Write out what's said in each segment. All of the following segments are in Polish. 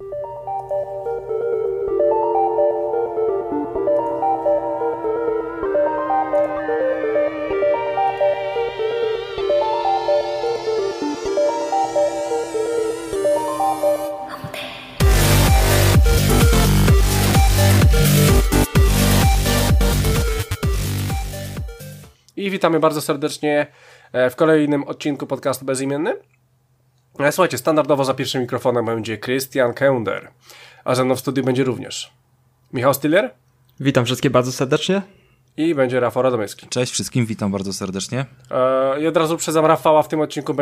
I witamy bardzo serdecznie w kolejnym odcinku podcastu Bezimienny. Słuchajcie, standardowo za pierwszym mikrofonem będzie Christian Kender, a ze mną w studiu będzie również Michał Stiller. Witam wszystkich bardzo serdecznie. I będzie Rafał Radomyski. Cześć wszystkim, witam bardzo serdecznie. I od razu uprzedzam Rafała, w tym odcinku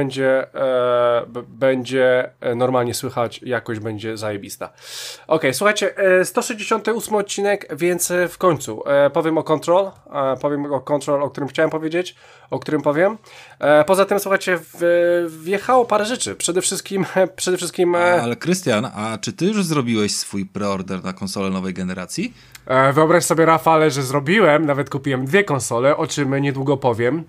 będzie normalnie słychać, jakość będzie zajebista. Okej, słuchajcie, 168 odcinek, więc w końcu powiem o Control, o którym chciałem powiedzieć, o którym powiem. Poza tym, słuchajcie, wjechało parę rzeczy. Przede wszystkim... Ale Krystian, a czy ty już zrobiłeś swój preorder na konsolę nowej generacji? Wyobraź sobie, Rafale, że zrobiłem, nawet kupiłem 2 konsole, o czym niedługo powiem.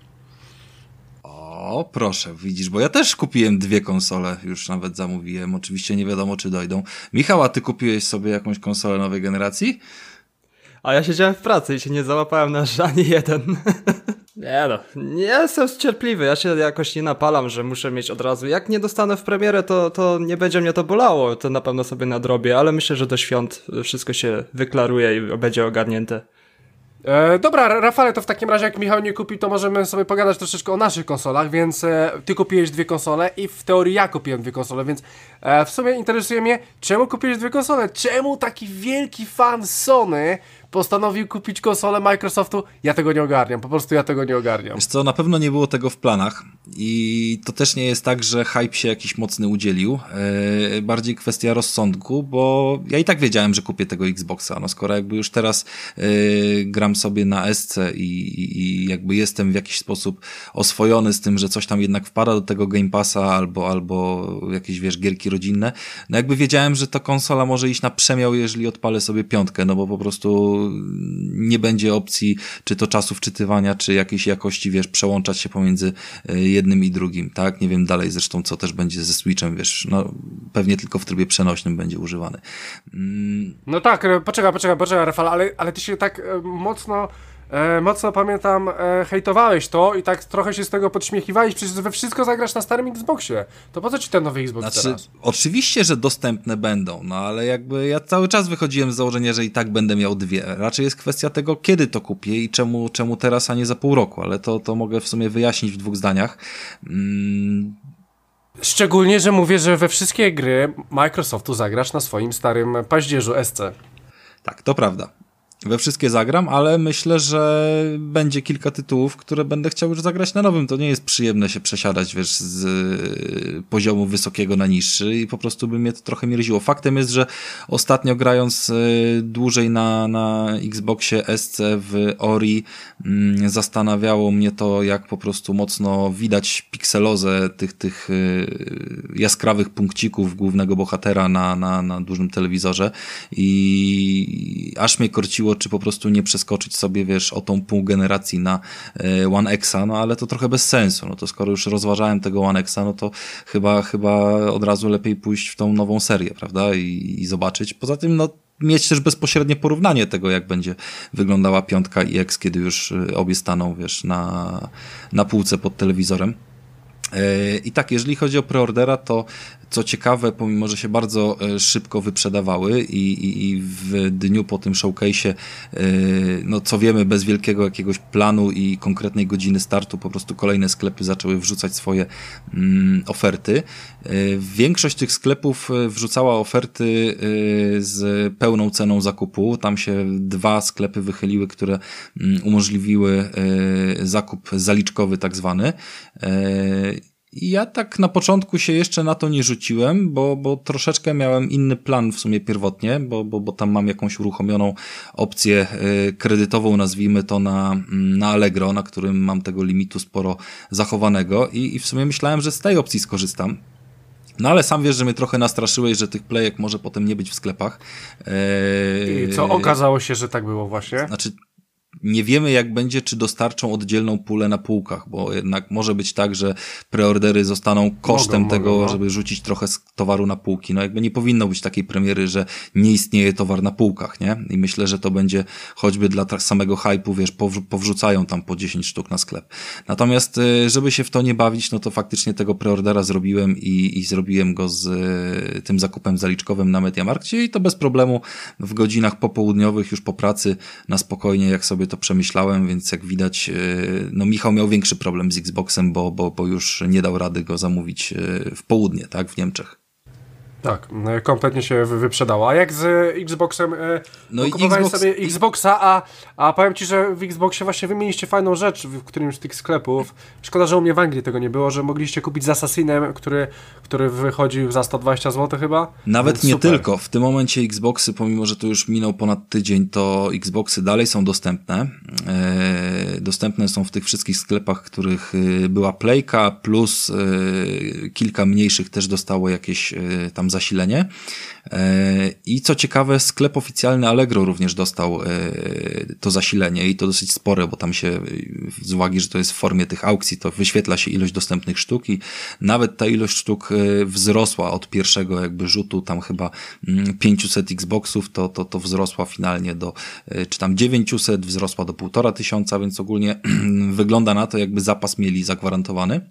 O, proszę, widzisz, bo ja też kupiłem 2 konsole, już nawet zamówiłem, oczywiście nie wiadomo, czy dojdą. Michał, a ty kupiłeś sobie jakąś konsolę nowej generacji? A ja siedziałem w pracy i się nie załapałem na ani jeden. Nie jestem cierpliwy, ja się jakoś nie napalam, że muszę mieć od razu. Jak nie dostanę w premierę, to nie będzie mnie to bolało, to na pewno sobie nadrobię, ale myślę, że do świąt wszystko się wyklaruje i będzie ogarnięte. Dobra, Rafale, to w takim razie jak Michał nie kupi, to możemy sobie pogadać troszeczkę o naszych konsolach, więc ty kupiłeś 2 konsole i w teorii ja kupiłem 2 konsole, więc w sumie interesuje mnie, czemu kupiłeś 2 konsole? Czemu taki wielki fan Sony postanowił kupić konsolę Microsoftu? Ja tego nie ogarniam, po prostu ja tego nie ogarniam. Wiesz co, na pewno nie było tego w planach i to też nie jest tak, że hype się jakiś mocny udzielił. Bardziej kwestia rozsądku, bo ja i tak wiedziałem, że kupię tego Xboxa. No skoro jakby już teraz gram sobie na SC i jakby jestem w jakiś sposób oswojony z tym, że coś tam jednak wpada do tego Game Passa albo jakieś, wiesz, gierki rodzinne, no jakby wiedziałem, że ta konsola może iść na przemiał, jeżeli odpalę sobie 5, no bo po prostu nie będzie opcji, czy to czasu wczytywania, czy jakiejś jakości, wiesz, przełączać się pomiędzy jednym i drugim, tak? Nie wiem dalej zresztą, co też będzie ze Switchem, wiesz, no pewnie tylko w trybie przenośnym będzie używany. No tak, poczekaj, Rafał, ale ty się tak mocno pamiętam, hejtowałeś to i tak trochę się z tego podśmiechiwałeś, przecież we wszystko zagrasz na starym Xboxie. To po co ci ten nowy Xbox teraz? Oczywiście, że dostępne będą, no ale jakby ja cały czas wychodziłem z założenia, że i tak będę miał 2. Raczej jest kwestia tego, kiedy to kupię i czemu teraz, a nie za pół roku, ale to mogę w sumie wyjaśnić w 2 zdaniach. Szczególnie, że mówię, że we wszystkie gry Microsoftu zagrasz na swoim starym paździerzu SC. Tak, to prawda. We wszystkie zagram, ale myślę, że będzie kilka tytułów, które będę chciał już zagrać na nowym. To nie jest przyjemne się przesiadać, wiesz, z poziomu wysokiego na niższy i po prostu by mnie to trochę mierziło. Faktem jest, że ostatnio grając dłużej na Xboxie SC w Ori zastanawiało mnie to, jak po prostu mocno widać pikselozę tych jaskrawych punkcików głównego bohatera na dużym telewizorze i aż mnie korciło, czy po prostu nie przeskoczyć sobie, wiesz, o tą pół generacji na One Xa, no ale to trochę bez sensu, no to skoro już rozważałem tego One Xa, no to chyba od razu lepiej pójść w tą nową serię, prawda, i zobaczyć. Poza tym, no, mieć też bezpośrednie porównanie tego, jak będzie wyglądała 5 i X, kiedy już obie staną, wiesz, na półce pod telewizorem. I tak, jeżeli chodzi o preordera, to co ciekawe, pomimo że się bardzo szybko wyprzedawały i w dniu po tym showcase'ie, no co wiemy, bez wielkiego jakiegoś planu i konkretnej godziny startu, po prostu kolejne sklepy zaczęły wrzucać swoje oferty. Większość tych sklepów wrzucała oferty z pełną ceną zakupu. Tam się 2 sklepy wychyliły, które umożliwiły zakup zaliczkowy tak zwany. I ja tak na początku się jeszcze na to nie rzuciłem, bo troszeczkę miałem inny plan w sumie pierwotnie, bo tam mam jakąś uruchomioną opcję kredytową, nazwijmy to na Allegro, na którym mam tego limitu sporo zachowanego i w sumie myślałem, że z tej opcji skorzystam. No ale sam wiesz, że mnie trochę nastraszyłeś, że tych playek może potem nie być w sklepach. I co, okazało się, że tak było właśnie? Znaczy, Nie wiemy, jak będzie, czy dostarczą oddzielną pulę na półkach, bo jednak może być tak, że preordery zostaną kosztem tego, żeby rzucić trochę towaru na półki. No jakby nie powinno być takiej premiery, że nie istnieje towar na półkach, nie? I myślę, że to będzie choćby dla samego hype'u, wiesz, powrzucają tam po 10 sztuk na sklep. Natomiast, żeby się w to nie bawić, no to faktycznie tego preordera zrobiłem i zrobiłem go z tym zakupem zaliczkowym na MediaMarkcie i to bez problemu w godzinach popołudniowych już po pracy na spokojnie, jak sobie to przemyślałem, więc jak widać, no Michał miał większy problem z Xboxem, bo już nie dał rady go zamówić w południe, tak, w Niemczech. Tak, kompletnie się wyprzedało. A jak z Xboxem? No i kupowałem sobie Xboxa, a powiem Ci, że w Xboxie właśnie wymieniliście fajną rzecz w którymś z tych sklepów. Szkoda, że u mnie w Anglii tego nie było, że mogliście kupić z Assassinem, który wychodził za 120 zł chyba. Nawet Więc nie super. tylko. W tym momencie Xboxy, pomimo że to już minął ponad tydzień, to Xboxy dalej są dostępne. Dostępne są w tych wszystkich sklepach, w których była Playka, plus kilka mniejszych też dostało jakieś tam zasilenie. I co ciekawe, sklep oficjalny Allegro również dostał to zasilenie i to dosyć spore, bo tam się z uwagi, że to jest w formie tych aukcji, to wyświetla się ilość dostępnych sztuk i nawet ta ilość sztuk wzrosła od pierwszego jakby rzutu, tam chyba 500 Xboxów, to wzrosła finalnie do, czy tam 900, wzrosła do 1500, więc ogólnie wygląda na to, jakby zapas mieli zagwarantowany.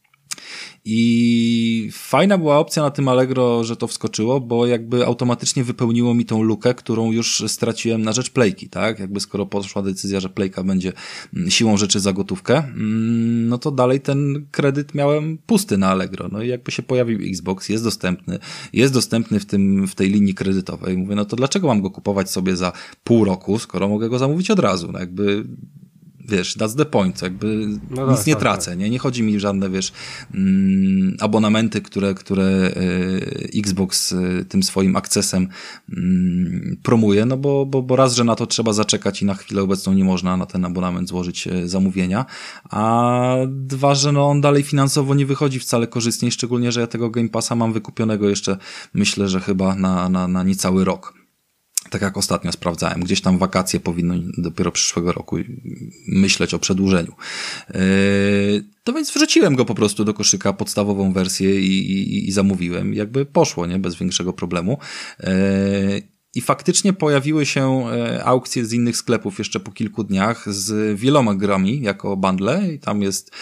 I fajna była opcja na tym Allegro, że to wskoczyło, bo jakby automatycznie wypełniło mi tą lukę, którą już straciłem na rzecz Playki, tak? Jakby skoro poszła decyzja, że Playka będzie siłą rzeczy za gotówkę, no to dalej ten kredyt miałem pusty na Allegro. No i jakby się pojawił Xbox, jest dostępny w tej linii kredytowej. Mówię, no to dlaczego mam go kupować sobie za pół roku, skoro mogę go zamówić od razu? No jakby wiesz, that's the point, jakby nic nie tracę, nie chodzi mi żadne, wiesz, abonamenty, które Xbox tym swoim akcesem promuje, no bo raz, że na to trzeba zaczekać i na chwilę obecną nie można na ten abonament złożyć zamówienia, a dwa, że no on dalej finansowo nie wychodzi wcale korzystniej, szczególnie, że ja tego Game Passa mam wykupionego jeszcze, myślę, że chyba na niecały rok. Tak jak ostatnio sprawdzałem, gdzieś tam wakacje powinno dopiero przyszłego roku myśleć o przedłużeniu. To więc wrzuciłem go po prostu do koszyka, podstawową wersję i zamówiłem. Jakby poszło, nie? Bez większego problemu. I faktycznie pojawiły się aukcje z innych sklepów jeszcze po kilku dniach z wieloma grami jako bundle i tam jest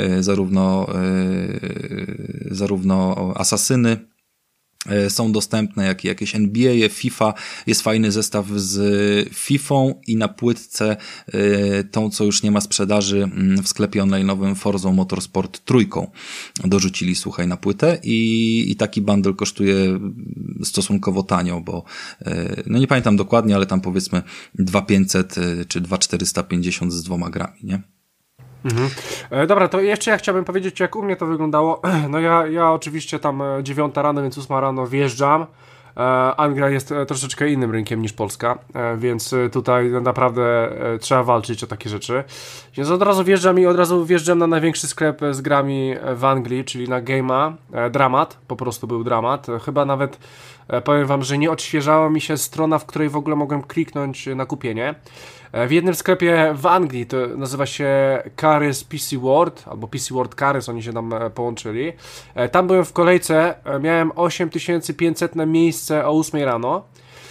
zarówno Asasyny, są dostępne, jak i jakieś NBA, FIFA, jest fajny zestaw z Fifą i na płytce tą, co już nie ma sprzedaży w sklepie online'owym Forzą Motorsport 3 dorzucili, słuchaj, na płytę i taki bundle kosztuje stosunkowo tanio, bo no nie pamiętam dokładnie, ale tam powiedzmy 2500 czy 2450 z 2 grami, nie? Mhm. Dobra, to jeszcze ja chciałbym powiedzieć, jak u mnie to wyglądało. No ja oczywiście tam 9 rano, więc 8 rano wjeżdżam. Anglia jest troszeczkę innym rynkiem niż Polska, więc tutaj naprawdę trzeba walczyć o takie rzeczy. Więc od razu wjeżdżam i od razu wjeżdżam na największy sklep z grami w Anglii, czyli na Game'a. Dramat, po prostu był dramat. Chyba nawet powiem wam, że nie odświeżała mi się strona, w której w ogóle mogłem kliknąć na kupienie. W jednym sklepie w Anglii, to nazywa się Carys PC World, albo PC World Carys, oni się tam połączyli. Tam byłem w kolejce, miałem 8500 na miejsce o 8 rano,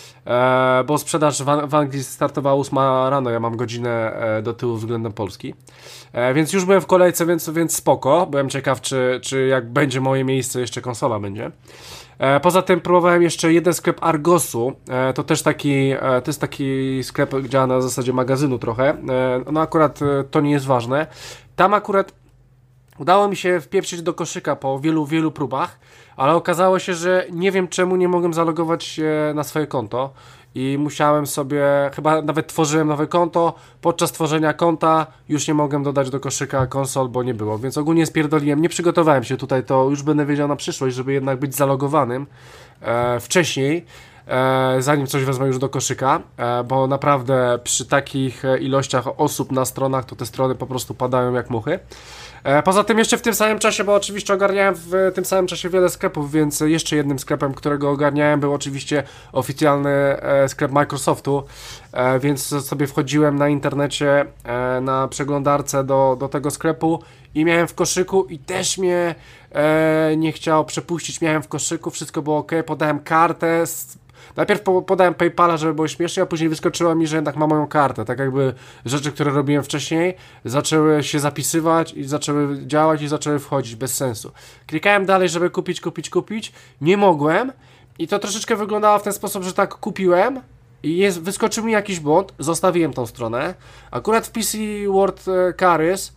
bo sprzedaż w Anglii startowała 8 rano, ja mam godzinę do tyłu względem Polski. Więc już byłem w kolejce, więc spoko, byłem ciekaw, czy jak będzie moje miejsce, jeszcze konsola będzie. Poza tym próbowałem jeszcze jeden sklep Argosu, to też to jest taki sklep, działa na zasadzie magazynu trochę, no akurat to nie jest ważne. Tam akurat udało mi się wpieprzyć do koszyka po wielu próbach, ale okazało się, że nie wiem czemu nie mogłem zalogować się na swoje konto i musiałem sobie, chyba nawet tworzyłem nowe konto, podczas tworzenia konta już nie mogłem dodać do koszyka konsol, bo nie było, więc ogólnie spierdoliłem, nie przygotowałem się tutaj, to już będę wiedział na przyszłość, żeby jednak być zalogowanym wcześniej, zanim coś wezmę już do koszyka, bo naprawdę przy takich ilościach osób na stronach, to te strony po prostu padają jak muchy. Poza tym jeszcze w tym samym czasie, bo oczywiście ogarniałem w tym samym czasie wiele sklepów, więc jeszcze jednym sklepem, którego ogarniałem, był oczywiście oficjalny sklep Microsoftu, więc sobie wchodziłem na internecie, na przeglądarce do tego sklepu i miałem w koszyku i też mnie nie chciało przepuścić, miałem w koszyku, wszystko było ok, podałem kartę, najpierw podałem PayPala, żeby było śmiesznie, a później wyskoczyło mi, że jednak ma moją kartę. Tak jakby rzeczy, które robiłem wcześniej, zaczęły się zapisywać i zaczęły działać i zaczęły wchodzić bez sensu. Klikałem dalej, żeby kupić. Nie mogłem i to troszeczkę wyglądało w ten sposób, że tak kupiłem i wyskoczył mi jakiś błąd, zostawiłem tą stronę. Akurat w PC World Carys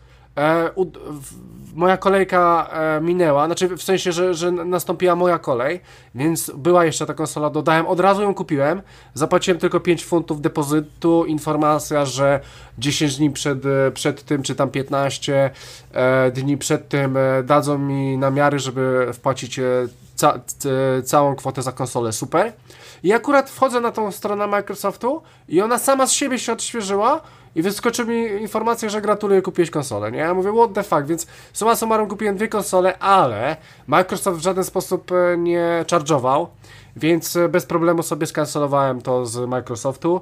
moja kolejka minęła, znaczy w sensie, że nastąpiła moja kolej, więc była jeszcze ta konsola, dodałem, od razu ją kupiłem, zapłaciłem tylko 5 funtów depozytu, informacja, że 10 dni przed tym, czy tam 15 dni przed tym dadzą mi namiary, żeby wpłacić całą kwotę za konsolę, super. I akurat wchodzę na tą stronę Microsoftu i ona sama z siebie się odświeżyła i wyskoczy mi informacja, że gratuluję, kupiłeś konsolę, nie? Ja mówię, what the fuck, więc summa summarum kupiłem 2 konsole, ale Microsoft w żaden sposób nie charge'ował, więc bez problemu sobie skancelowałem to z Microsoftu,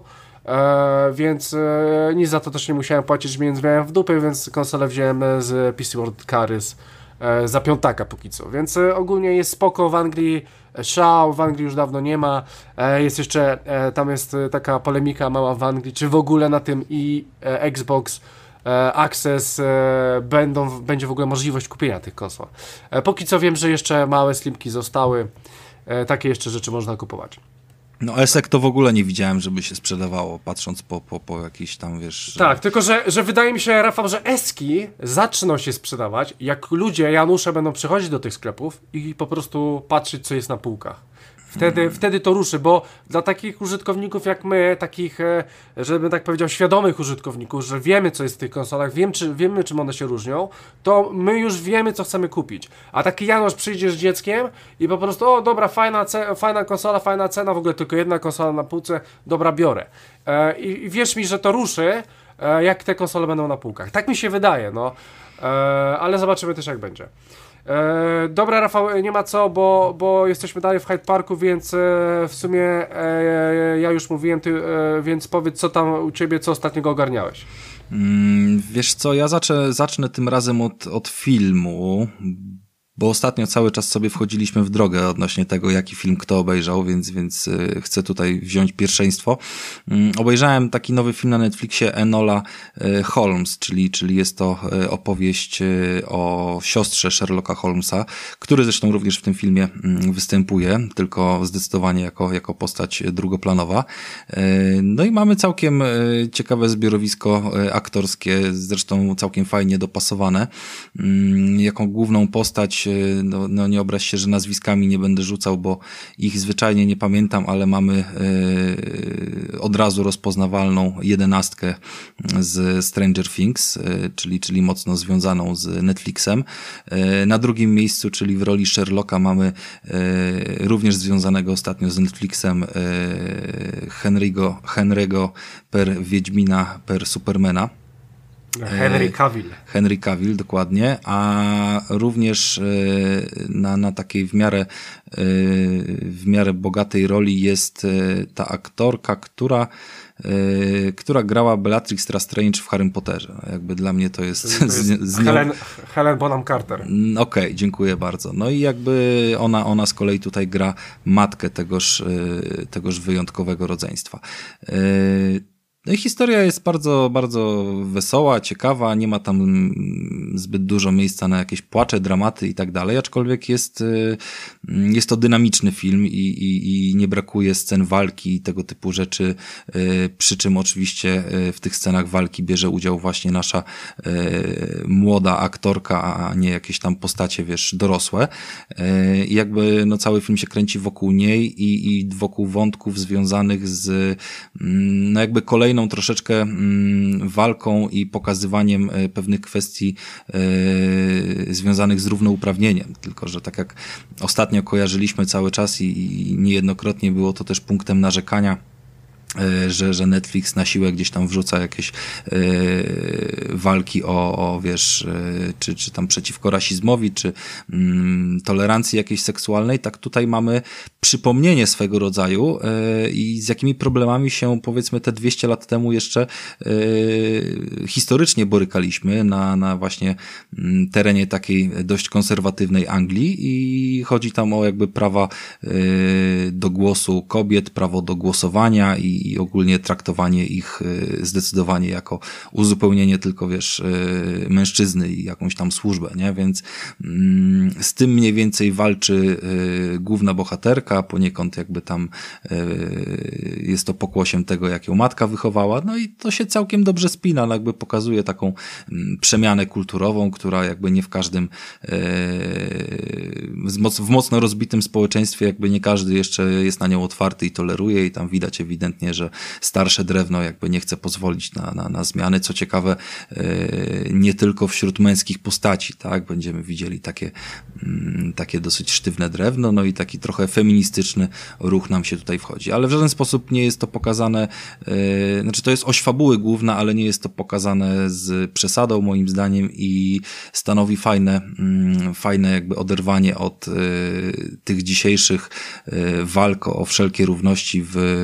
więc nic za to też nie musiałem płacić, więc miałem w dupie, więc konsolę wziąłem z PC World Carys za piątaka póki co, więc ogólnie jest spoko. W Anglii szał, w Anglii już dawno nie ma, jest jeszcze, tam jest taka polemika mała w Anglii, czy w ogóle na tym Xbox Access będzie w ogóle możliwość kupienia tych konsol. Póki co wiem, że jeszcze małe slimki zostały, takie jeszcze rzeczy można kupować. No ESEK to w ogóle nie widziałem, żeby się sprzedawało, patrząc po jakiś tam, wiesz... Tak, tylko że wydaje mi się, Rafał, że eski zaczną się sprzedawać, jak ludzie, Janusze będą przychodzić do tych sklepów i po prostu patrzeć, co jest na półkach. Wtedy to ruszy, bo dla takich użytkowników jak my, takich, żebym tak powiedział, świadomych użytkowników, że wiemy, co jest w tych konsolach, wiemy, czym one się różnią, to my już wiemy, co chcemy kupić. A taki Janusz przyjdzie z dzieckiem i po prostu, o dobra, fajna konsola, fajna cena, w ogóle tylko jedna konsola na półce, dobra, biorę. I wierz mi, że to ruszy, jak te konsole będą na półkach. Tak mi się wydaje, no. Ale zobaczymy też, jak będzie. Dobra, Rafał, nie ma co, bo jesteśmy dalej w Hyde Parku, więc w sumie ja już mówiłem, więc powiedz, co tam u ciebie, co ostatniego ogarniałeś. Wiesz co, ja zacznę tym razem od filmu, bo ostatnio cały czas sobie wchodziliśmy w drogę odnośnie tego, jaki film kto obejrzał, więc chcę tutaj wziąć pierwszeństwo. Obejrzałem taki nowy film na Netflixie Enola Holmes, czyli jest to opowieść o siostrze Sherlocka Holmesa, który zresztą również w tym filmie występuje, tylko zdecydowanie jako postać drugoplanowa. No i mamy całkiem ciekawe zbiorowisko aktorskie, zresztą całkiem fajnie dopasowane. Jaką główną postać, no nie obraź się, że nazwiskami nie będę rzucał, bo ich zwyczajnie nie pamiętam, ale mamy od razu rozpoznawalną 11 z Stranger Things, czyli mocno związaną z Netflixem. Na drugim miejscu, czyli w roli Sherlocka, mamy również związanego ostatnio z Netflixem Henry'ego per Wiedźmina per Supermana. Henry Cavill, dokładnie, a również na takiej w miarę bogatej roli jest ta aktorka, która grała Bellatrix Lestrange w Harrym Potterze. Jakby dla mnie to jest... Helen Bonham Carter. Okej, dziękuję bardzo. No i jakby ona z kolei tutaj gra matkę tegoż wyjątkowego rodzeństwa. No i historia jest bardzo, bardzo wesoła, ciekawa, nie ma tam zbyt dużo miejsca na jakieś płacze, dramaty i tak dalej, aczkolwiek jest to dynamiczny film i nie brakuje scen walki i tego typu rzeczy, przy czym oczywiście w tych scenach walki bierze udział właśnie nasza młoda aktorka, a nie jakieś tam postacie, wiesz, dorosłe. I jakby no cały film się kręci wokół niej i wokół wątków związanych z no jakby kolejną troszeczkę walką i pokazywaniem pewnych kwestii związanych z równouprawnieniem. Tylko że tak jak ostatnio kojarzyliśmy cały czas i niejednokrotnie było to też punktem narzekania że Netflix na siłę gdzieś tam wrzuca jakieś walki wiesz, czy tam przeciwko rasizmowi, czy tolerancji jakiejś seksualnej, tak tutaj mamy przypomnienie swego rodzaju i z jakimi problemami się, powiedzmy, te 200 lat temu jeszcze historycznie borykaliśmy na właśnie terenie takiej dość konserwatywnej Anglii i chodzi tam o jakby prawa do głosu kobiet, prawo do głosowania i ogólnie traktowanie ich zdecydowanie jako uzupełnienie tylko, wiesz, mężczyzny i jakąś tam służbę, nie? Więc z tym mniej więcej walczy główna bohaterka, poniekąd jakby tam jest to pokłosiem tego, jak ją matka wychowała, no i to się całkiem dobrze spina, no jakby pokazuje taką przemianę kulturową, która jakby nie w każdym w mocno rozbitym społeczeństwie jakby nie każdy jeszcze jest na nią otwarty i toleruje i tam widać ewidentnie, że starsze drewno jakby nie chce pozwolić na zmiany. Co ciekawe, nie tylko wśród męskich postaci, tak? Będziemy widzieli takie dosyć sztywne drewno, no i taki trochę feministyczny ruch nam się tutaj wchodzi. Ale w żaden sposób nie jest to pokazane, znaczy to jest oś fabuły główna, ale nie jest to pokazane z przesadą moim zdaniem i stanowi fajne jakby oderwanie od tych dzisiejszych walk o wszelkie równości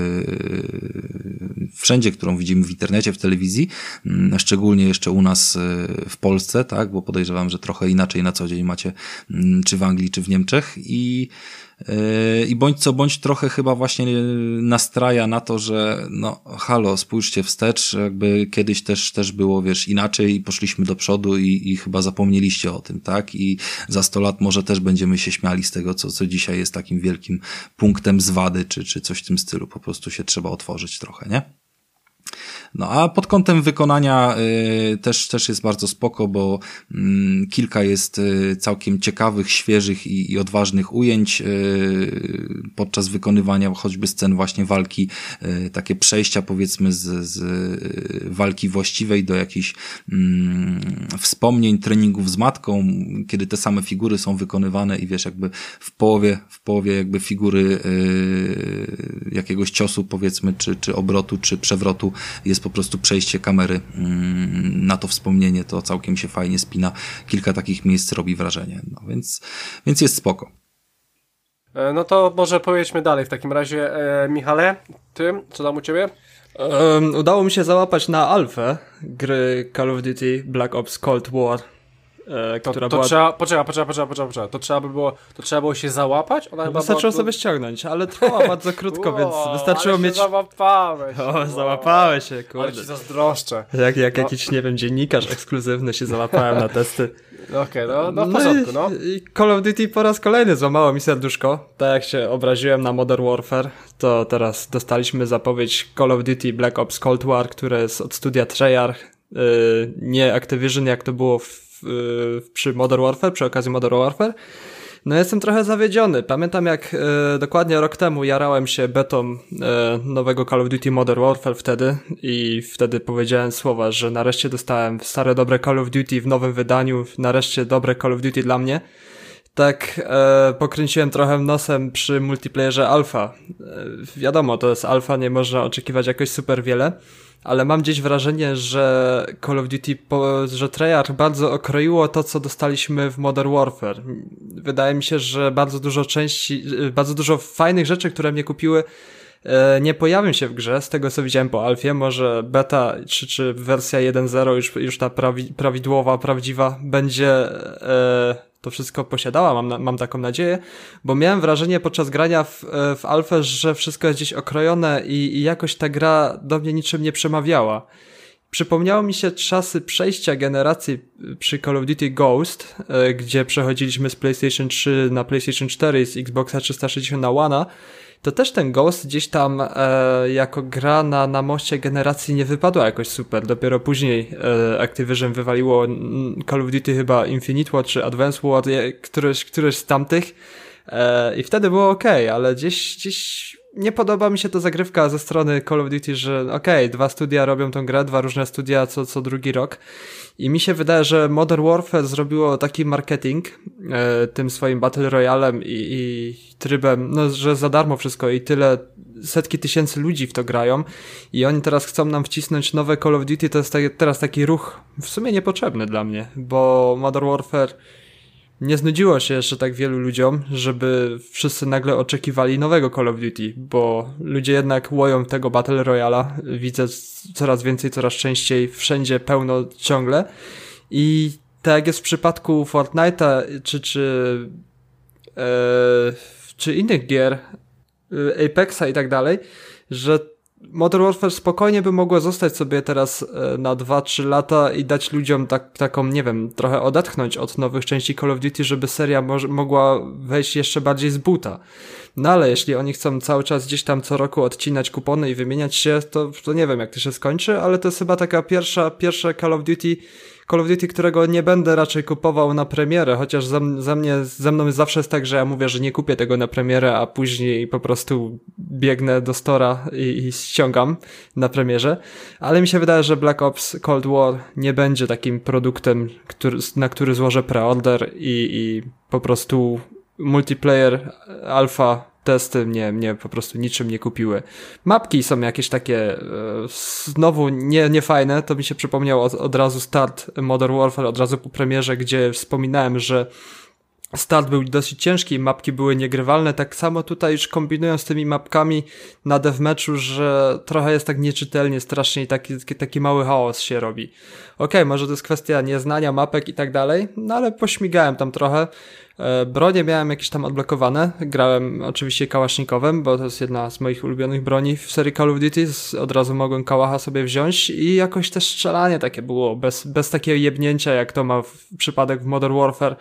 wszędzie, którą widzimy w internecie, w telewizji, szczególnie jeszcze u nas w Polsce, tak, bo podejrzewam, że trochę inaczej na co dzień macie czy w Anglii, czy w Niemczech i bądź co bądź trochę chyba właśnie nastraja na to, że no halo, spójrzcie wstecz, jakby kiedyś też było, wiesz, inaczej i poszliśmy do przodu i chyba zapomnieliście o tym, tak? I za 100 lat może też będziemy się śmiali z tego, co dzisiaj jest takim wielkim punktem zwady, czy coś w tym stylu. Po prostu się trzeba otworzyć trochę, nie? No a pod kątem wykonania też jest bardzo spoko, bo kilka jest całkiem ciekawych, świeżych i odważnych ujęć podczas wykonywania choćby scen właśnie walki, takie przejścia powiedzmy z walki właściwej do jakichś wspomnień, treningów z matką, kiedy te same figury są wykonywane i wiesz, jakby w połowie jakby figury jakiegoś ciosu powiedzmy, czy obrotu, czy przewrotu jest po prostu przejście kamery na to wspomnienie, to całkiem się fajnie spina. Kilka takich miejsc robi wrażenie. No, więc jest spoko. No to może pojedźmy dalej w takim razie. Michale, ty, co tam u ciebie? Udało mi się załapać na alfę gry Call of Duty Black Ops Cold War. Która była... Poczekaj. To trzeba było się załapać? Wystarczyło sobie ściągnąć, ale trwała bardzo krótko, więc wystarczyło mieć... Załapałeś. Załapałeś się, kurde. Ale ci zazdroszczę. Jak jakiś, nie wiem, dziennikarz ekskluzywny się załapałem na testy. Okej, no w porządku, no. I Call of Duty po raz kolejny złamało mi serduszko. Tak jak się obraziłem na Modern Warfare, to teraz dostaliśmy zapowiedź Call of Duty Black Ops Cold War, które jest od studia Treyarch, nie Activision, jak to było przy Modern Warfare, przy okazji Modern Warfare. No jestem trochę zawiedziony. Pamiętam jak dokładnie rok temu jarałem się betą nowego Call of Duty Modern Warfare wtedy powiedziałem słowa, że nareszcie dostałem stare dobre Call of Duty w nowym wydaniu, nareszcie dobre Call of Duty dla mnie. Tak pokręciłem trochę nosem przy multiplayerze alfa. Wiadomo, to jest alfa, nie można oczekiwać jakoś super wiele, ale mam gdzieś wrażenie, że Call of Duty, że Treyarch bardzo okroiło to, co dostaliśmy w Modern Warfare. Wydaje mi się, że bardzo dużo fajnych rzeczy, które mnie kupiły, nie pojawią się w grze, z tego co widziałem po alfie. Może beta czy wersja 1.0 już ta prawidłowa, prawdziwa będzie to wszystko posiadała, mam taką nadzieję, bo miałem wrażenie podczas grania w alfę, że wszystko jest gdzieś okrojone i jakoś ta gra do mnie niczym nie przemawiała. Przypomniało mi się czasy przejścia generacji przy Call of Duty Ghost, gdzie przechodziliśmy z PlayStation 3 na PlayStation 4 i z Xboxa 360 na One'a. To też ten Ghost gdzieś tam jako gra na moście generacji nie wypadła jakoś super. Dopiero później Activision wywaliło Call of Duty chyba Infinite War czy Advanced War, któreś z tamtych i wtedy było okej, ale gdzieś nie podoba mi się to zagrywka ze strony Call of Duty, że dwa studia robią tą grę, dwa różne studia co drugi rok. I mi się wydaje, że Modern Warfare zrobiło taki marketing tym swoim Battle Royalem i trybem, no że za darmo wszystko i tyle setki tysięcy ludzi w to grają i oni teraz chcą nam wcisnąć nowe Call of Duty, to jest teraz taki ruch w sumie niepotrzebny dla mnie, bo Modern Warfare nie znudziło się jeszcze tak wielu ludziom, żeby wszyscy nagle oczekiwali nowego Call of Duty, bo ludzie jednak łoją tego Battle Royale'a, widzę coraz więcej, coraz częściej, wszędzie pełno ciągle i tak jak jest w przypadku Fortnite'a czy innych gier, Apexa i tak dalej, że Modern Warfare spokojnie by mogło zostać sobie teraz na 2-3 lata i dać ludziom taką, nie wiem, trochę odetchnąć od nowych części Call of Duty, żeby seria mogła wejść jeszcze bardziej z buta. No ale jeśli oni chcą cały czas gdzieś tam co roku odcinać kupony i wymieniać się, to nie wiem jak to się skończy, ale to jest chyba taka pierwsza Call of Duty, którego nie będę raczej kupował na premierę, chociaż ze mną zawsze jest tak, że ja mówię, że nie kupię tego na premierę, a później po prostu biegnę do stora i ściągam na premierze, ale mi się wydaje, że Black Ops Cold War nie będzie takim produktem, na który złożę preorder i po prostu multiplayer, alfa, testy mnie po prostu niczym nie kupiły. Mapki są jakieś takie znowu nie fajne, to mi się przypomniał od razu start Modern Warfare, od razu po premierze, gdzie wspominałem, że start był dosyć ciężki i mapki były niegrywalne, tak samo tutaj już kombinują z tymi mapkami na deathmatchu, że trochę jest tak nieczytelnie, strasznie i taki mały chaos się robi. Okej, może to jest kwestia nieznania mapek i tak dalej, no ale pośmigałem tam trochę. Bronie miałem jakieś tam odblokowane, grałem oczywiście kałasznikowem, bo to jest jedna z moich ulubionych broni w serii Call of Duty, od razu mogłem kałacha sobie wziąć i jakoś też strzelanie takie było, bez takiego jebnięcia jak to ma przypadek w Modern Warfare.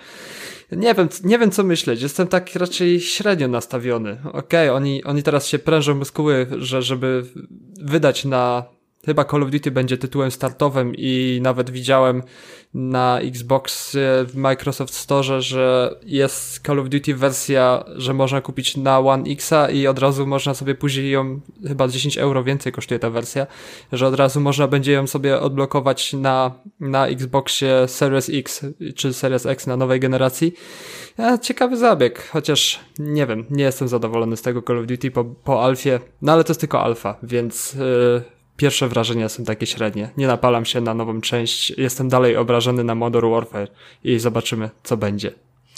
Nie wiem co myśleć, jestem tak raczej średnio nastawiony. Okej, oni teraz się prężą muskuły, żeby wydać chyba Call of Duty będzie tytułem startowym i nawet widziałem na Xbox w Microsoft Store, że jest Call of Duty wersja, że można kupić na One X'a i od razu można sobie później ją, chyba 10 euro więcej kosztuje ta wersja, że od razu można będzie ją sobie odblokować na Xboxie Series X czy Series X na nowej generacji. Ciekawy zabieg, chociaż nie wiem, nie jestem zadowolony z tego Call of Duty po alfie, no ale to jest tylko alfa, więc pierwsze wrażenia są takie średnie. Nie napalam się na nową część, jestem dalej obrażony na Modern Warfare i zobaczymy, co będzie.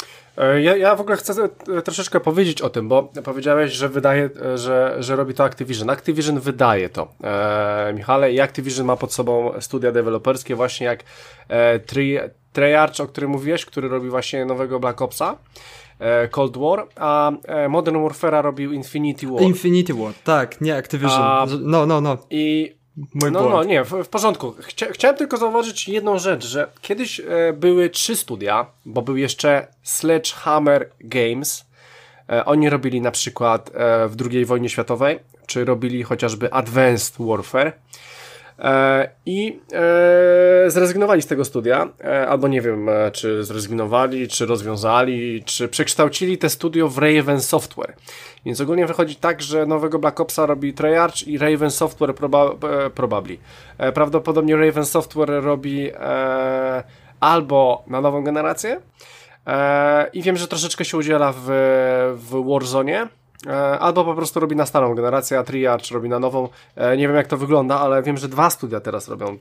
Ja w ogóle chcę troszeczkę powiedzieć o tym, bo powiedziałeś, że wydaje, że robi to Activision. Activision wydaje to, Michale, i Activision ma pod sobą studia deweloperskie, właśnie jak Treyarch, o którym mówiłeś, który robi właśnie nowego Black Opsa, Cold War, a Modern Warfare'a robił Infinity War. Infinity War, tak, nie Activision. No. I mój błąd. Nie, w porządku. Chciałem tylko zauważyć jedną rzecz, że kiedyś były 3 studia, bo był jeszcze Sledgehammer Games. Oni robili na przykład w II wojnie światowej, czy robili chociażby Advanced Warfare. I zrezygnowali z tego studia, albo nie wiem, czy zrezygnowali, czy rozwiązali, czy przekształcili te studio w Raven Software. Więc ogólnie wychodzi tak, że nowego Black Opsa robi Treyarch i Raven Software prawdopodobnie Raven Software robi albo na nową generację i wiem, że troszeczkę się udziela w Warzone, albo po prostu robi na starą generację, a Treyarch robi na nową. Nie wiem jak to wygląda, ale wiem, że 2 studia teraz robią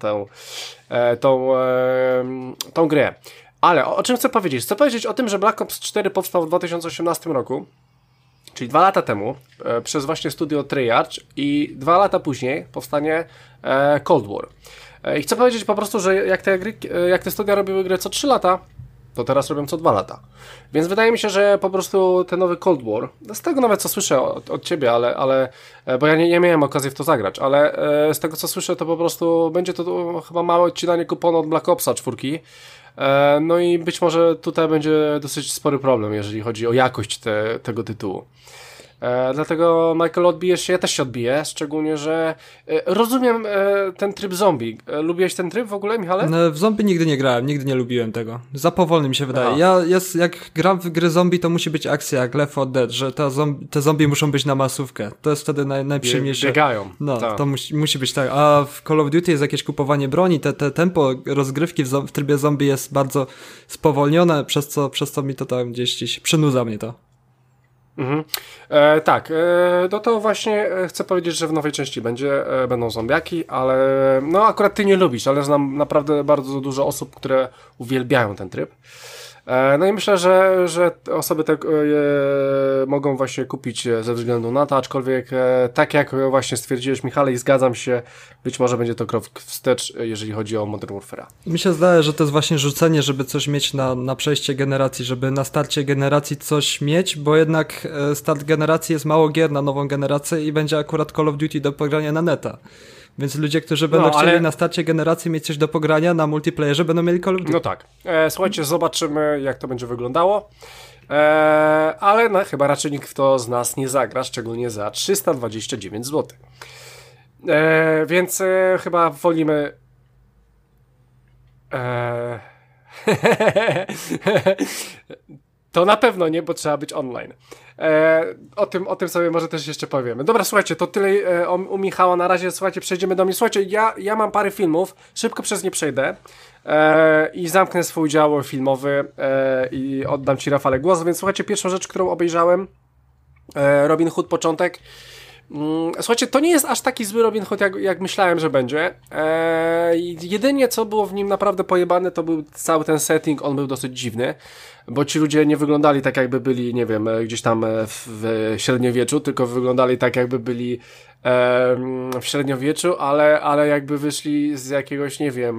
tą grę. Ale o czym chcę powiedzieć? Chcę powiedzieć o tym, że Black Ops 4 powstał w 2018 roku, czyli 2 lata temu, przez właśnie studio Treyarch i 2 lata później powstanie Cold War. I chcę powiedzieć po prostu, że jak te studia robiły grę co 3 lata, to teraz robią co 2 lata. Więc wydaje mi się, że po prostu ten nowy Cold War, z tego nawet co słyszę od ciebie, ale bo ja nie miałem okazji w to zagrać, ale z tego co słyszę, to po prostu będzie to chyba małe odcinanie kuponu od Black Opsa 4. No i być może tutaj będzie dosyć spory problem, jeżeli chodzi o jakość tego tytułu. Dlatego Michael, odbijesz się, ja też się odbiję, szczególnie, że rozumiem ten tryb zombie. Lubiłeś ten tryb w ogóle, Michale? No, w zombie nigdy nie grałem, nigdy nie lubiłem tego. Za powolny mi się wydaje. Jak gram w gry zombie, to musi być akcja, jak Left 4 Dead, że te zombie muszą być na masówkę. To jest wtedy najprzyjemniejsze. Biegają. No, to musi być tak. A w Call of Duty jest jakieś kupowanie broni, te tempo rozgrywki w trybie zombie jest bardzo spowolnione, przez co mi to tam gdzieś przynudza mnie to. Tak, no to właśnie chcę powiedzieć, że w nowej części będą zombiaki, ale no akurat ty nie lubisz, ale znam naprawdę bardzo dużo osób, które uwielbiają ten tryb. No i myślę, że osoby te mogą właśnie kupić ze względu na to, aczkolwiek tak jak właśnie stwierdziłeś, Michale, i zgadzam się, być może będzie to krok wstecz, jeżeli chodzi o Modern Warfare'a. Mi się zdaje, że to jest właśnie rzucenie, żeby coś mieć na przejście generacji, żeby na starcie generacji coś mieć, bo jednak start generacji jest mało gier na nową generację i będzie akurat Call of Duty do pogrania na neta. Więc ludzie, którzy będą chcieli na starcie generacji mieć coś do pogrania na multiplayerze, będą mieli Call of Duty. No tak. Słuchajcie, zobaczymy, jak to będzie wyglądało. Ale no, chyba raczej nikt z nas nie zagra, szczególnie za 329 zł. Więc chyba wolimy... To na pewno nie, bo trzeba być online. O tym sobie może też jeszcze powiemy. Dobra, słuchajcie, to tyle u Michała na razie. Słuchajcie, przejdziemy do mnie. Słuchajcie, ja mam parę filmów, szybko przez nie przejdę i zamknę swój dział filmowy i oddam ci, Rafale, głos. Więc słuchajcie, pierwszą rzecz, którą obejrzałem, Robin Hood początek. Słuchajcie, to nie jest aż taki zły Robin Hood, jak myślałem, że będzie. Jedynie co było w nim naprawdę pojebane, to był cały ten setting, on był dosyć dziwny, bo ci ludzie nie wyglądali tak, jakby byli, nie wiem, gdzieś tam w średniowieczu, tylko wyglądali tak, jakby byli w średniowieczu, ale jakby wyszli z jakiegoś, nie wiem,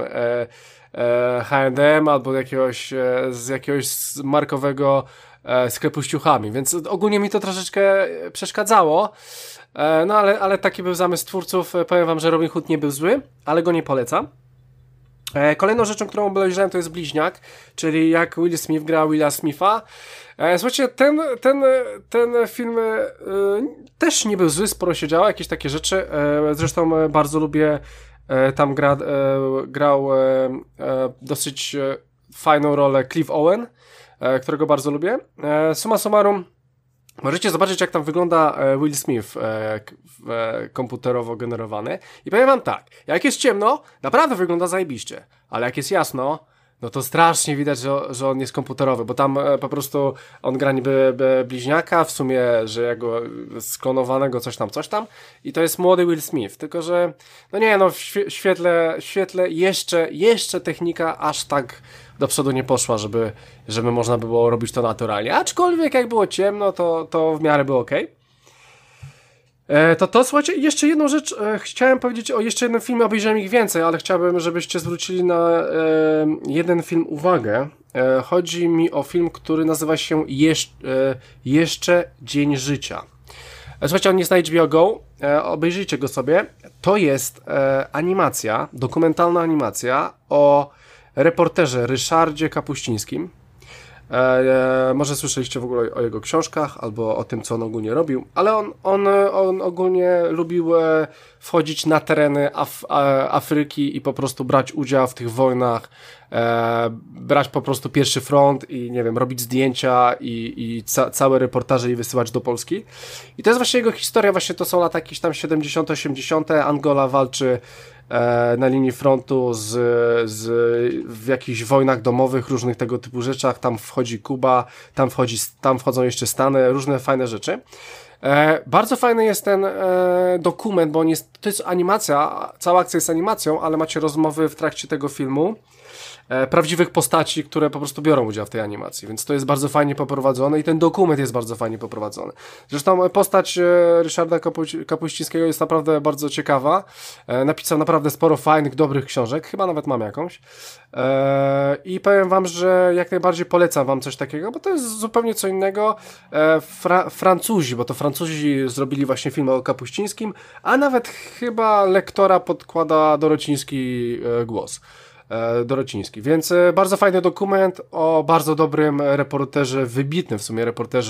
H&M albo z jakiegoś markowego sklepu z ciuchami, więc ogólnie mi to troszeczkę przeszkadzało. No ale taki był zamysł twórców. Powiem wam, że Robin Hood nie był zły, ale go nie polecam. Kolejną rzeczą, którą obejrzałem, to jest Bliźniak, czyli jak Will Smith gra Willa Smitha. Słuchajcie, ten film też nie był zły, sporo się działo, jakieś takie rzeczy. Zresztą bardzo lubię, tam grał dosyć fajną rolę Cliff Owen, którego bardzo lubię. Summa summarum, możecie zobaczyć, jak tam wygląda Will Smith komputerowo generowany. I powiem wam tak, jak jest ciemno, naprawdę wygląda zajebiście, ale jak jest jasno, no to strasznie widać, że on jest komputerowy, bo tam po prostu on gra niby bliźniaka, w sumie, że jego sklonowanego coś tam i to jest młody Will Smith, tylko że no nie, no w świetle jeszcze technika aż tak do przodu nie poszła, żeby można było robić to naturalnie, aczkolwiek jak było ciemno, to w miarę było okej. Słuchajcie, jeszcze jedną rzecz, chciałem powiedzieć o jeszcze jednym filmie, obejrzałem ich więcej, ale chciałbym, żebyście zwrócili na jeden film uwagę. Chodzi mi o film, który nazywa się Jeszcze Dzień Życia. Słuchajcie, on jest na HBO Go, obejrzyjcie go sobie. To jest animacja, dokumentalna animacja o reporterze Ryszardzie Kapuścińskim. Może słyszeliście w ogóle o jego książkach albo o tym, co on ogólnie robił, ale on ogólnie lubił wchodzić na tereny Afryki i po prostu brać udział w tych wojnach, brać po prostu pierwszy front i nie wiem, robić zdjęcia i całe reportaże i wysyłać do Polski. I to jest właśnie jego historia, właśnie to są lata jakieś tam 70., 80., Angola walczy na linii frontu w jakichś wojnach domowych, różnych tego typu rzeczach, tam wchodzi Kuba, tam wchodzą jeszcze Stany, różne fajne rzeczy. Bardzo fajny jest ten dokument, bo to jest animacja, cała akcja jest animacją, ale macie rozmowy w trakcie tego filmu prawdziwych postaci, które po prostu biorą udział w tej animacji, więc to jest bardzo fajnie poprowadzone i ten dokument jest bardzo fajnie poprowadzony. Zresztą postać Ryszarda Kapuścińskiego jest naprawdę bardzo ciekawa. Napisał naprawdę sporo fajnych, dobrych książek, chyba nawet mam jakąś. I powiem wam, że jak najbardziej polecam wam coś takiego, bo to jest zupełnie co innego. Francuzi, bo to Francuzi zrobili właśnie film o Kapuścińskim, a nawet chyba lektora podkłada Dorociński głos. Dorociński, więc bardzo fajny dokument o bardzo dobrym reporterze, wybitnym w sumie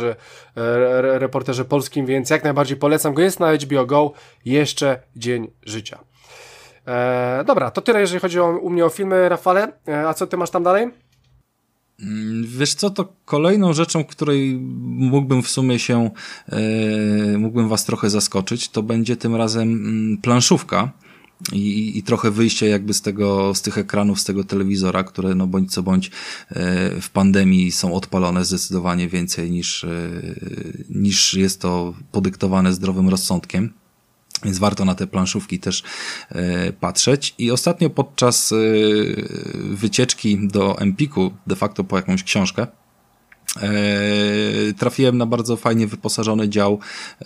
reporterze polskim, więc jak najbardziej polecam go, jest na HBO Go, Jeszcze Dzień Życia. Dobra, to tyle jeżeli chodzi u mnie o filmy, Rafale, a co ty masz tam dalej? Wiesz co, to kolejną rzeczą, której mógłbym w sumie mógłbym was trochę zaskoczyć, to będzie tym razem planszówka. i trochę wyjście jakby z tych ekranów, z tego telewizora, które no bądź co bądź w pandemii są odpalone zdecydowanie więcej niż jest to podyktowane zdrowym rozsądkiem. Więc warto na te planszówki też patrzeć. I ostatnio podczas wycieczki do Empiku, de facto po jakąś książkę, trafiłem na bardzo fajnie wyposażony dział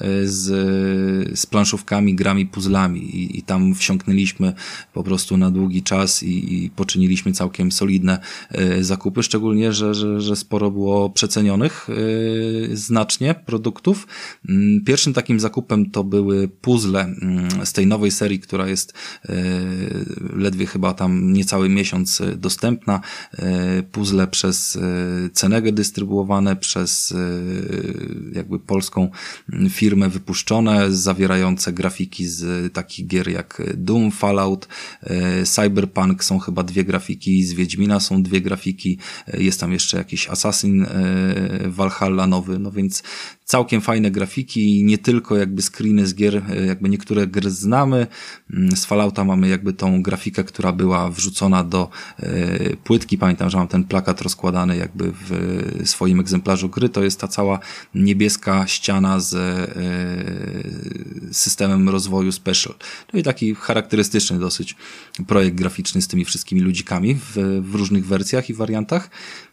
z planszówkami, grami, puzzlami i tam wsiąknęliśmy po prostu na długi czas i poczyniliśmy całkiem solidne zakupy, szczególnie, że sporo było przecenionych znacznie produktów. Pierwszym takim zakupem to były puzzle z tej nowej serii, która jest ledwie chyba tam niecały miesiąc dostępna. Puzzle przez Cenegę dystrybuowane przez jakby polską firmę wypuszczone, zawierające grafiki z takich gier jak Doom, Fallout, Cyberpunk, są chyba 2 grafiki, z Wiedźmina są 2 grafiki, jest tam jeszcze jakiś Assassin Valhalla nowy, no więc całkiem fajne grafiki, nie tylko jakby screeny z gier, jakby niektóre gry znamy. Z Fallouta mamy jakby tą grafikę, która była wrzucona do płytki. Pamiętam, że mam ten plakat rozkładany jakby w swoim egzemplarzu gry. To jest ta cała niebieska ściana z systemem rozwoju Special. No i taki charakterystyczny dosyć projekt graficzny z tymi wszystkimi ludzikami w różnych wersjach i wariantach.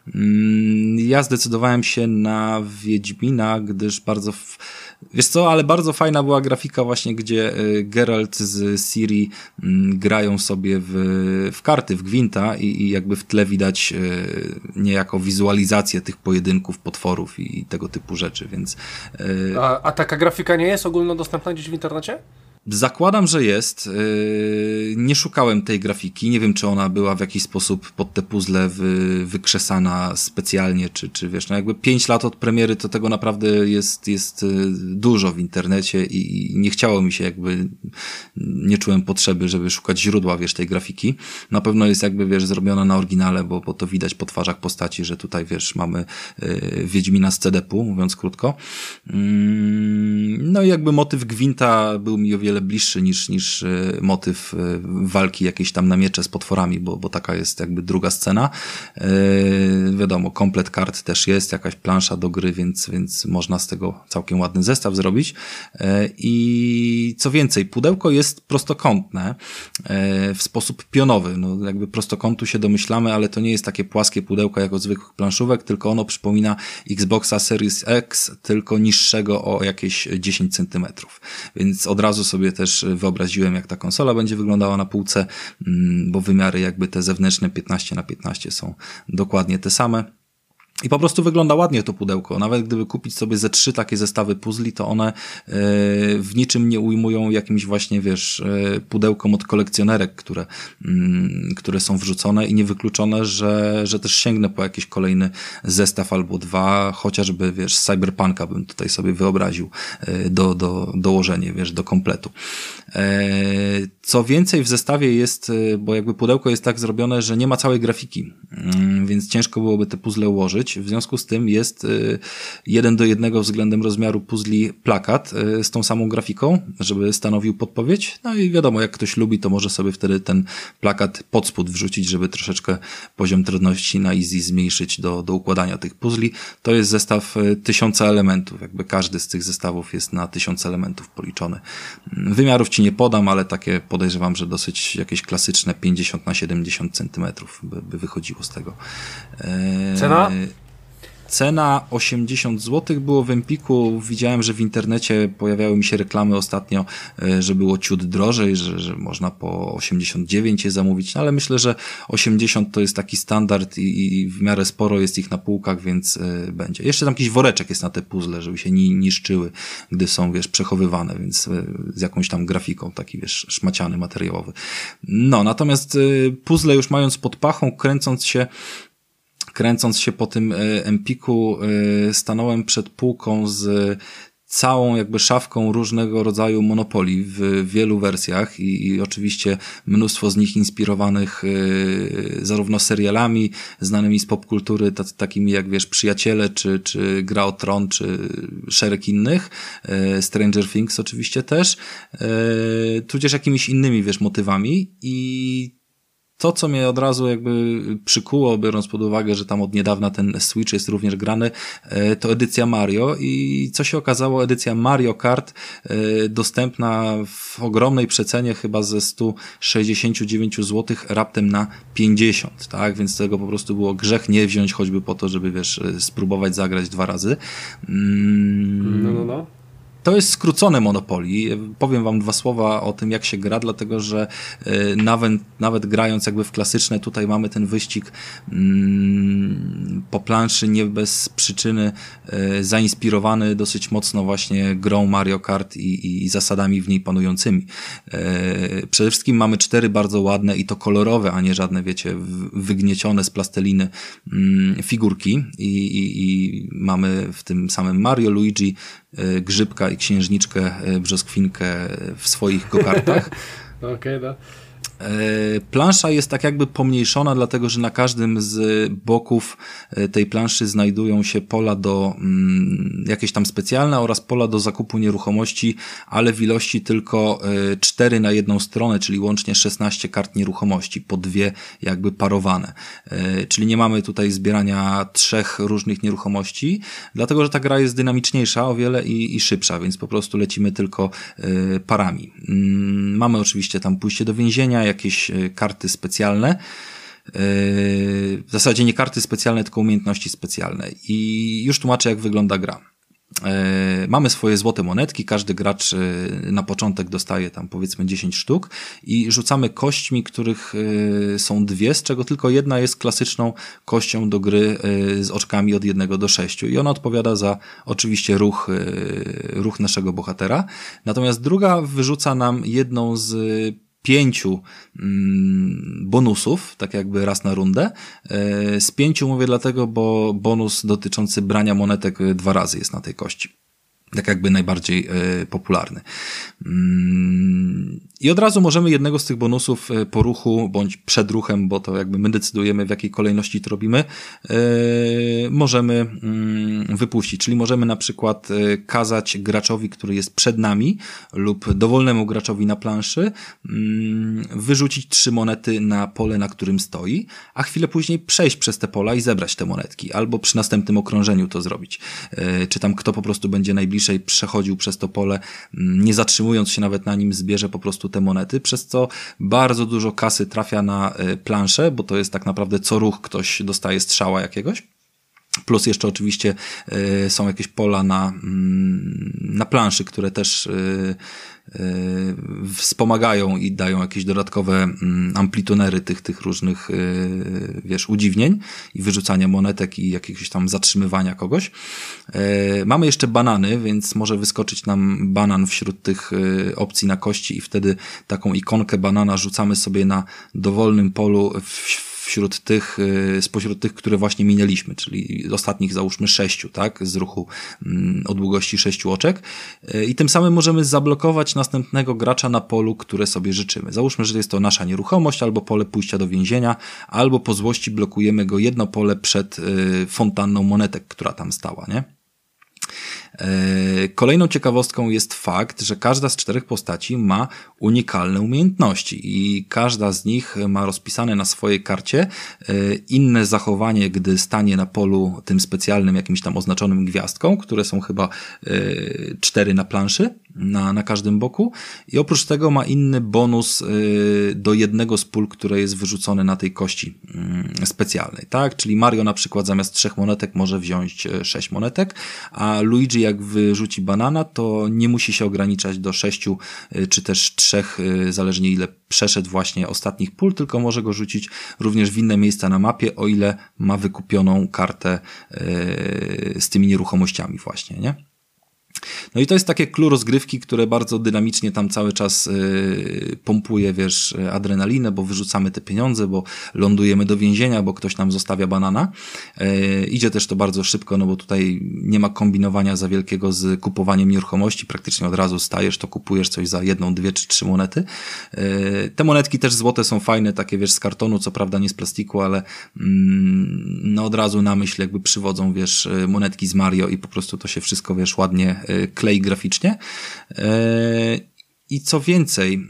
Ja zdecydowałem się na Wiedźmina, gdyż wiesz co, ale bardzo fajna była grafika właśnie, gdzie Geralt z Ciri grają sobie w karty, w gwinta i jakby w tle widać niejako wizualizację tych pojedynków, potworów i tego typu rzeczy, więc... A taka grafika nie jest ogólnodostępna gdzieś w internecie? Zakładam, że jest. Nie szukałem tej grafiki. Nie wiem, czy ona była w jakiś sposób pod te puzzle wykrzesana specjalnie, czy wiesz, no jakby 5 lat od premiery to tego naprawdę jest dużo w internecie i nie chciało mi się jakby, nie czułem potrzeby, żeby szukać źródła, wiesz, tej grafiki. Na pewno jest jakby, wiesz, zrobiona na oryginale, bo to widać po twarzach postaci, że tutaj, wiesz, mamy Wiedźmina z CD-pu, mówiąc krótko. No i jakby motyw gwinta był mi o wiele bliższy niż motyw walki jakiejś tam na miecze z potworami, bo taka jest jakby druga scena. Wiadomo, komplet kart też jest, jakaś plansza do gry, więc można z tego całkiem ładny zestaw zrobić. I co więcej, pudełko jest prostokątne w sposób pionowy. No jakby prostokątu się domyślamy, ale to nie jest takie płaskie pudełko jak od zwykłych planszówek, tylko ono przypomina Xboxa Series X, tylko niższego o jakieś 10 centymetrów. Więc od razu sobie też wyobraziłem, jak ta konsola będzie wyglądała na półce, bo wymiary jakby te zewnętrzne 15x15 są dokładnie te same. I po prostu wygląda ładnie to pudełko. Nawet gdyby kupić sobie ze 3 takie zestawy puzli, to one w niczym nie ujmują jakimś właśnie, wiesz, pudełkom od kolekcjonerek, które są wrzucone i niewykluczone, że też sięgnę po jakiś kolejny zestaw albo 2, chociażby, wiesz, z Cyberpunka bym tutaj sobie wyobraził dołożenie, wiesz, do kompletu. Co więcej w zestawie jest, bo jakby pudełko jest tak zrobione, że nie ma całej grafiki, więc ciężko byłoby te puzzle ułożyć. W związku z tym jest 1:1 względem rozmiaru puzli plakat z tą samą grafiką, żeby stanowił podpowiedź. No i wiadomo, jak ktoś lubi, to może sobie wtedy ten plakat pod spód wrzucić, żeby troszeczkę poziom trudności na easy zmniejszyć do układania tych puzli. To jest zestaw 1000 elementów. Jakby każdy z tych zestawów jest na 1000 elementów policzony. Wymiarów ci nie podam, ale takie podejrzewam, że dosyć jakieś klasyczne 50x70 centymetrów by wychodziło z tego. Cena? Cena 80 zł było w Empiku. Widziałem, że w internecie pojawiały mi się reklamy ostatnio, że było ciut drożej, że można po 89 je zamówić, no ale myślę, że 80 to jest taki standard i w miarę sporo jest ich na półkach, więc będzie. Jeszcze tam jakiś woreczek jest na te puzzle, żeby się nie niszczyły, gdy są, wiesz, przechowywane, więc z jakąś tam grafiką, taki, wiesz, szmaciany, materiałowy. No, natomiast puzzle już mając pod pachą, kręcąc się po tym Empiku, stanąłem przed półką z całą jakby szafką różnego rodzaju monopoli w wielu wersjach i oczywiście mnóstwo z nich inspirowanych zarówno serialami znanymi z popkultury, takimi jak wiesz Przyjaciele, czy Gra o Tron, czy szereg innych, Stranger Things oczywiście też, tudzież jakimiś innymi wiesz motywami i to, co mnie od razu jakby przykuło, biorąc pod uwagę, że tam od niedawna ten Switch jest również grany, to edycja Mario i co się okazało, edycja Mario Kart dostępna w ogromnej przecenie, chyba ze 169 zł raptem na 50, tak? Więc tego po prostu było grzech nie wziąć, choćby po to, żeby wiesz, spróbować zagrać 2 razy. No. To jest skrócone Monopoly. Powiem wam 2 słowa o tym, jak się gra, dlatego że nawet grając jakby w klasyczne, tutaj mamy ten wyścig po planszy nie bez przyczyny zainspirowany dosyć mocno właśnie grą Mario Kart i zasadami w niej panującymi. Przede wszystkim mamy 4 bardzo ładne i to kolorowe, a nie żadne, wiecie, wygniecione z plasteliny figurki i mamy w tym samym Mario, Luigi, Grzybka i Księżniczkę Brzoskwinkę w swoich go-kartach. Okej, no. Plansza jest tak jakby pomniejszona, dlatego że na każdym z boków tej planszy znajdują się pola do jakieś tam specjalne oraz pola do zakupu nieruchomości, ale w ilości tylko 4 na jedną stronę, czyli łącznie 16 kart nieruchomości, po 2 jakby parowane. Czyli nie mamy tutaj zbierania 3 różnych nieruchomości, dlatego że ta gra jest dynamiczniejsza o wiele i szybsza, więc po prostu lecimy tylko parami. Mamy oczywiście tam pójście do więzienia, jakieś karty specjalne. W zasadzie nie karty specjalne, tylko umiejętności specjalne. I już tłumaczę, jak wygląda gra. Mamy swoje złote monetki, każdy gracz na początek dostaje tam powiedzmy 10 sztuk i rzucamy kośćmi, których są 2, z czego tylko jedna jest klasyczną kością do gry z oczkami od 1 do 6 i ona odpowiada za oczywiście ruch naszego bohatera. Natomiast druga wyrzuca nam jedną z 5 bonusów, tak jakby raz na rundę. Z 5 mówię dlatego, bo bonus dotyczący brania monetek 2 razy jest na tej kości. Tak jakby najbardziej popularny. I od razu możemy jednego z tych bonusów po ruchu, bądź przed ruchem, bo to jakby my decydujemy, w jakiej kolejności to robimy, możemy wypuścić. Czyli możemy na przykład kazać graczowi, który jest przed nami lub dowolnemu graczowi na planszy wyrzucić 3 monety na pole, na którym stoi, a chwilę później przejść przez te pola i zebrać te monetki, albo przy następnym okrążeniu to zrobić. Czy tam kto po prostu będzie najbliżej przechodził przez to pole, nie zatrzymując się nawet na nim, zbierze po prostu te monety, przez co bardzo dużo kasy trafia na planszę, bo to jest tak naprawdę co ruch ktoś dostaje strzała jakiegoś. Plus jeszcze oczywiście są jakieś pola na planszy, które też wspomagają i dają jakieś dodatkowe amplitunery tych różnych wiesz, udziwnień i wyrzucania monetek i jakiegoś tam zatrzymywania kogoś. Mamy jeszcze banany, więc może wyskoczyć nam banan wśród tych opcji na kości i wtedy taką ikonkę banana rzucamy sobie na dowolnym polu spośród tych, które właśnie minęliśmy, czyli ostatnich załóżmy 6, tak, z ruchu o długości 6 oczek i tym samym możemy zablokować następnego gracza na polu, które sobie życzymy. Załóżmy, że jest to nasza nieruchomość, albo pole pójścia do więzienia, albo po złości blokujemy go jedno pole przed fontanną monetek, która tam stała, nie? Kolejną ciekawostką jest fakt, że każda z 4 postaci ma unikalne umiejętności i każda z nich ma rozpisane na swojej karcie inne zachowanie, gdy stanie na polu tym specjalnym, jakimś tam oznaczonym gwiazdką, które są chyba 4 na planszy, na każdym boku i oprócz tego ma inny bonus do jednego z pól, które jest wyrzucone na tej kości specjalnej, tak? Czyli Mario na przykład zamiast 3 monetek może wziąć 6 monetek, a Luigi jak wyrzuci banana, to nie musi się ograniczać do 6 czy też 3, zależnie ile przeszedł właśnie ostatnich pól, tylko może go rzucić również w inne miejsca na mapie, o ile ma wykupioną kartę z tymi nieruchomościami właśnie, nie? No i to jest takie clue rozgrywki, które bardzo dynamicznie tam cały czas pompuje, wiesz, adrenalinę, bo wyrzucamy te pieniądze, bo lądujemy do więzienia, bo ktoś nam zostawia banana. Idzie też to bardzo szybko, no bo tutaj nie ma kombinowania za wielkiego z kupowaniem nieruchomości, praktycznie od razu stajesz, to kupujesz coś za 1, 2 czy 3 monety. Te monetki też złote są fajne, takie wiesz, z kartonu, co prawda nie z plastiku, ale no od razu na myśl jakby przywodzą, wiesz, monetki z Mario i po prostu to się wszystko, wiesz, ładnie klei graficznie. I co więcej,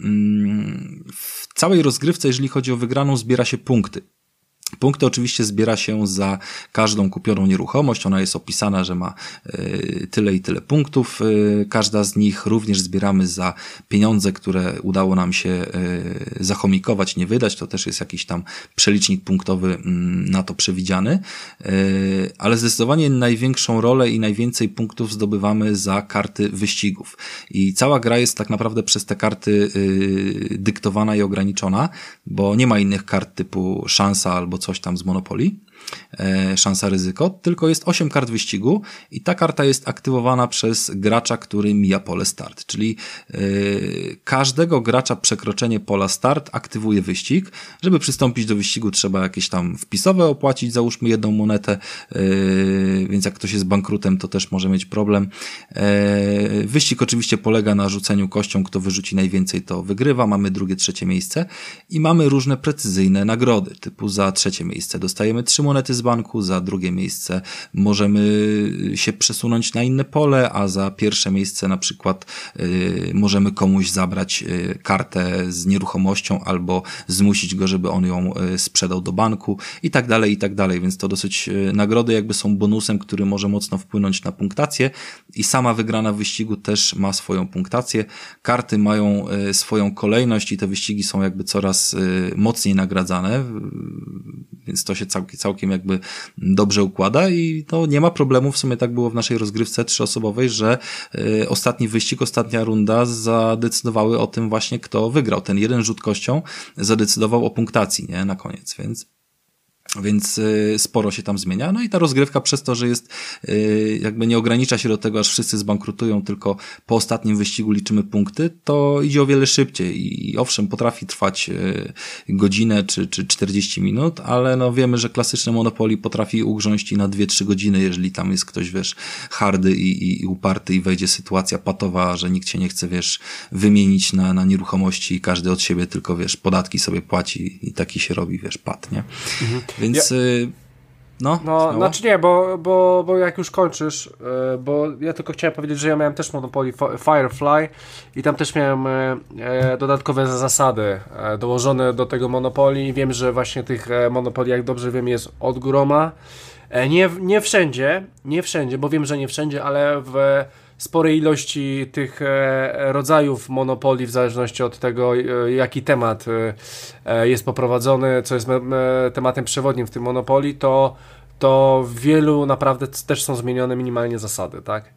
w całej rozgrywce, jeżeli chodzi o wygraną, zbiera się punkty. Punkty oczywiście zbiera się za każdą kupioną nieruchomość. Ona jest opisana, że ma tyle i tyle punktów. Każda z nich również zbieramy za pieniądze, które udało nam się zachomikować, nie wydać. To też jest jakiś tam przelicznik punktowy na to przewidziany. Ale zdecydowanie największą rolę i najwięcej punktów zdobywamy za karty wyścigów. I cała gra jest tak naprawdę przez te karty dyktowana i ograniczona, bo nie ma innych kart typu szansa albo coś tam z Monopoly, szansa ryzyko, tylko jest 8 kart wyścigu i ta karta jest aktywowana przez gracza, który mija pole start, czyli każdego gracza przekroczenie pola start aktywuje wyścig. Żeby przystąpić do wyścigu, trzeba jakieś tam wpisowe opłacić, załóżmy 1 monetę, więc jak ktoś jest bankrutem, to też może mieć problem. Wyścig oczywiście polega na rzuceniu kością, kto wyrzuci najwięcej, to wygrywa. Mamy 2., 3. miejsce i mamy różne precyzyjne nagrody, typu za 3. miejsce dostajemy 3 monety z banku, za 2. miejsce możemy się przesunąć na inne pole, a za 1. miejsce na przykład możemy komuś zabrać kartę z nieruchomością albo zmusić go, żeby on ją sprzedał do banku i tak dalej, więc to dosyć nagrody jakby są bonusem, który może mocno wpłynąć na punktację i sama wygrana w wyścigu też ma swoją punktację. Karty mają swoją kolejność i te wyścigi są jakby coraz mocniej nagradzane, więc to się całkiem jakby dobrze układa i to nie ma problemu, w sumie tak było w naszej rozgrywce 3-osobowej, że ostatni wyścig, ostatnia runda zadecydowały o tym właśnie, kto wygrał. Ten jeden rzut kością zadecydował o punktacji, nie, na koniec, więc sporo się tam zmienia. No i ta rozgrywka przez to, że jest jakby nie ogranicza się do tego, aż wszyscy zbankrutują, tylko po ostatnim wyścigu liczymy punkty, to idzie o wiele szybciej i owszem, potrafi trwać godzinę czy 40 minut, ale no wiemy, że klasyczne Monopoly potrafi ugrząść i na 2-3 godziny, jeżeli tam jest ktoś, wiesz, hardy i uparty i wejdzie sytuacja patowa, że nikt się nie chce, wiesz, wymienić na nieruchomości i każdy od siebie tylko, wiesz, podatki sobie płaci i taki się robi, wiesz, pat, nie? Mhm. Więc no znaczy nie, bo jak już kończysz, bo ja tylko chciałem powiedzieć, że ja miałem też Monopoly Firefly i tam też miałem dodatkowe zasady dołożone do tego Monopoly. Wiem, że właśnie tych Monopoly, jak dobrze wiem, jest od groma. Nie wszędzie, bo wiem, że nie wszędzie, ale w sporej ilości tych rodzajów Monopoly, w zależności od tego, jaki temat jest poprowadzony, co jest tematem przewodnim w tym Monopoly, to w wielu naprawdę też są zmienione minimalnie zasady, tak?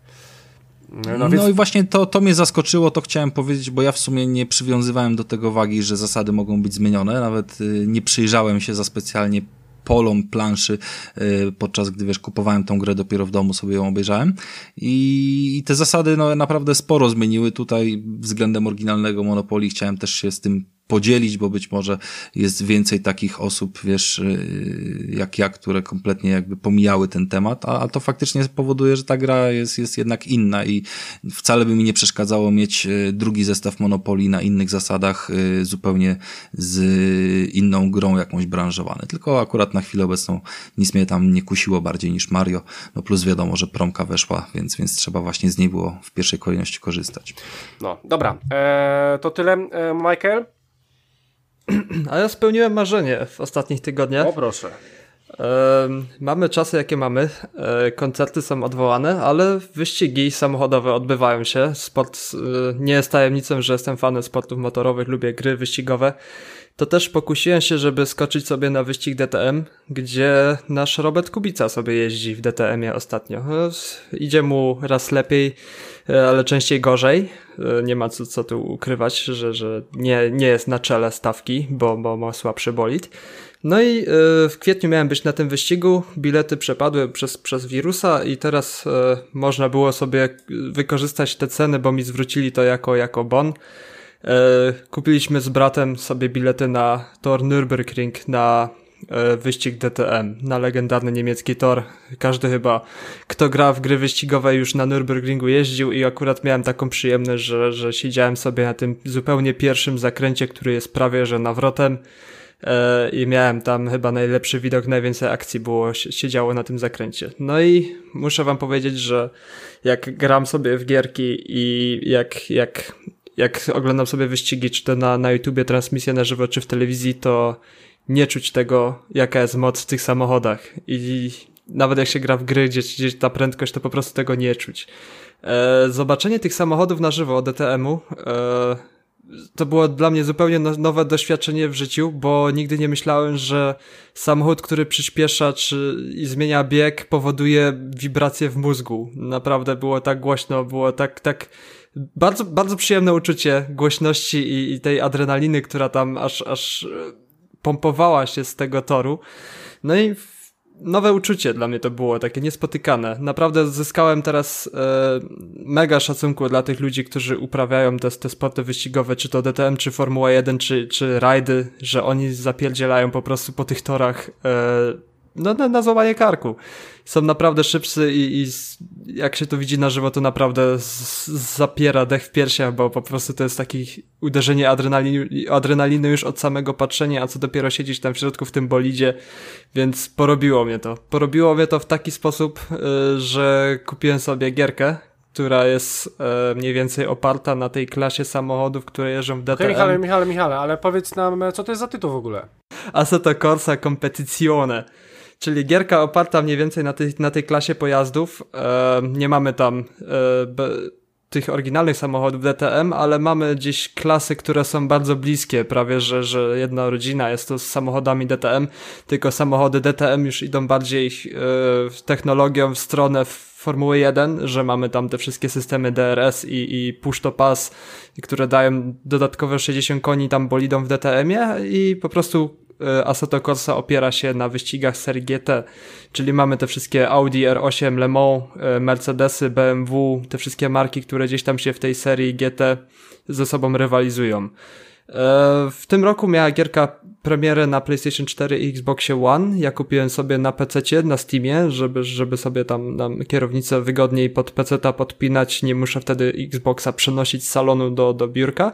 No i właśnie to mnie zaskoczyło, to chciałem powiedzieć, bo ja w sumie nie przywiązywałem do tego wagi, że zasady mogą być zmienione, nawet nie przyjrzałem się za specjalnie polom planszy, podczas gdy, wiesz, kupowałem tą grę, dopiero w domu sobie ją obejrzałem i te zasady no naprawdę sporo zmieniły tutaj względem oryginalnego Monopoly. Chciałem też się z tym podzielić, bo być może jest więcej takich osób, wiesz, jak ja, które kompletnie jakby pomijały ten temat, a to faktycznie powoduje, że ta gra jest jednak inna i wcale by mi nie przeszkadzało mieć drugi zestaw Monopoly na innych zasadach, zupełnie z inną grą jakąś branżowany. Tylko akurat na chwilę obecną nic mnie tam nie kusiło bardziej niż Mario, no plus wiadomo, że promka weszła, więc trzeba właśnie z niej było w pierwszej kolejności korzystać. No, dobra. To tyle, Michael? A ja spełniłem marzenie w ostatnich tygodniach. O proszę. Mamy czasy, jakie mamy. Koncerty są odwołane, ale wyścigi samochodowe odbywają się. Sport nie jest tajemnicą, że jestem fanem sportów motorowych, lubię gry wyścigowe. To też pokusiłem się, żeby skoczyć sobie na wyścig DTM, gdzie nasz Robert Kubica sobie jeździ w DTM-ie ostatnio. Idzie mu raz lepiej, ale częściej gorzej. Nie ma co tu ukrywać, że nie jest na czele stawki, bo ma słabszy bolid. No i w kwietniu miałem być na tym wyścigu, bilety przepadły przez wirusa i teraz można było sobie wykorzystać te ceny, bo mi zwrócili to jako bon. Kupiliśmy z bratem sobie bilety na tor Nürburgring, na wyścig DTM, na legendarny niemiecki tor. Każdy chyba, kto gra w gry wyścigowe, już na Nürburgringu jeździł i akurat miałem taką przyjemność, że siedziałem sobie na tym zupełnie pierwszym zakręcie, który jest prawie że nawrotem i miałem tam chyba najlepszy widok, najwięcej akcji siedziało na tym zakręcie. No i muszę wam powiedzieć, że jak gram sobie w gierki i jak oglądam sobie wyścigi, czy to na YouTubie, transmisję na żywo, czy w telewizji, to nie czuć tego, jaka jest moc w tych samochodach. I nawet jak się gra w gry, gdzie ta prędkość, to po prostu tego nie czuć. Zobaczenie tych samochodów na żywo DTM-u to było dla mnie zupełnie nowe doświadczenie w życiu, bo nigdy nie myślałem, że samochód, który przyspiesza i zmienia bieg, powoduje wibracje w mózgu. Naprawdę było tak głośno, było tak bardzo, bardzo przyjemne uczucie głośności i tej adrenaliny, która tam aż pompowała się z tego toru. No i nowe uczucie dla mnie to było, takie niespotykane. Naprawdę zyskałem teraz mega szacunku dla tych ludzi, którzy uprawiają te sporty wyścigowe, czy to DTM, czy Formuła 1, czy rajdy, że oni zapierdzielają po prostu po tych torach na złamanie karku. Są naprawdę szybcy i jak się to widzi na żywo, to naprawdę zapiera dech w piersiach, bo po prostu to jest takie uderzenie adrenaliny już od samego patrzenia, a co dopiero siedzieć tam w środku w tym bolidzie, więc porobiło mnie to. Porobiło mnie to w taki sposób, że kupiłem sobie gierkę, która jest mniej więcej oparta na tej klasie samochodów, które jeżdżą w DTM. Okej, Michale, ale powiedz nam, co to jest za tytuł w ogóle? Assetto Corsa Competizione. Czyli gierka oparta mniej więcej na tej klasie pojazdów. Nie mamy tam tych oryginalnych samochodów DTM, ale mamy gdzieś klasy, które są bardzo bliskie, prawie że jedna rodzina jest to z samochodami DTM, tylko samochody DTM już idą bardziej technologią w stronę Formuły 1, że mamy tam te wszystkie systemy DRS i push to pass, które dają dodatkowe 60 koni tam bolidom w DTM-ie i po prostu Assetto Corsa opiera się na wyścigach serii GT, czyli mamy te wszystkie Audi R8, Le Mans, Mercedesy, BMW, te wszystkie marki, które gdzieś tam się w tej serii GT ze sobą rywalizują. W tym roku miała gierka premierę na PlayStation 4 i Xboxie One. Ja kupiłem sobie na PC-cie, na Steamie, żeby sobie tam kierownicę wygodniej pod PC-ta podpinać. Nie muszę wtedy Xboxa przenosić z salonu do biurka.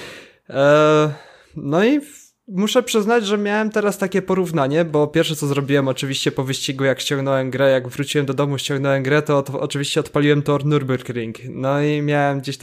No i muszę przyznać, że miałem teraz takie porównanie, bo pierwsze co zrobiłem oczywiście po wyścigu, jak ściągnąłem grę, jak wróciłem do domu, ściągnąłem grę, to oczywiście odpaliłem tor Nürburgring. No i miałem gdzieś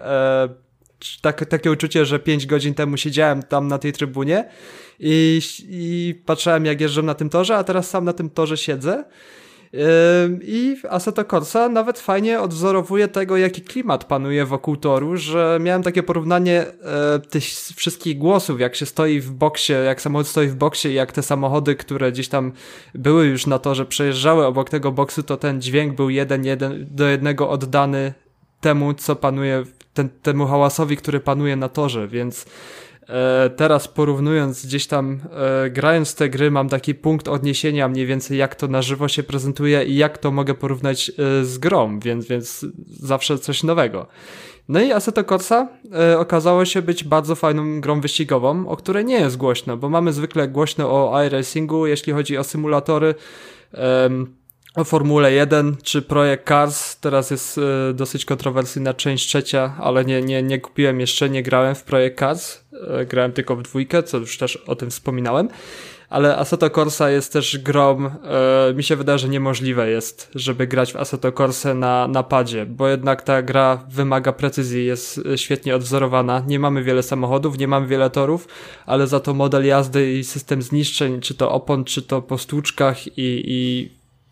takie uczucie, że 5 godzin temu siedziałem tam na tej trybunie i patrzyłem jak jeżdżą na tym torze, a teraz sam na tym torze siedzę. I Assetto Corsa nawet fajnie odwzorowuje tego, jaki klimat panuje wokół toru, że miałem takie porównanie tych wszystkich głosów, jak się stoi w boksie, jak samochód stoi w boksie i jak te samochody, które gdzieś tam były już na torze, przejeżdżały obok tego boksu, to ten dźwięk był jeden do jednego oddany temu, co panuje, temu hałasowi, który panuje na torze, więc teraz porównując gdzieś tam, grając te gry, mam taki punkt odniesienia mniej więcej jak to na żywo się prezentuje i jak to mogę porównać z grą, więc zawsze coś nowego. No i Assetto Corsa okazało się być bardzo fajną grą wyścigową, o której nie jest głośno, bo mamy zwykle głośno o iRacingu, jeśli chodzi o symulatory, o Formule 1 czy Projekt Cars. Teraz jest dosyć kontrowersyjna część trzecia, ale nie kupiłem jeszcze, nie grałem w Projekt Cars. Grałem tylko w 2, co już też o tym wspominałem. Ale Assetto Corsa jest też grą, mi się wydaje, że niemożliwe jest, żeby grać w Assetto Corsę na padzie, bo jednak ta gra wymaga precyzji, jest świetnie odwzorowana. Nie mamy wiele samochodów, nie mamy wiele torów, ale za to model jazdy i system zniszczeń, czy to opon, czy to po stłuczkach i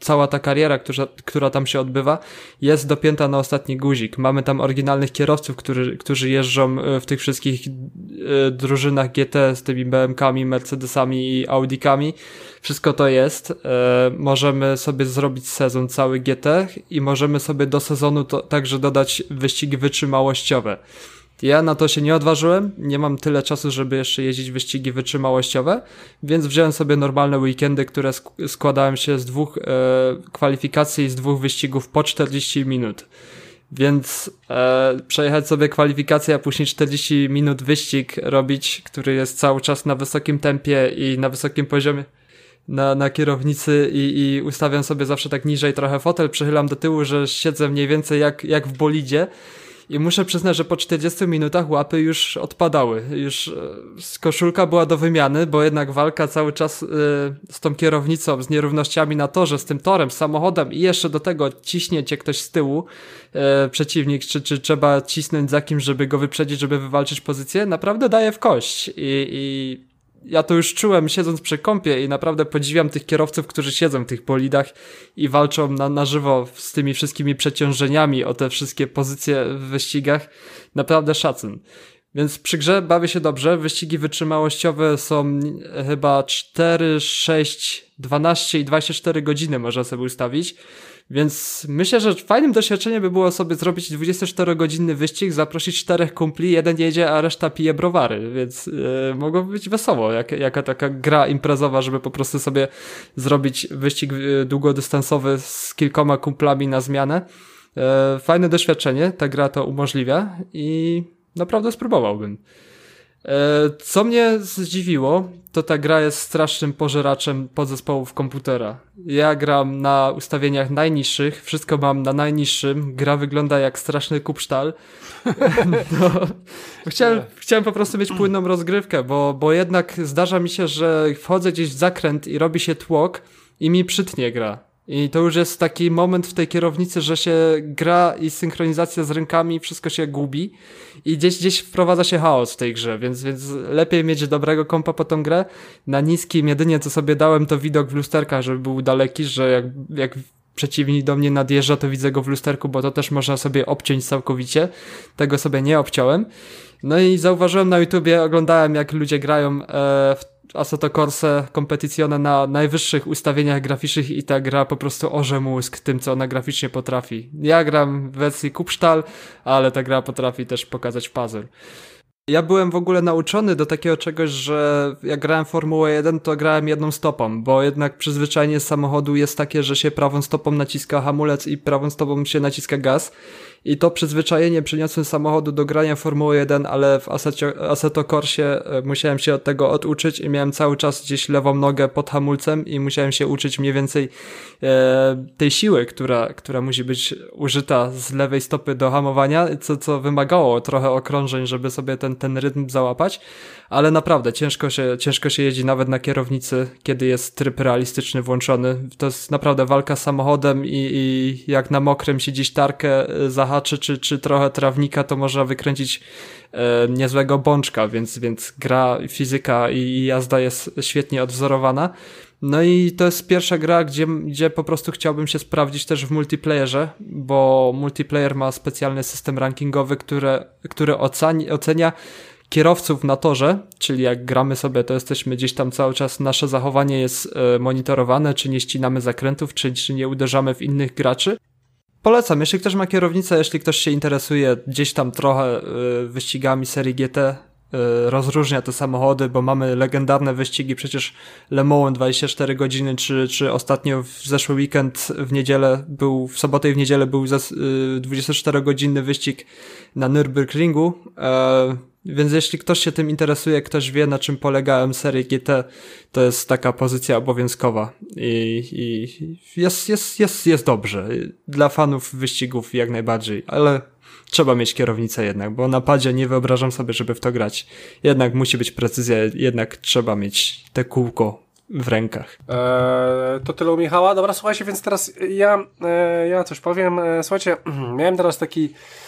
cała ta kariera, która tam się odbywa, jest dopięta na ostatni guzik. Mamy tam oryginalnych kierowców, którzy jeżdżą w tych wszystkich drużynach GT z tymi BM-kami, Mercedesami i Audikami. Wszystko to jest. Możemy sobie zrobić sezon cały GT i możemy sobie do sezonu także dodać wyścigi wytrzymałościowe. Ja na to się nie odważyłem, nie mam tyle czasu, żeby jeszcze jeździć wyścigi wytrzymałościowe, więc wziąłem sobie normalne weekendy, które składałem się z 2 kwalifikacji i z 2 wyścigów po 40 minut. Więc przejechać sobie kwalifikację, a później 40 minut wyścig robić, który jest cały czas na wysokim tempie i na wysokim poziomie na kierownicy i ustawiam sobie zawsze tak niżej trochę fotel, przychylam do tyłu, że siedzę mniej więcej jak w bolidzie. I muszę przyznać, że po 40 minutach łapy już odpadały. Już koszulka była do wymiany, bo jednak walka cały czas z tą kierownicą, z nierównościami na torze, z tym torem, z samochodem i jeszcze do tego ciśnie cię ktoś z tyłu, przeciwnik, czy trzeba cisnąć za kimś, żeby go wyprzedzić, żeby wywalczyć pozycję, naprawdę daje w kość. I ja to już czułem siedząc przy kąpie i naprawdę podziwiam tych kierowców, którzy siedzą w tych bolidach i walczą na żywo z tymi wszystkimi przeciążeniami o te wszystkie pozycje w wyścigach. Naprawdę szacun. Więc przy grze bawię się dobrze. Wyścigi wytrzymałościowe są chyba 4, 6, 12 i 24 godziny można sobie ustawić. Więc myślę, że fajnym doświadczeniem by było sobie zrobić 24-godzinny wyścig, zaprosić 4 kumpli, jeden jedzie, a reszta pije browary, więc mogłoby być wesoło, jaka taka gra imprezowa, żeby po prostu sobie zrobić wyścig długodystansowy z kilkoma kumplami na zmianę. Fajne doświadczenie, ta gra to umożliwia i naprawdę spróbowałbym. Co mnie zdziwiło, to ta gra jest strasznym pożeraczem podzespołów komputera. Ja gram na ustawieniach najniższych, wszystko mam na najniższym, gra wygląda jak straszny kupsztal. No, chciałem po prostu mieć płynną rozgrywkę, bo jednak zdarza mi się, że wchodzę gdzieś w zakręt i robi się tłok i mi przytnie gra. I to już jest taki moment w tej kierownicy, że się gra i synchronizacja z rękami, wszystko się gubi i gdzieś wprowadza się chaos w tej grze, więc lepiej mieć dobrego kompa po tą grę. Na niskim jedynie co sobie dałem to widok w lusterkach, żeby był daleki, że jak przeciwnik do mnie nadjeżdża, to widzę go w lusterku, bo to też można sobie obciąć całkowicie. Tego sobie nie obciąłem. No i zauważyłem na YouTubie, oglądałem jak ludzie grają w Assetto Corsa Competizione na najwyższych ustawieniach graficznych i ta gra po prostu orze mózg tym, co ona graficznie potrafi. Ja gram w wersji Kupsztal, ale ta gra potrafi też pokazać puzzle. Ja byłem w ogóle nauczony do takiego czegoś, że jak grałem w Formułę 1, to grałem jedną stopą, bo jednak przyzwyczajenie z samochodu jest takie, że się prawą stopą naciska hamulec i prawą stopą się naciska gaz. I to przyzwyczajenie przyniosłem z samochodu do grania Formuły 1, ale w Assetto Corsie musiałem się od tego oduczyć i miałem cały czas gdzieś lewą nogę pod hamulcem i musiałem się uczyć mniej więcej tej siły, która musi być użyta z lewej stopy do hamowania, co wymagało trochę okrążeń, żeby sobie ten rytm załapać, ale naprawdę ciężko się jeździ nawet na kierownicy, kiedy jest tryb realistyczny włączony. To jest naprawdę walka z samochodem i jak na mokrym się gdzieś tarkę zahaczy, czy trochę trawnika, to można wykręcić niezłego bączka, więc gra, fizyka i jazda jest świetnie odwzorowana. No i to jest pierwsza gra, gdzie po prostu chciałbym się sprawdzić też w multiplayerze, bo multiplayer ma specjalny system rankingowy, który ocenia kierowców na torze, czyli jak gramy sobie, to jesteśmy gdzieś tam cały czas, nasze zachowanie jest monitorowane, czy nie ścinamy zakrętów, czy nie uderzamy w innych graczy. Polecam, jeśli ktoś ma kierownicę, jeśli ktoś się interesuje gdzieś tam trochę wyścigami serii GT, rozróżnia te samochody, bo mamy legendarne wyścigi, przecież Le Mans 24 godziny, czy ostatnio w zeszły weekend w sobotę i w niedzielę był 24-godzinny wyścig na Nürburgringu, więc jeśli ktoś się tym interesuje, ktoś wie, na czym polegałem serii GT, to jest taka pozycja obowiązkowa i jest dobrze. Dla fanów wyścigów jak najbardziej, ale trzeba mieć kierownicę jednak, bo na padzie nie wyobrażam sobie, żeby w to grać. Jednak musi być precyzja, jednak trzeba mieć te kółko w rękach. To tyle u Michała. Dobra, słuchajcie, więc teraz ja coś powiem. Słuchajcie, miałem teraz taki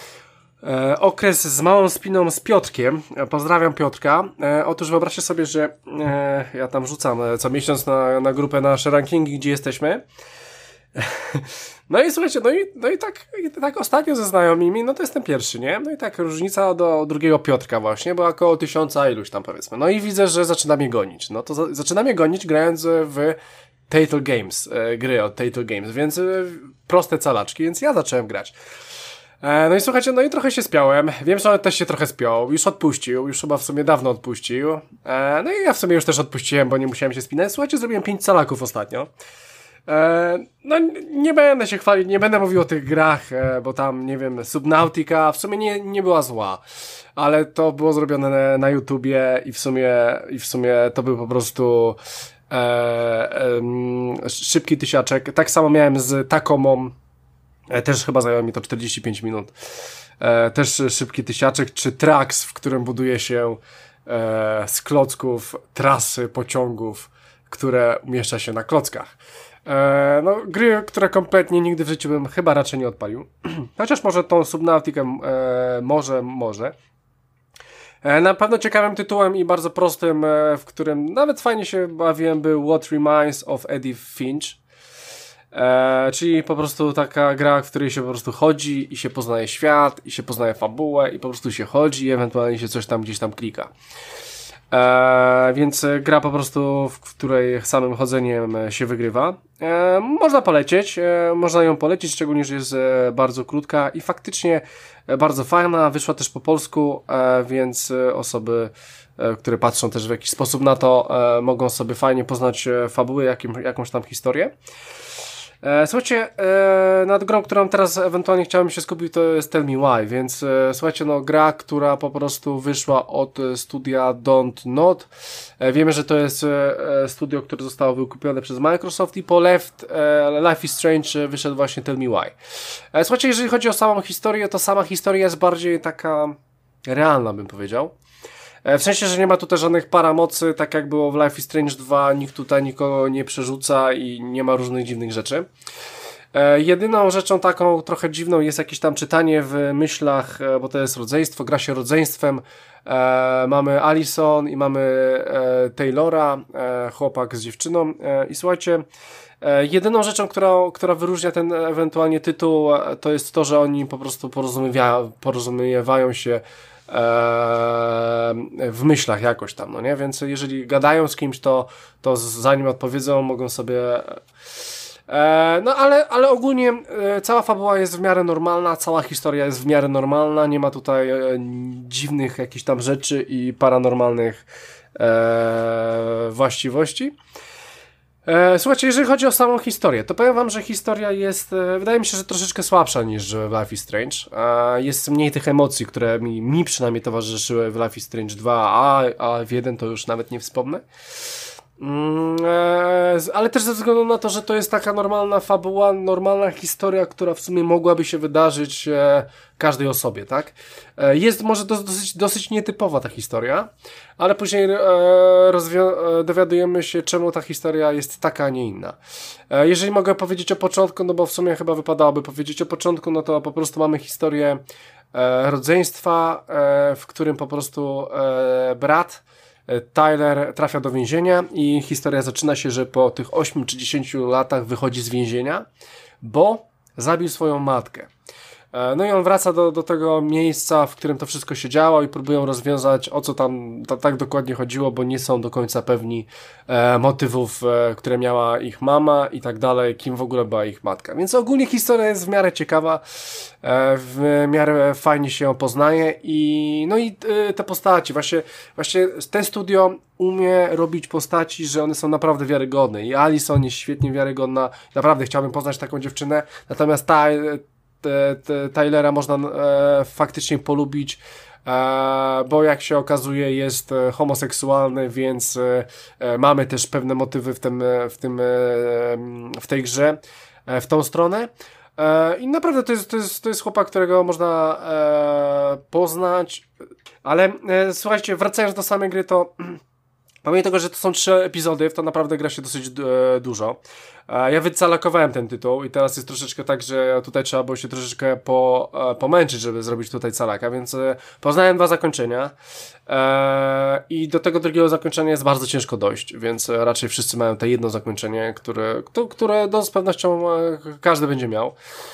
okres z małą spiną z Piotrkiem. Pozdrawiam Piotrka. Otóż wyobraźcie sobie, że ja tam rzucam co miesiąc na grupę nasze rankingi, gdzie jesteśmy. No i słuchajcie, tak ostatnio ze znajomymi, no to jest ten pierwszy, nie? No i tak różnica do drugiego Piotrka właśnie, była około 1000 iluś tam powiedzmy. No i widzę, że zaczyna mnie gonić. No to zaczyna mnie gonić grając w Telltale Games, gry od Telltale Games, więc proste calaczki, więc ja zacząłem grać. No i słuchajcie, no i trochę się spiałem. Wiem, że on też się trochę spiął. Już odpuścił, już chyba w sumie dawno odpuścił. No i ja w sumie już też odpuściłem, bo nie musiałem się spinać. Słuchajcie, zrobiłem 5 calaków ostatnio. No nie będę się chwalić, nie będę mówił o tych grach, bo tam, nie wiem, Subnautica w sumie nie była zła. Ale to było zrobione na YouTubie i w sumie to był po prostu szybki tysiaczek. Tak samo miałem z Takomą. Też chyba zajęło mi to 45 minut. Też szybki tysiaczek, czy Trax, w którym buduje się z klocków trasy pociągów, które umieszcza się na klockach. No, gry, które kompletnie nigdy w życiu bym chyba raczej nie odpalił. Chociaż może tą Subnautikę może. Na pewno ciekawym tytułem i bardzo prostym, w którym nawet fajnie się bawiłem, był What Remains of Edith Finch. Czyli po prostu taka gra, w której się po prostu chodzi i się poznaje świat, i się poznaje fabułę, i po prostu się chodzi i ewentualnie się coś tam gdzieś tam klika. Więc gra po prostu, w której samym chodzeniem się wygrywa. Można polecieć, można ją polecić, szczególnie, że jest bardzo krótka i faktycznie bardzo fajna, wyszła też po polsku, więc osoby, które patrzą też w jakiś sposób na to, mogą sobie fajnie poznać fabułę, jakąś tam historię. Słuchajcie, nad grą, którą teraz ewentualnie chciałem się skupić, to jest Tell Me Why, więc słuchajcie, no gra, która po prostu wyszła od studia Don't Nod. Wiemy, że to jest studio, które zostało wykupione przez Microsoft i po Life is Strange wyszedł właśnie Tell Me Why. Słuchajcie, jeżeli chodzi o samą historię, to sama historia jest bardziej taka realna, bym powiedział. W sensie, że nie ma tutaj żadnych paramocy, tak jak było w Life is Strange 2, nikt tutaj nikogo nie przerzuca i nie ma różnych dziwnych rzeczy. Jedyną rzeczą taką trochę dziwną jest jakieś tam czytanie w myślach, bo to jest rodzeństwo, gra się rodzeństwem. Mamy Alison i mamy Taylora, chłopak z dziewczyną. I słuchajcie, jedyną rzeczą, która wyróżnia ten ewentualnie tytuł, to jest to, że oni po prostu porozumiewają się w myślach jakoś tam, no nie? Więc jeżeli gadają z kimś, to zanim odpowiedzą, mogą sobie no ale ogólnie cała fabuła jest w miarę normalna, cała historia jest w miarę normalna, nie ma tutaj dziwnych jakichś tam rzeczy i paranormalnych właściwości. Słuchajcie, jeżeli chodzi o samą historię, to powiem wam, że historia jest, wydaje mi się, że troszeczkę słabsza niż w Life is Strange. Jest mniej tych emocji, które mi przynajmniej towarzyszyły w Life is Strange 2, a w 1 to już nawet nie wspomnę. Ale też ze względu na to, że to jest taka normalna fabuła, normalna historia, która w sumie mogłaby się wydarzyć każdej osobie, tak? Jest może dosyć nietypowa ta historia, ale później dowiadujemy się, czemu ta historia jest taka, a nie inna. Jeżeli mogę powiedzieć o początku, no bo w sumie chyba wypadałoby powiedzieć o początku, no to po prostu mamy historię rodzeństwa, w którym po prostu brat Tyler trafia do więzienia i historia zaczyna się, że po tych 8 czy 10 latach wychodzi z więzienia, bo zabił swoją matkę. No i on wraca do tego miejsca, w którym to wszystko się działo i próbują rozwiązać, o co tam tak dokładnie chodziło, bo nie są do końca pewni motywów, które miała ich mama i tak dalej, kim w ogóle była ich matka. Więc ogólnie historia jest w miarę ciekawa, w miarę fajnie się ją poznaje i no i te postaci, właśnie ten studio umie robić postaci, że one są naprawdę wiarygodne i Alison jest świetnie wiarygodna, naprawdę chciałbym poznać taką dziewczynę, natomiast Tylera można faktycznie polubić, bo jak się okazuje jest homoseksualny, więc mamy też pewne motywy w tej grze w tą stronę. I naprawdę to jest chłopak, którego można poznać, ale słuchajcie, wracając do samej gry, to pomimo tego, że to są 3 epizody, to naprawdę gra się dosyć dużo. Ja wycalakowałem ten tytuł i teraz jest troszeczkę tak, że tutaj trzeba było się troszeczkę pomęczyć, żeby zrobić tutaj calaka, więc poznałem 2 zakończenia I do tego drugiego zakończenia jest bardzo ciężko dojść, więc raczej wszyscy mają to jedno zakończenie, które z pewnością każdy będzie miał.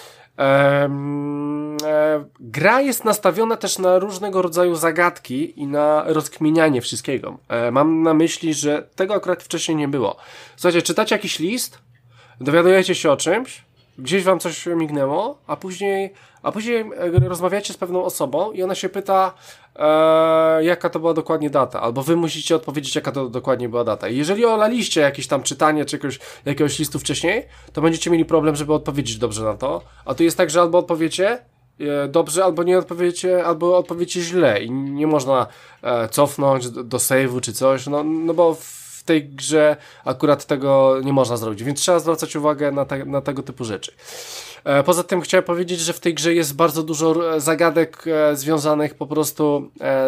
Gra jest nastawiona też na różnego rodzaju zagadki i na rozkminianie wszystkiego. Mam na myśli, że tego akurat wcześniej nie było. Słuchajcie, czytacie jakiś list, dowiadujecie się o czymś, gdzieś wam coś mignęło, a później rozmawiacie z pewną osobą i ona się pyta, jaka to była dokładnie data, albo wy musicie odpowiedzieć, jaka to dokładnie była data. I jeżeli olaliście jakieś tam czytanie czy jakiegoś listu wcześniej, to będziecie mieli problem, żeby odpowiedzieć dobrze na to, a tu jest tak, że albo odpowiecie dobrze, albo nie odpowiecie, albo odpowiecie źle i nie można cofnąć do save'u czy coś, no bo w tej grze akurat tego nie można zrobić, więc trzeba zwracać uwagę na tego typu rzeczy. Poza tym chciałem powiedzieć, że w tej grze jest bardzo dużo zagadek związanych po prostu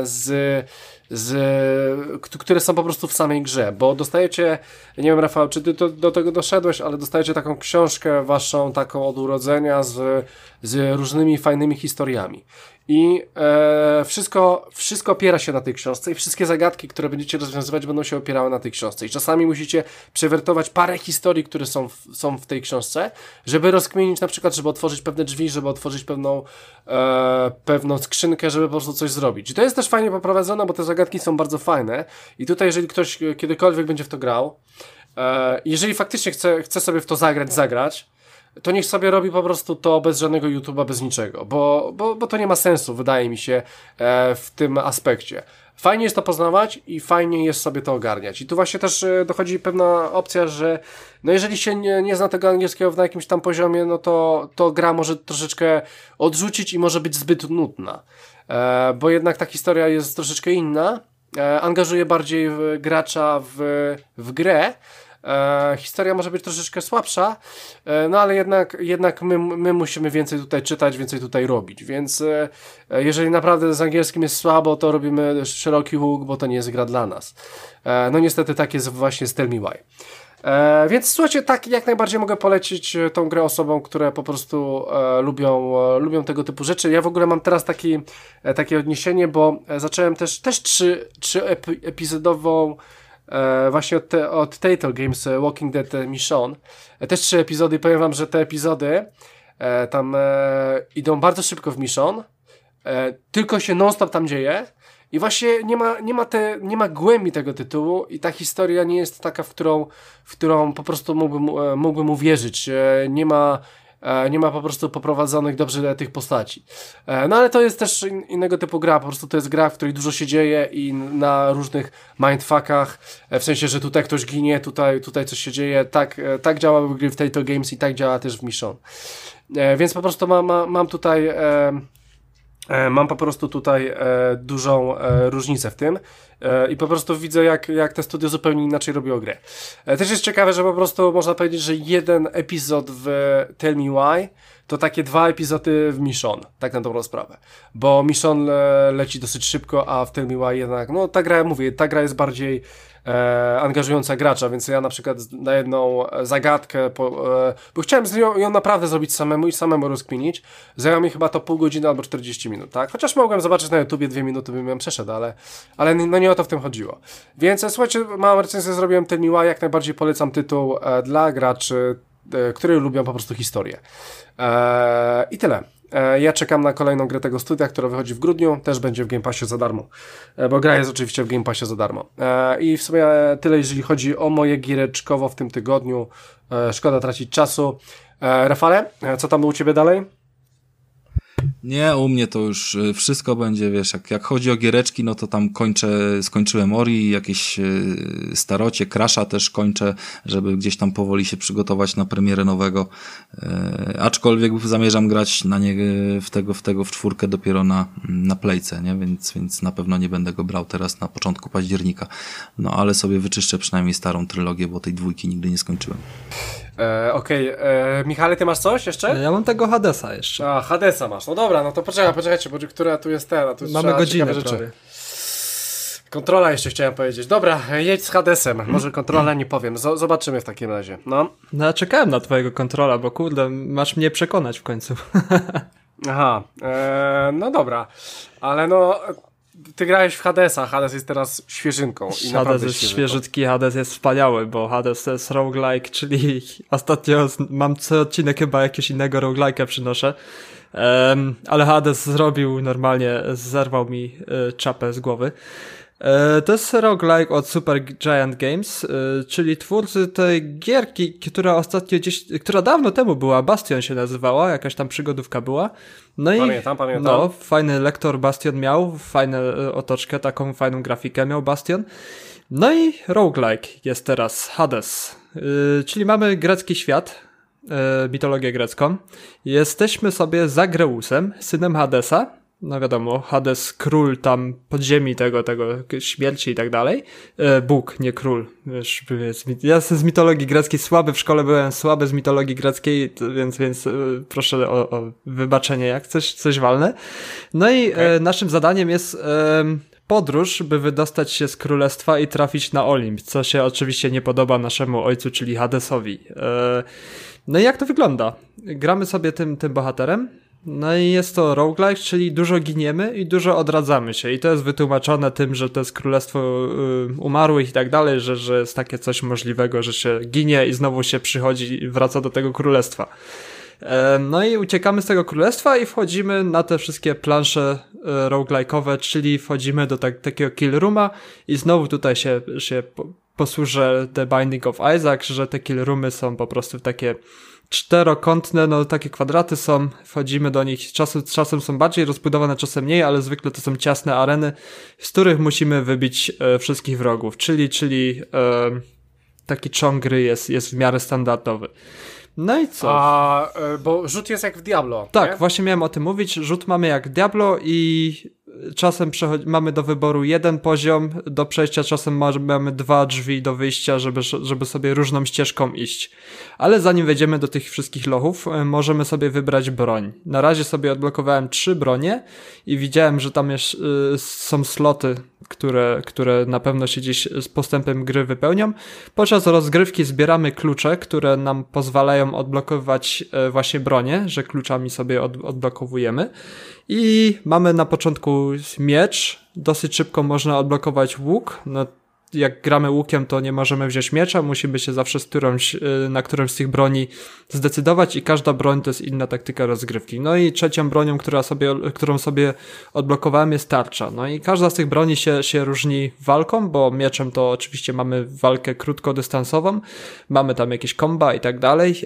które są po prostu w samej grze, bo dostajecie, nie wiem Rafał, czy ty do tego doszedłeś, ale dostajecie taką książkę waszą, taką od urodzenia z różnymi fajnymi historiami. I wszystko opiera się na tej książce i wszystkie zagadki, które będziecie rozwiązywać, będą się opierały na tej książce. I czasami musicie przewertować parę historii, które są w tej książce, żeby rozkminić na przykład, żeby otworzyć pewne drzwi, żeby otworzyć pewną skrzynkę, żeby po prostu coś zrobić. I to jest też fajnie poprowadzone, bo te zagadki są bardzo fajne. I tutaj, jeżeli ktoś kiedykolwiek będzie w to grał, jeżeli faktycznie chce sobie w to zagrać, to niech sobie robi po prostu to bez żadnego YouTube'a, bez niczego, bo to nie ma sensu, wydaje mi się, w tym aspekcie. Fajnie jest to poznawać i fajnie jest sobie to ogarniać. I tu właśnie też dochodzi pewna opcja, że no jeżeli się nie zna tego angielskiego na jakimś tam poziomie, no to gra może troszeczkę odrzucić i może być zbyt nudna. Bo jednak ta historia jest troszeczkę inna, angażuje bardziej gracza w grę. Historia może być troszeczkę słabsza, no ale jednak my musimy więcej tutaj czytać, więcej tutaj robić, więc jeżeli naprawdę z angielskim jest słabo, to robimy szeroki łuk, bo to nie jest gra dla nas. No niestety tak jest właśnie z Tell Me Why. Więc słuchajcie, tak jak najbardziej mogę polecić tą grę osobom, które po prostu lubią tego typu rzeczy. Ja w ogóle mam teraz takie odniesienie, bo zacząłem też epizodową właśnie od Telltale Games Walking Dead Mission. Też 3 epizody i powiem wam, że te epizody tam idą bardzo szybko w Mission, tylko się non-stop tam dzieje i właśnie nie ma głębi tego tytułu i ta historia nie jest taka, w którą po prostu mógłbym uwierzyć. Nie ma po prostu poprowadzonych dobrze tych postaci. No ale to jest też innego typu gra, po prostu to jest gra, w której dużo się dzieje i na różnych mindfuckach, w sensie, że tutaj ktoś ginie, tutaj coś się dzieje, tak działały gry w Telltale Games i tak działa też w Mission. Więc po prostu mam tutaj dużą różnicę w tym i po prostu widzę, jak te studio zupełnie inaczej robią grę. Też jest ciekawe, że po prostu można powiedzieć, że jeden epizod w Tell Me Why to takie 2 epizody w Mission, tak na dobrą sprawę. Bo Mission leci dosyć szybko, a w Tell Me Why jednak, no ta gra jest bardziej angażująca gracza, więc ja na przykład na jedną zagadkę, bo chciałem ją naprawdę zrobić samemu i samemu rozkminić, zajęło mi chyba to pół godziny albo 40 minut, tak? Chociaż mogłem zobaczyć na YouTubie 2 minuty, bym ją przeszedł, ale no nie o to w tym chodziło. Więc słuchajcie, małą recenzję zrobiłem Tell Me Why, jak najbardziej polecam tytuł dla graczy, którzy lubią po prostu historię. I tyle. Ja czekam na kolejną grę tego studia, która wychodzi w grudniu, też będzie w Game Passie za darmo, bo gra jest oczywiście w Game Passie za darmo. I w sumie tyle, jeżeli chodzi o moje giereczkowo w tym tygodniu. Szkoda tracić czasu. Rafale, co tam u ciebie dalej? Nie, u mnie to już wszystko będzie, wiesz, jak chodzi o giereczki, no to tam skończyłem Ori, jakieś starocie, Crasha też kończę, żeby gdzieś tam powoli się przygotować na premierę nowego, aczkolwiek zamierzam grać na nie w 4 dopiero na Playce, nie? Więc na pewno nie będę go brał teraz na początku października, no ale sobie wyczyszczę przynajmniej starą trylogię, bo tej 2 nigdy nie skończyłem. Okej. Michale, ty masz coś jeszcze? Ja mam tego Hadesa jeszcze. A, Hadesa masz. No dobra, no to poczekajcie, bo która tu jest ten, a tu mamy godzinę prawie. Kontrola jeszcze chciałem powiedzieć. Dobra, jedź z Hadesem. Może kontrola nie powiem. Zobaczymy w takim razie. No ja czekałem na twojego kontrola, bo kurde, masz mnie przekonać w końcu. Aha, no dobra. Ale no, ty grałeś w Hadesa, Hades jest teraz świeżynką. I Hades jest świeżutki, Hades jest wspaniały, bo Hades to jest roguelike, czyli ostatnio mam co odcinek chyba jakiegoś innego roguelike'a przynoszę. Ale Hades zrobił normalnie, zerwał mi czapę z głowy. To jest roguelike od Super Giant Games, czyli twórcy tej gierki, która dawno temu była, Bastion się nazywała, jakaś tam przygodówka była. No pamiętam. No, fajny lektor Bastion miał, fajną otoczkę, taką fajną grafikę miał Bastion. No i roguelike jest teraz Hades, czyli mamy grecki świat, mitologię grecką. Jesteśmy sobie Zagreusem, synem Hadesa. No wiadomo, Hades, król tam podziemi tego śmierci i tak dalej. Bóg, nie król. Wiesz, ja jestem z mitologii greckiej słaby, w szkole byłem słaby z mitologii greckiej, więc proszę o wybaczenie, jak coś walnę. No i naszym zadaniem jest podróż, by wydostać się z królestwa i trafić na Olimp, co się oczywiście nie podoba naszemu ojcu, czyli Hadesowi. No i jak to wygląda? Gramy sobie tym bohaterem. No i jest to roguelike, czyli dużo giniemy i dużo odradzamy się. I to jest wytłumaczone tym, że to jest królestwo umarłych i tak dalej, że jest takie coś możliwego, że się ginie i znowu się przychodzi i wraca do tego królestwa. No i uciekamy z tego królestwa i wchodzimy na te wszystkie plansze roguelike'owe, czyli wchodzimy do takiego kill rooma i znowu tutaj się posłużę The Binding of Isaac, że te kill roomy są po prostu takie czterokątne, no takie kwadraty są, wchodzimy do nich, czasem są bardziej rozbudowane, czasem mniej, ale zwykle to są ciasne areny, z których musimy wybić wszystkich wrogów, czyli taki ciąg gry jest w miarę standardowy. No i co? Bo rzut jest jak w Diablo. Tak, nie? właśnie miałem o tym mówić. Rzut mamy jak Diablo i czasem mamy do wyboru jeden poziom do przejścia, czasem mamy 2 drzwi do wyjścia, żeby sobie różną ścieżką iść. Ale zanim wejdziemy do tych wszystkich lochów, możemy sobie wybrać broń. Na razie sobie odblokowałem 3 bronie i widziałem, że tam są sloty, które na pewno się gdzieś z postępem gry wypełnią. Podczas rozgrywki zbieramy klucze, które nam pozwalają odblokować właśnie bronię, że kluczami sobie odblokowujemy. I mamy na początku miecz, dosyć szybko można odblokować łuk. No, jak gramy łukiem, to nie możemy wziąć miecza, musimy się zawsze na którąś z tych broni zdecydować i każda broń to jest inna taktyka rozgrywki. No i trzecią bronią, którą sobie odblokowałem, jest tarcza. No i każda z tych broni się różni walką, bo mieczem to oczywiście mamy walkę krótkodystansową, mamy tam jakieś komba i tak dalej,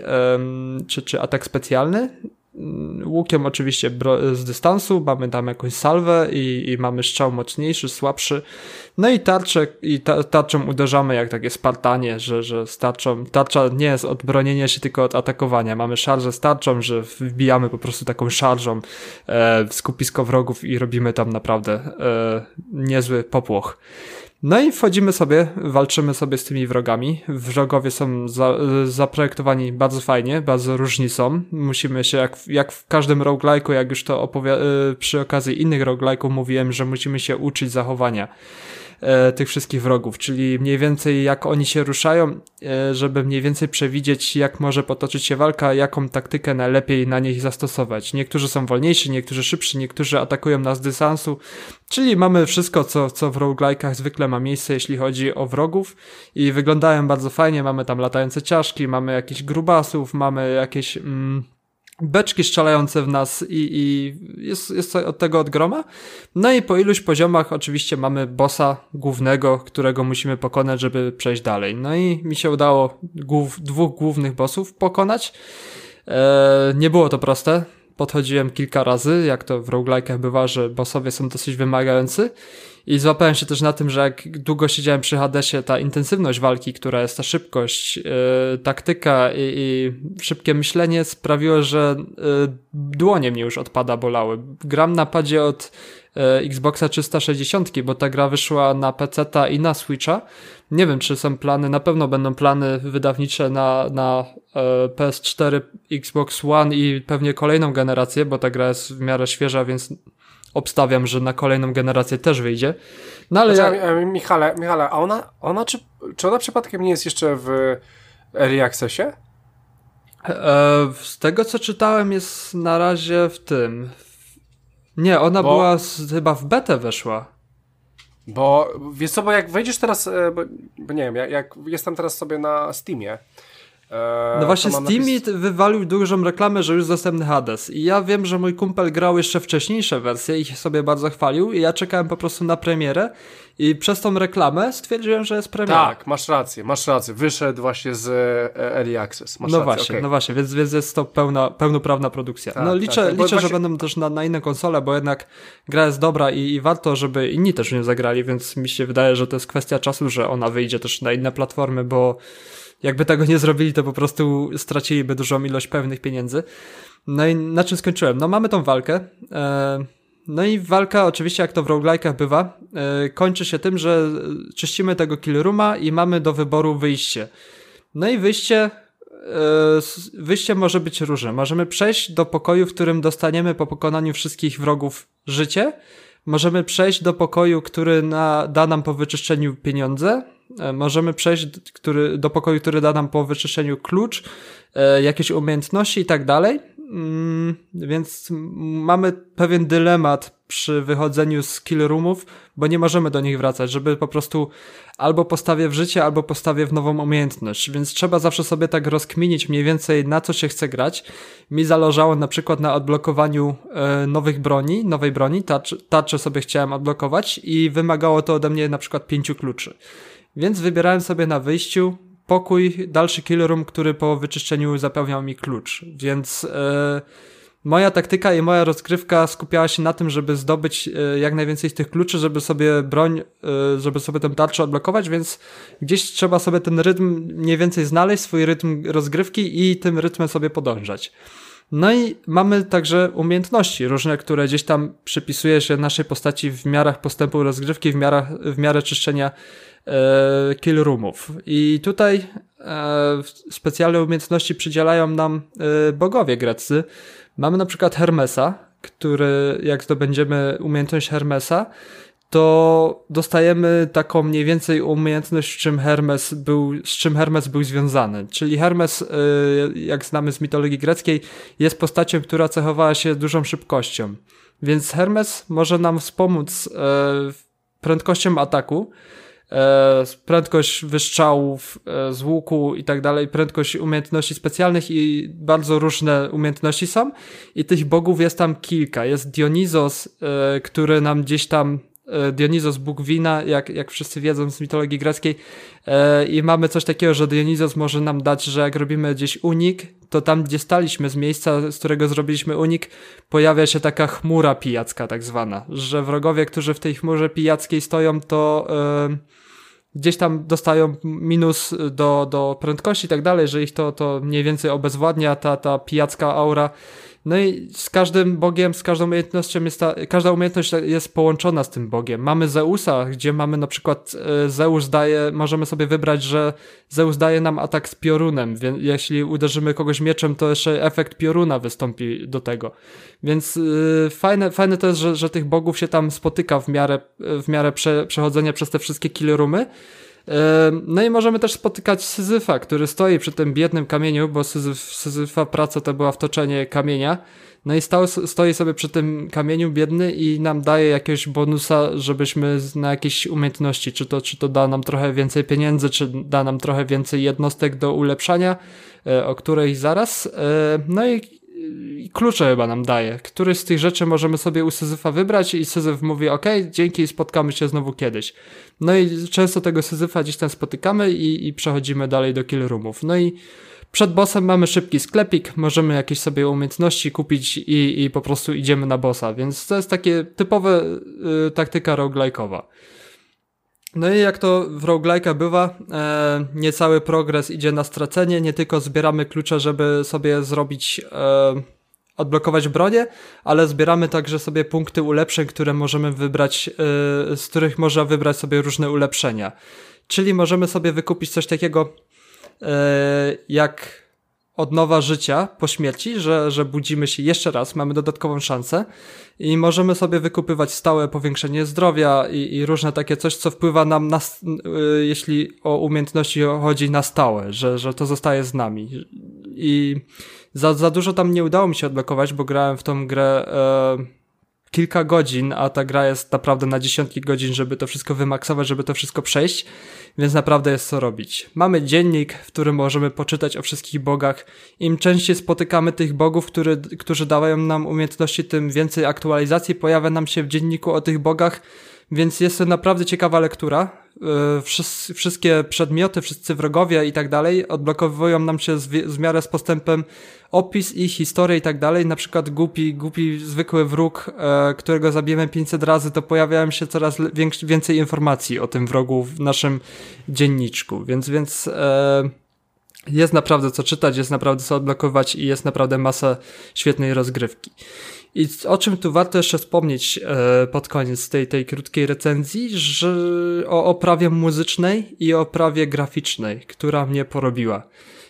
czy atak specjalny. Łukiem oczywiście z dystansu, mamy tam jakąś salwę i mamy strzał mocniejszy, słabszy. No i tarczą uderzamy jak takie Spartanie, że z tarcza nie jest od bronienia się, tylko od atakowania. Mamy szarżę z tarczą, że wbijamy po prostu taką szarżą w skupisko wrogów i robimy tam naprawdę niezły popłoch. No i wchodzimy sobie, walczymy sobie z tymi wrogami. Wrogowie są zaprojektowani bardzo fajnie, bardzo różni są. Musimy się, jak w każdym roguelike'u, jak już to przy okazji innych roguelike'ów mówiłem, że musimy się uczyć zachowania tych wszystkich wrogów, czyli mniej więcej jak oni się ruszają, żeby mniej więcej przewidzieć, jak może potoczyć się walka, jaką taktykę najlepiej na nich zastosować. Niektórzy są wolniejsi, niektórzy szybsi, niektórzy atakują nas z dystansu, czyli mamy wszystko, co w roguelike'ach zwykle ma miejsce, jeśli chodzi o wrogów i wyglądają bardzo fajnie, mamy tam latające ciaszki, mamy jakichś grubasów, mamy jakieś beczki strzelające w nas i jest od tego od groma. No i po iluś poziomach oczywiście mamy bossa głównego, którego musimy pokonać, żeby przejść dalej. No i mi się udało 2 głównych bossów pokonać. Nie było to proste. Podchodziłem kilka razy, jak to w roguelike'ach bywa, że bossowie są dosyć wymagający. I złapałem się też na tym, że jak długo siedziałem przy Hadesie, ta intensywność walki, która jest ta szybkość, taktyka i szybkie myślenie sprawiło, że dłonie mnie już od pada bolały. Gram na padzie od Xboxa 360, bo ta gra wyszła na PC-ta i na Switcha. Nie wiem, czy są plany, na pewno będą plany wydawnicze na PS4, Xbox One i pewnie kolejną generację, bo ta gra jest w miarę świeża, więc obstawiam, że na kolejną generację też wyjdzie. No ale Michale, a ona czy ona przypadkiem nie jest jeszcze w Early Accessie? Z tego co czytałem jest na razie w tym. Nie, ona była chyba w betę weszła. Bo wiesz co, bo jak wejdziesz teraz, bo nie wiem, jak jestem teraz sobie na Steamie. No właśnie Steam wywalił dużą reklamę, że już dostępny Hades i ja wiem, że mój kumpel grał jeszcze wcześniejsze wersje i sobie bardzo chwalił i ja czekałem po prostu na premierę i przez tą reklamę stwierdziłem, że jest premiera. Tak, masz rację, wyszedł właśnie z Early Access, masz no rację, właśnie, okay. No właśnie, więc jest to pełnoprawna produkcja. Tak, no liczę, właśnie... że będą też na inne konsole, bo jednak gra jest dobra i warto, żeby inni też nie zagrali, więc mi się wydaje, że to jest kwestia czasu, że ona wyjdzie też na inne platformy, bo jakby tego nie zrobili, to po prostu straciliby dużą ilość pewnych pieniędzy. No i na czym skończyłem? No mamy tą walkę. No i walka, oczywiście jak to w roguelike'ach bywa, kończy się tym, że czyścimy tego kill rooma i mamy do wyboru wyjście. No i wyjście może być różne. Możemy przejść do pokoju, w którym dostaniemy po pokonaniu wszystkich wrogów życie. Możemy przejść do pokoju, który da nam po wyczyszczeniu pieniądze. Możemy przejść do pokoju, który da nam po wyczyszczeniu klucz, jakieś umiejętności i tak dalej. Więc mamy pewien dylemat przy wychodzeniu z kill roomów, bo nie możemy do nich wracać, żeby po prostu albo postawię w życie, albo postawię w nową umiejętność, więc trzeba zawsze sobie tak rozkminić mniej więcej na co się chce grać. Mi zależało na przykład na odblokowaniu nowej broni, tarczę sobie chciałem odblokować i wymagało to ode mnie na przykład 5 kluczy. Więc wybierałem sobie na wyjściu pokój, dalszy kill room, który po wyczyszczeniu zapewniał mi klucz, więc moja taktyka i moja rozgrywka skupiała się na tym, żeby zdobyć jak najwięcej z tych kluczy, żeby sobie żeby sobie tę tarczę odblokować, więc gdzieś trzeba sobie ten rytm mniej więcej znaleźć, swój rytm rozgrywki i tym rytmem sobie podążać. No i mamy także umiejętności różne, które gdzieś tam przypisuje się naszej postaci w miarach postępu rozgrywki, w miarę czyszczenia kill roomów. I tutaj specjalne umiejętności przydzielają nam bogowie greccy. Mamy na przykład Hermesa, który jak zdobędziemy umiejętność Hermesa, to dostajemy taką mniej więcej umiejętność, z czym Hermes był związany. Czyli Hermes, jak znamy z mitologii greckiej, jest postacią, która cechowała się dużą szybkością. Więc Hermes może nam wspomóc prędkością ataku, prędkość wystrzałów z łuku i tak dalej, prędkość umiejętności specjalnych i bardzo różne umiejętności są i tych bogów jest tam kilka. Jest Dionizos, który nam gdzieś tam Dionizos, bóg wina, jak wszyscy wiedzą z mitologii greckiej, i mamy coś takiego, że Dionizos może nam dać, że jak robimy gdzieś unik, to tam gdzie staliśmy z miejsca, z którego zrobiliśmy unik, pojawia się taka chmura pijacka tak zwana, że wrogowie, którzy w tej chmurze pijackiej stoją, to gdzieś tam dostają minus do prędkości i tak dalej, że ich to mniej więcej obezwładnia ta pijacka aura. No i z każdym bogiem, z każdą umiejętnością każda umiejętność jest połączona z tym bogiem. Mamy Zeusa, gdzie mamy na przykład możemy sobie wybrać, że Zeus daje nam atak z piorunem, więc jeśli uderzymy kogoś mieczem, to jeszcze efekt pioruna wystąpi do tego. Więc fajne to jest, że tych bogów się tam spotyka w miarę przechodzenia przez te wszystkie kill roomy. No i możemy też spotykać Syzyfa, który stoi przy tym biednym kamieniu, bo Syzyfa praca to była wtoczenie kamienia. No i stoi sobie przy tym kamieniu biedny i nam daje jakiegoś bonusa, żebyśmy na jakieś umiejętności, czy to da nam trochę więcej pieniędzy, czy da nam trochę więcej jednostek do ulepszania, o której zaraz. No i klucze chyba nam daje. Któryś z tych rzeczy możemy sobie u Syzyfa wybrać i Syzyf mówi dzięki, spotkamy się znowu kiedyś. No i często tego Syzyfa gdzieś tam spotykamy i przechodzimy dalej do kill roomów. No i przed bossem mamy szybki sklepik, możemy jakieś sobie umiejętności kupić i po prostu idziemy na bossa, więc to jest takie typowe taktyka roguelike'owa. No i jak to w roguelike'a bywa, niecały progres idzie na stracenie, nie tylko zbieramy klucze, żeby sobie zrobić, odblokować bronię, ale zbieramy także sobie punkty ulepszeń, które możemy wybrać, z których można wybrać sobie różne ulepszenia. Czyli możemy sobie wykupić coś takiego jak odnowa życia po śmierci, że budzimy się jeszcze raz, mamy dodatkową szansę i możemy sobie wykupywać stałe powiększenie zdrowia i różne takie coś, co wpływa nam jeśli o umiejętności chodzi na stałe, że to zostaje z nami. I za dużo tam nie udało mi się odblokować, bo grałem w tą grę kilka godzin, a ta gra jest naprawdę na dziesiątki godzin, żeby to wszystko wymaksować, żeby to wszystko przejść, więc naprawdę jest co robić. Mamy dziennik, w którym możemy poczytać o wszystkich bogach. Im częściej spotykamy tych bogów, którzy dawają nam umiejętności, tym więcej aktualizacji pojawia nam się w dzienniku o tych bogach, więc jest to naprawdę ciekawa lektura. Wszystkie przedmioty, wszyscy wrogowie i tak dalej odblokowują nam się w miarę z postępem opis ich, historię i tak dalej. Na przykład głupi zwykły wróg, którego zabijemy 500 razy, to pojawiają się coraz więcej informacji o tym wrogu w naszym dzienniczku, więc jest naprawdę co czytać, jest naprawdę co odblokować i jest naprawdę masa świetnej rozgrywki. I o czym tu warto jeszcze wspomnieć pod koniec tej krótkiej recenzji, że o oprawie muzycznej i oprawie graficznej, która mnie porobiła.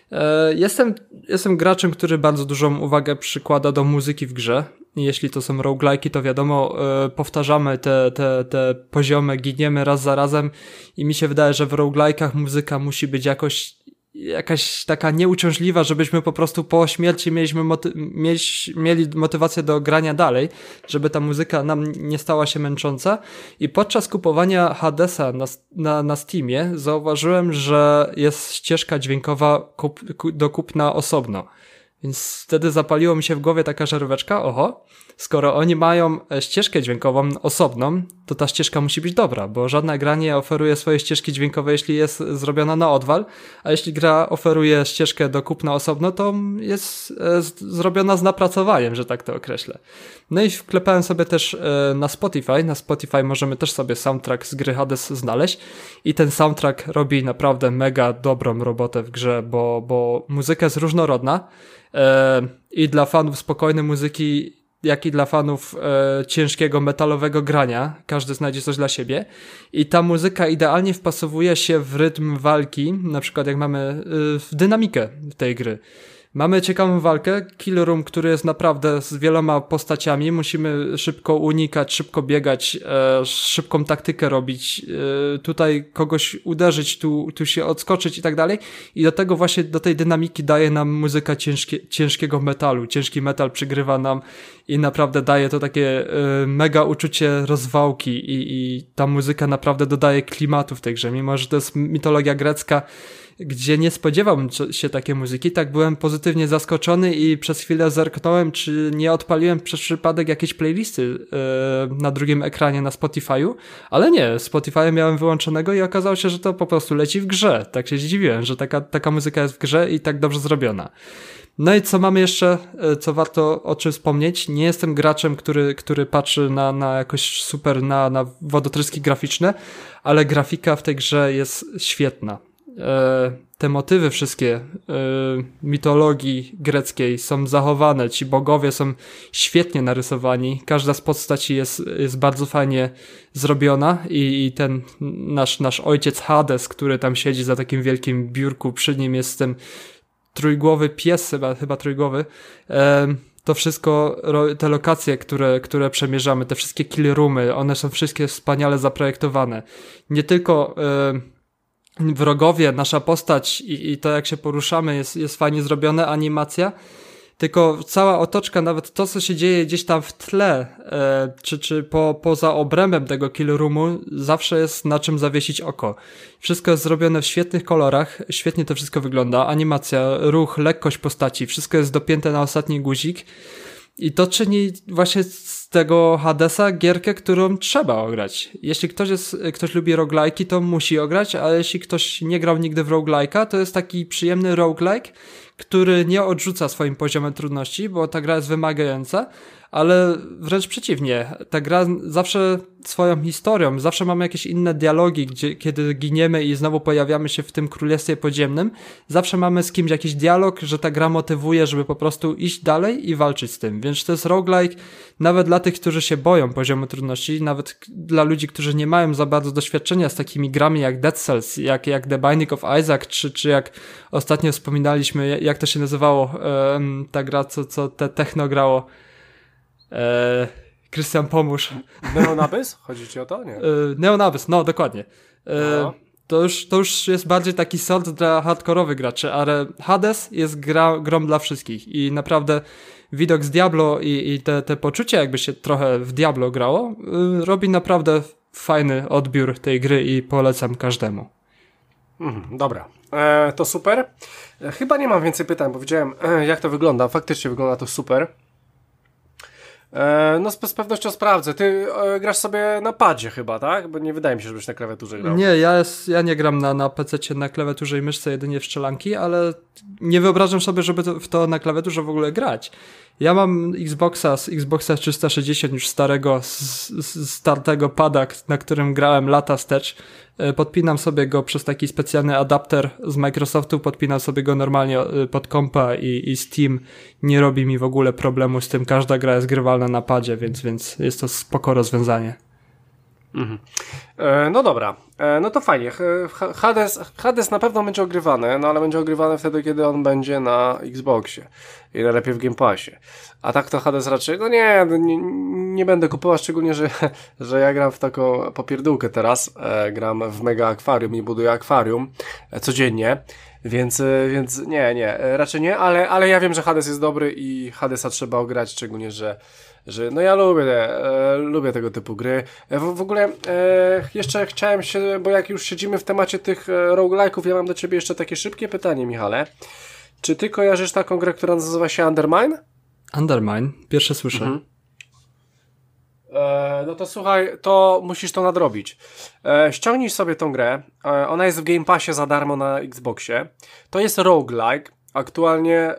Jestem graczem, który bardzo dużą uwagę przykłada do muzyki w grze. Jeśli to są roguelike'i, to wiadomo, powtarzamy te poziomy, giniemy raz za razem i mi się wydaje, że w roguelike'ach muzyka musi być jakaś taka nieuciążliwa, żebyśmy po prostu po śmierci mieli motywację do grania dalej, żeby ta muzyka nam nie stała się męcząca. I podczas kupowania Hadesa na Steamie zauważyłem, że jest ścieżka dźwiękowa do kupna osobno. Więc wtedy zapaliło mi się w głowie taka żaróweczka, skoro oni mają ścieżkę dźwiękową osobną, to ta ścieżka musi być dobra, bo żadna gra nie oferuje swojej ścieżki dźwiękowej, jeśli jest zrobiona na odwal, a jeśli gra oferuje ścieżkę do kupna osobno, to jest zrobiona z napracowaniem, że tak to określę. No i wklepałem sobie też na Spotify. Na Spotify możemy też sobie soundtrack z gry Hades znaleźć i ten soundtrack robi naprawdę mega dobrą robotę w grze, bo muzyka jest różnorodna i dla fanów spokojnej muzyki, jak i dla fanów ciężkiego, metalowego grania. Każdy znajdzie coś dla siebie. I ta muzyka idealnie wpasowuje się w rytm walki, na przykład jak mamy w dynamikę tej gry. Mamy ciekawą walkę, Kill Room, który jest naprawdę z wieloma postaciami, musimy szybko unikać, szybko biegać, szybką taktykę robić, tutaj kogoś uderzyć, tu się odskoczyć i tak dalej. I do tego właśnie, do tej dynamiki daje nam muzyka ciężkiego metalu. Ciężki metal przygrywa nam i naprawdę daje to takie mega uczucie rozwałki i ta muzyka naprawdę dodaje klimatu w tej grze, mimo że to jest mitologia grecka, gdzie nie spodziewałbym się takiej muzyki, tak byłem pozytywnie zaskoczony i przez chwilę zerknąłem, czy nie odpaliłem przez przypadek jakiejś playlisty na drugim ekranie na Spotify'u, ale nie, Spotify'a miałem wyłączonego i okazało się, że to po prostu leci w grze. Tak się zdziwiłem, że taka muzyka jest w grze i tak dobrze zrobiona. No i co mamy jeszcze, co warto o czym wspomnieć? Nie jestem graczem, który patrzy na jakoś super, na wodotryski graficzne, ale grafika w tej grze jest świetna. Te motywy wszystkie mitologii greckiej są zachowane, ci bogowie są świetnie narysowani, każda z postaci jest bardzo fajnie zrobiona i ten nasz ojciec Hades, który tam siedzi za takim wielkim biurku, przy nim jest ten trójgłowy pies, chyba trójgłowy, to wszystko, te lokacje, które przemierzamy, te wszystkie kill roomy, one są wszystkie wspaniale zaprojektowane. Nie tylko wrogowie, nasza postać i to jak się poruszamy jest fajnie zrobione, animacja, tylko cała otoczka, nawet to co się dzieje gdzieś tam w tle, czy poza obrębem tego kill roomu, zawsze jest na czym zawiesić oko. Wszystko jest zrobione w świetnych kolorach, świetnie to wszystko wygląda, animacja, ruch, lekkość postaci, wszystko jest dopięte na ostatni guzik. I to czyni właśnie z tego Hadesa gierkę, którą trzeba ograć. Jeśli ktoś lubi roguelike'i, to musi ograć, a jeśli ktoś nie grał nigdy w roguelike'a, to jest taki przyjemny roguelike, który nie odrzuca swoim poziomem trudności, bo ta gra jest wymagająca, ale wręcz przeciwnie. Ta gra zawsze swoją historią, zawsze mamy jakieś inne dialogi, kiedy giniemy i znowu pojawiamy się w tym królestwie podziemnym, zawsze mamy z kimś jakiś dialog, że ta gra motywuje, żeby po prostu iść dalej i walczyć z tym. Więc to jest roguelike nawet dla tych, którzy się boją poziomu trudności, nawet dla ludzi, którzy nie mają za bardzo doświadczenia z takimi grami jak Dead Cells, jak The Binding of Isaac, czy jak ostatnio wspominaliśmy, jak to się nazywało, ta gra, co te techno grało. Krystian, pomóż. Neon Abyss? Chodzi ci o to? Nie. Neon Abyss, no dokładnie. to już jest bardziej taki sort dla hardkorowych graczy, ale Hades jest grą dla wszystkich i naprawdę widok z Diablo i te poczucie, jakby się trochę w Diablo grało, robi naprawdę fajny odbiór tej gry i polecam każdemu. Dobra, to super. Chyba nie mam więcej pytań, bo widziałem jak to wygląda. Faktycznie wygląda to super. No z pewnością sprawdzę. Ty grasz sobie na padzie chyba, tak? Bo nie wydaje mi się, żebyś na klawiaturze grał. Nie, ja nie gram na PC-cie na klawiaturze i myszce, jedynie w strzelanki, ale nie wyobrażam sobie, żeby w to na klawiaturze w ogóle grać. Ja mam Xboxa 360 już starego, startego pada, na którym grałem lata wstecz. Podpinam sobie go przez taki specjalny adapter z Microsoftu, podpinam sobie go normalnie pod kompa i Steam nie robi mi w ogóle problemu z tym. Każda gra jest grywalna na padzie, więc jest to spoko rozwiązanie. No dobra, no to fajnie. Hades na pewno będzie ogrywany, no ale będzie ogrywany wtedy, kiedy on będzie na Xboxie i najlepiej w Game Passie. A tak to Hades raczej, no nie będę kupował, szczególnie, że ja gram w taką popierdółkę teraz. Gram w mega akwarium i buduję akwarium codziennie. Więc nie, raczej nie, ale ja wiem, że Hades jest dobry i Hadesa trzeba ograć, szczególnie, że no ja lubię tego typu gry. W ogóle jeszcze chciałem się, bo jak już siedzimy w temacie tych roguelike'ów, ja mam do ciebie jeszcze takie szybkie pytanie, Michale. Czy ty kojarzysz taką grę, która nazywa się Undermine? Undermine? Pierwsze słyszę. No to słuchaj, to musisz to nadrobić. Ściągnij sobie tą grę. Ona jest w Game Passie za darmo na Xboxie. To jest roguelike. Aktualnie,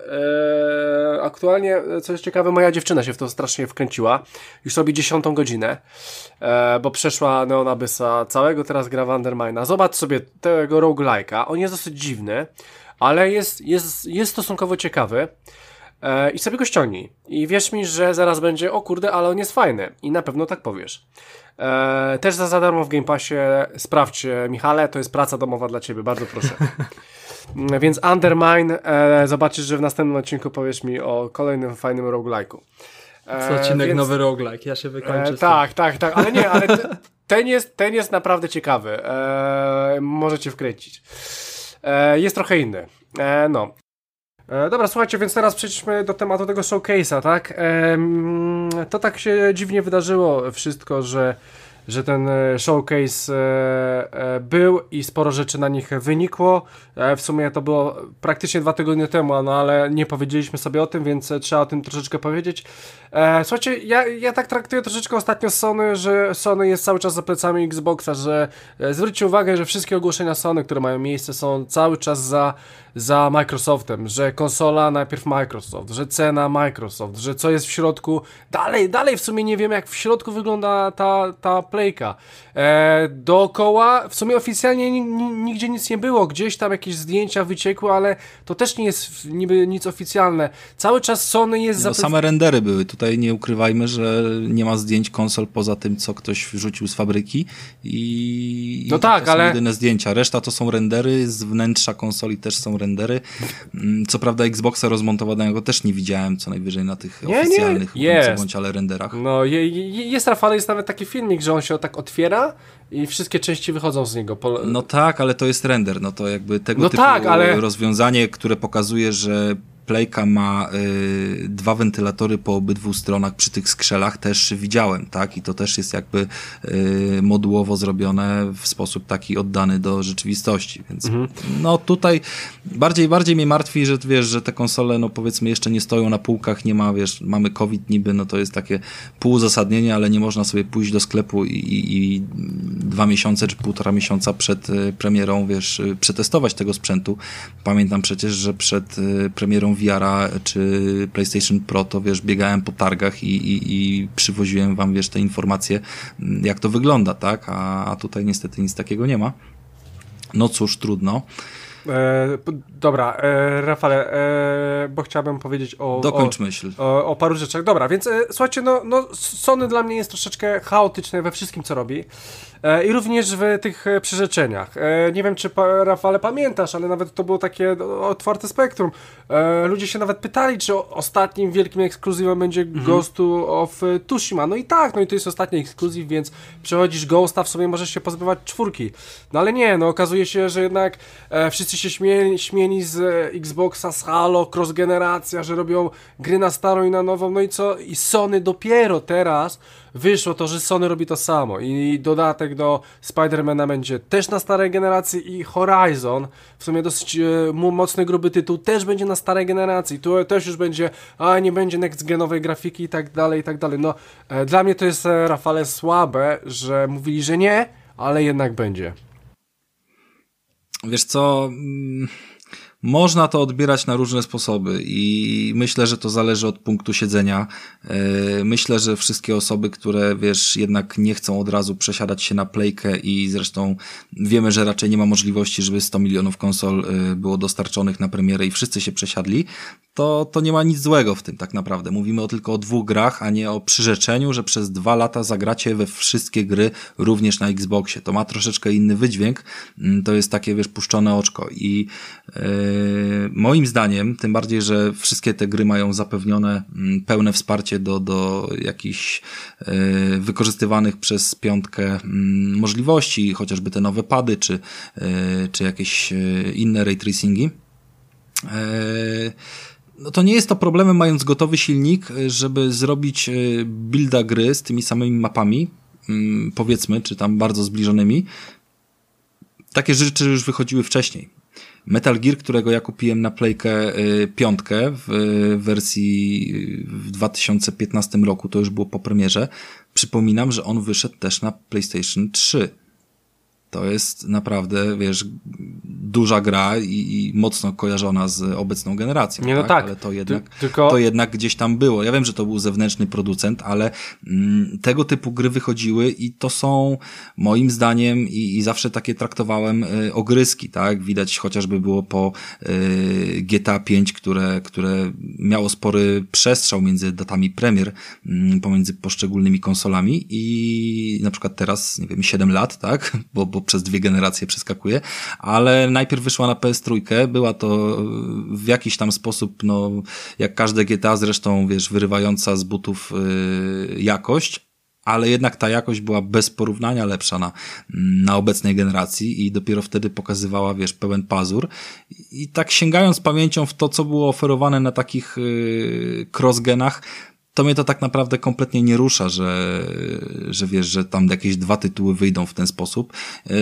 co jest ciekawe, moja dziewczyna się w to strasznie wkręciła. Już robi 10. godzinę, bo przeszła Neon Abyssa całego, teraz gra w Undermine'a. Zobacz sobie tego roguelike'a. On jest dosyć dziwny, ale jest stosunkowo ciekawy. I sobie go ściągnij. I wierz mi, że zaraz będzie, o kurde, ale on jest fajny. I na pewno tak powiesz. Też za darmo w Game Passie. Sprawdź, Michale, to jest praca domowa dla ciebie, bardzo proszę. Więc Undermine, zobaczysz, że w następnym odcinku powiesz mi o kolejnym fajnym roguelike'u. Co odcinek nowy roguelike, ja się wykończę. Tak, ale nie, ale ten jest naprawdę ciekawy. Możecie wkręcić. Jest trochę inny. No. Dobra, słuchajcie, więc teraz przejdźmy do tematu tego showcase'a, tak? To tak się dziwnie wydarzyło wszystko, że ten showcase był i sporo rzeczy na nich wynikło. W sumie to było praktycznie 2 tygodnie temu, no ale nie powiedzieliśmy sobie o tym, więc trzeba o tym troszeczkę powiedzieć. Słuchajcie, ja tak traktuję troszeczkę ostatnio Sony, że Sony jest cały czas za plecami Xboxa, że zwróćcie uwagę, że wszystkie ogłoszenia Sony, które mają miejsce, są cały czas za Microsoftem, że konsola najpierw Microsoft, że cena Microsoft, że co jest w środku. Dalej w sumie nie wiem, jak w środku wygląda ta playka. Dookoła w sumie oficjalnie nigdzie nic nie było, gdzieś tam jakieś zdjęcia wyciekły, ale to też nie jest niby nic oficjalne. Cały czas Sony jest same rendery były. Tutaj nie ukrywajmy, że nie ma zdjęć konsol poza tym, co ktoś wrzucił z fabryki i no tak, to są ale jedyne zdjęcia. Reszta to są rendery, z wnętrza konsoli też są rendery. Co prawda Xboxa rozmontowanego też nie widziałem, co najwyżej na tych oficjalnych bądź ale renderach. No jest, Rafale, jest nawet taki filmik, że on się tak otwiera i wszystkie części wychodzą z niego. No tak, ale to jest render, no to jakby tego typu rozwiązanie, które pokazuje, że Playka ma 2 wentylatory po obydwu stronach przy tych skrzelach, też widziałem, tak? I to też jest jakby modułowo zrobione w sposób taki oddany do rzeczywistości, więc no tutaj bardziej mnie martwi, że wiesz, że te konsole, no powiedzmy jeszcze nie stoją na półkach, nie ma, wiesz, mamy COVID niby, no to jest takie półuzasadnienie, ale nie można sobie pójść do sklepu i 2 miesiące czy 1,5 miesiąca przed premierą, wiesz, przetestować tego sprzętu. Pamiętam przecież, że przed premierą VR-a czy PlayStation Pro, to wiesz, biegałem po targach i przywoziłem wam, wiesz, te informacje, jak to wygląda, tak? A tutaj niestety nic takiego nie ma. No cóż, trudno. Dobra, Rafale, bo chciałbym powiedzieć Dokończ myśl. O paru rzeczach. Dobra, więc słuchajcie, no Sony dla mnie jest troszeczkę chaotyczne we wszystkim, co robi. I również w tych przyrzeczeniach. Nie wiem, czy Rafale pamiętasz, ale nawet to było takie otwarte spektrum. Ludzie się nawet pytali, czy ostatnim wielkim ekskluzywem będzie Ghost of Tsushima. No i tak, no i to jest ostatni ekskluzyw, więc przechodzisz Ghosta, w sobie możesz się pozbywać 4. No ale nie, no okazuje się, że jednak wszyscy się śmieli z Xboxa, z Halo, cross-generacja, że robią gry na starą i na nową, no i co? I Sony dopiero teraz wyszło to, że Sony robi to samo i dodatek do Spidermana będzie też na starej generacji i Horizon, w sumie dosyć mocny, gruby tytuł, też będzie na starej generacji, tu też już będzie, nie będzie next-genowej grafiki i tak dalej, no dla mnie to jest, Rafale, słabe, że mówili, że nie, ale jednak będzie. Wiesz co, można to odbierać na różne sposoby i myślę, że to zależy od punktu siedzenia. Myślę, że wszystkie osoby, które wiesz, jednak nie chcą od razu przesiadać się na Playkę i zresztą wiemy, że raczej nie ma możliwości, żeby 100 milionów konsol było dostarczonych na premierę i wszyscy się przesiadli, to nie ma nic złego w tym tak naprawdę. Mówimy tylko o 2 grach, a nie o przyrzeczeniu, że przez 2 lata zagracie we wszystkie gry również na Xboxie. To ma troszeczkę inny wydźwięk, to jest takie, wiesz, puszczone oczko i moim zdaniem, tym bardziej, że wszystkie te gry mają zapewnione pełne wsparcie do jakichś wykorzystywanych przez 5 możliwości, chociażby te nowe pady, czy jakieś inne ray tracingi. No to nie jest to problemem, mając gotowy silnik, żeby zrobić builda gry z tymi samymi mapami, powiedzmy, czy tam bardzo zbliżonymi. Takie rzeczy już wychodziły wcześniej. Metal Gear, którego ja kupiłem na Playkę 5 w wersji w 2015 roku, to już było po premierze. Przypominam, że on wyszedł też na PlayStation 3. To jest naprawdę, wiesz, duża gra i mocno kojarzona z obecną generacją. Nie, no tak. Ale to jednak gdzieś tam było. Ja wiem, że to był zewnętrzny producent, ale tego typu gry wychodziły i to są moim zdaniem i zawsze takie traktowałem ogryski, tak? Widać chociażby było po GTA 5, które miało spory przestrzał między datami premier pomiędzy poszczególnymi konsolami i na przykład teraz, nie wiem, 7 lat, tak? Bo przez 2 generacje przeskakuje, ale najpierw wyszła na PS3, była to w jakiś tam sposób, no, jak każde GTA zresztą, wiesz, wyrywająca z butów jakość, ale jednak ta jakość była bez porównania lepsza na obecnej generacji i dopiero wtedy pokazywała, wiesz, pełen pazur. I tak sięgając pamięcią w to, co było oferowane na takich cross-genach, to mnie to tak naprawdę kompletnie nie rusza, że wiesz, że tam jakieś 2 tytuły wyjdą w ten sposób,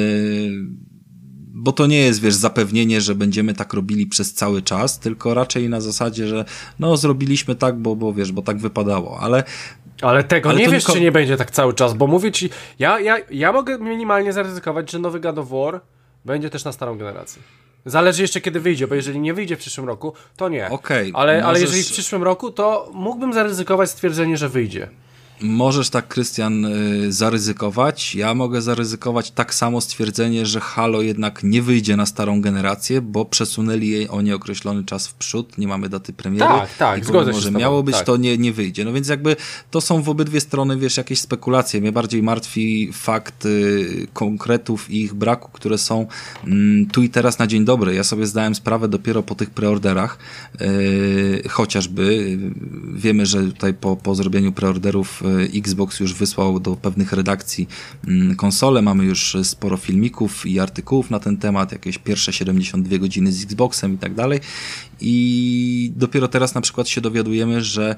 bo to nie jest, wiesz, zapewnienie, że będziemy tak robili przez cały czas, tylko raczej na zasadzie, że no zrobiliśmy tak, bo wiesz, bo tak wypadało, ale tego nie wiesz, czy nie będzie tak cały czas, bo mówię ci, ja mogę minimalnie zaryzykować, że nowy God of War będzie też na starą generację. Zależy jeszcze kiedy wyjdzie, bo jeżeli nie wyjdzie w przyszłym roku, to nie. Okej, ale jeżeli w przyszłym roku, to mógłbym zaryzykować stwierdzenie, że wyjdzie. Możesz tak, Krystian, zaryzykować. Ja mogę zaryzykować tak samo stwierdzenie, że Halo jednak nie wyjdzie na starą generację, bo przesunęli jej o nieokreślony czas w przód, nie mamy daty premiery. Tak, zgodzę się z tobą. Miało być, tak. to nie wyjdzie. No więc jakby to są w obydwie strony, wiesz, jakieś spekulacje. Mnie bardziej martwi fakt konkretów i ich braku, które są tu i teraz na dzień dobry. Ja sobie zdałem sprawę dopiero po tych preorderach, chociażby. Wiemy, że tutaj po zrobieniu preorderów Xbox już wysłał do pewnych redakcji konsolę, mamy już sporo filmików i artykułów na ten temat, jakieś pierwsze 72 godziny z Xboxem i tak dalej i dopiero teraz na przykład się dowiadujemy, że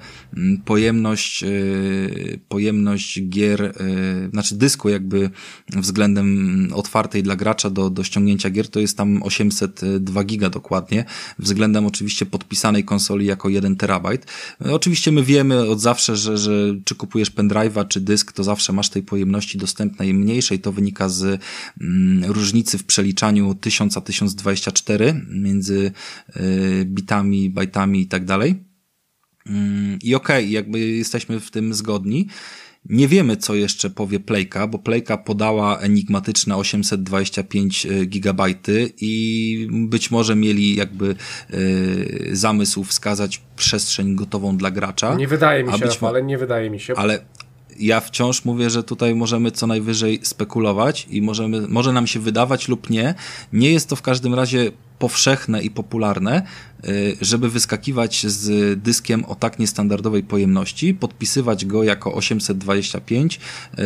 pojemność gier, znaczy dysku jakby względem otwartej dla gracza do ściągnięcia gier to jest tam 802 giga dokładnie, względem oczywiście podpisanej konsoli jako 1 terabajt. Oczywiście my wiemy od zawsze, że czy kupujesz pendrive'a czy dysk, to zawsze masz tej pojemności dostępnej mniejszej. To wynika z różnicy w przeliczaniu 1000 a 1024 między bitami, bajtami i tak dalej. I okej, jakby jesteśmy w tym zgodni. Nie wiemy, co jeszcze powie Playka, bo Playka podała enigmatyczne 825 GB i być może mieli jakby zamysł wskazać przestrzeń gotową dla gracza. Nie wydaje mi się, ale nie wydaje mi się. Ale ja wciąż mówię, że tutaj możemy co najwyżej spekulować i może nam się wydawać lub nie. Nie jest to w każdym razie powszechne i popularne, żeby wyskakiwać z dyskiem o tak niestandardowej pojemności, podpisywać go jako 825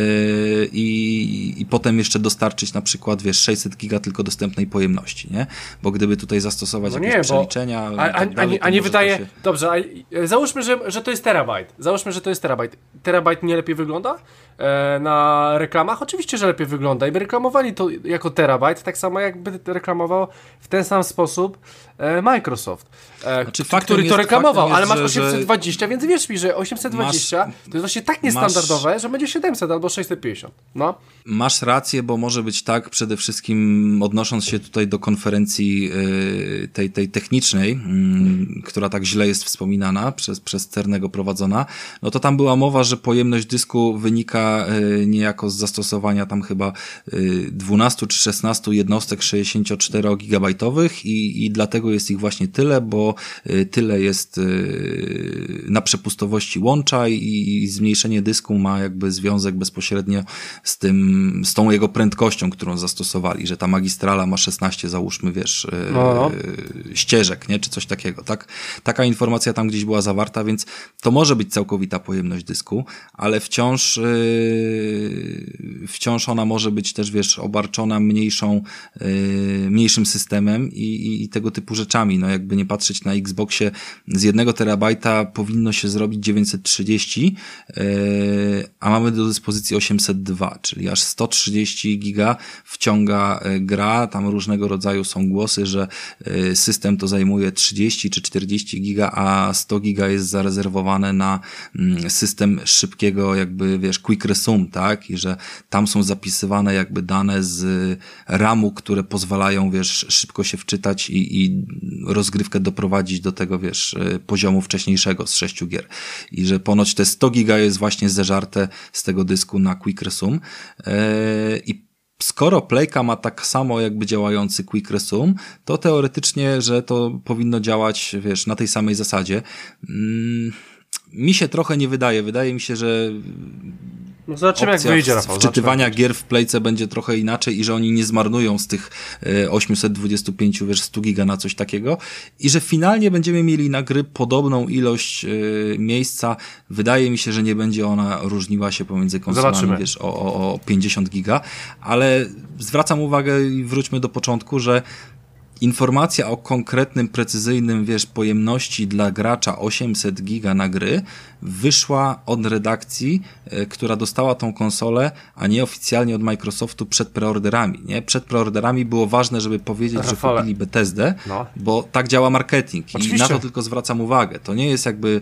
i potem jeszcze dostarczyć na przykład, 600 giga tylko dostępnej pojemności, nie? Bo gdyby tutaj zastosować jakieś przeliczenia... A nie wydaje... Się... Dobrze, załóżmy, że to jest terabajt. Załóżmy, że to jest terabajt. Terabajt nie lepiej wygląda na reklamach? Oczywiście, że lepiej wygląda i by reklamowali to jako terabajt, tak samo jakby reklamował w ten sam sposób Microsoft, który to reklamował, ale masz 820, więc wierz mi, że 820 to jest właśnie tak niestandardowe, że będzie 700 albo 650. No. Masz rację, bo może być tak, przede wszystkim odnosząc się tutaj do konferencji tej technicznej, która tak źle jest wspominana przez Cernego prowadzona, no to tam była mowa, że pojemność dysku wynika niejako z zastosowania tam chyba 12 czy 16 jednostek 64-gigabajtowych i dlatego jest ich właśnie tyle, bo tyle jest na przepustowości łącza i zmniejszenie dysku ma jakby związek bezpośrednio z tą jego prędkością, którą zastosowali, że ta magistrala ma 16, załóżmy, ścieżek, nie? Czy coś takiego, tak? Taka informacja tam gdzieś była zawarta, więc to może być całkowita pojemność dysku, ale wciąż ona może być też, obarczona mniejszym systemem i tego typu rzeczami. No jakby nie patrzeć na Xboxie, z 1 terabajta powinno się zrobić 930, a mamy do dyspozycji 802, czyli aż 130 giga wciąga gra. Tam różnego rodzaju są głosy, że system to zajmuje 30 czy 40 giga, a 100 giga jest zarezerwowane na system szybkiego jakby, quick resume, tak? I że tam są zapisywane jakby dane z RAMu, które pozwalają, szybko się wczytać i rozgrywkę doprowadzić do tego, poziomu wcześniejszego z 6 gier. I że ponoć te 100 giga jest właśnie zeżarte z tego dysku na Quick Resume. I skoro Playka ma tak samo jakby działający Quick Resume, to teoretycznie, że to powinno działać, na tej samej zasadzie. Mi się trochę nie wydaje. Wydaje mi się, że zobaczymy, jak wyjdzie, Rafał. Wczytywania gier w Playce będzie trochę inaczej i że oni nie zmarnują z tych 825, 100 giga na coś takiego i że finalnie będziemy mieli na gry podobną ilość miejsca. Wydaje mi się, że nie będzie ona różniła się pomiędzy konsolami, o 50 giga, ale zwracam uwagę i wróćmy do początku, że informacja o konkretnym, precyzyjnym, pojemności dla gracza 800 giga na gry wyszła od redakcji, która dostała tą konsolę, a nie oficjalnie od Microsoftu przed preorderami, nie? Przed preorderami było ważne, żeby powiedzieć, że kupili Bethesdę, bo tak działa marketing. Oczywiście. I na to tylko zwracam uwagę. To nie jest jakby,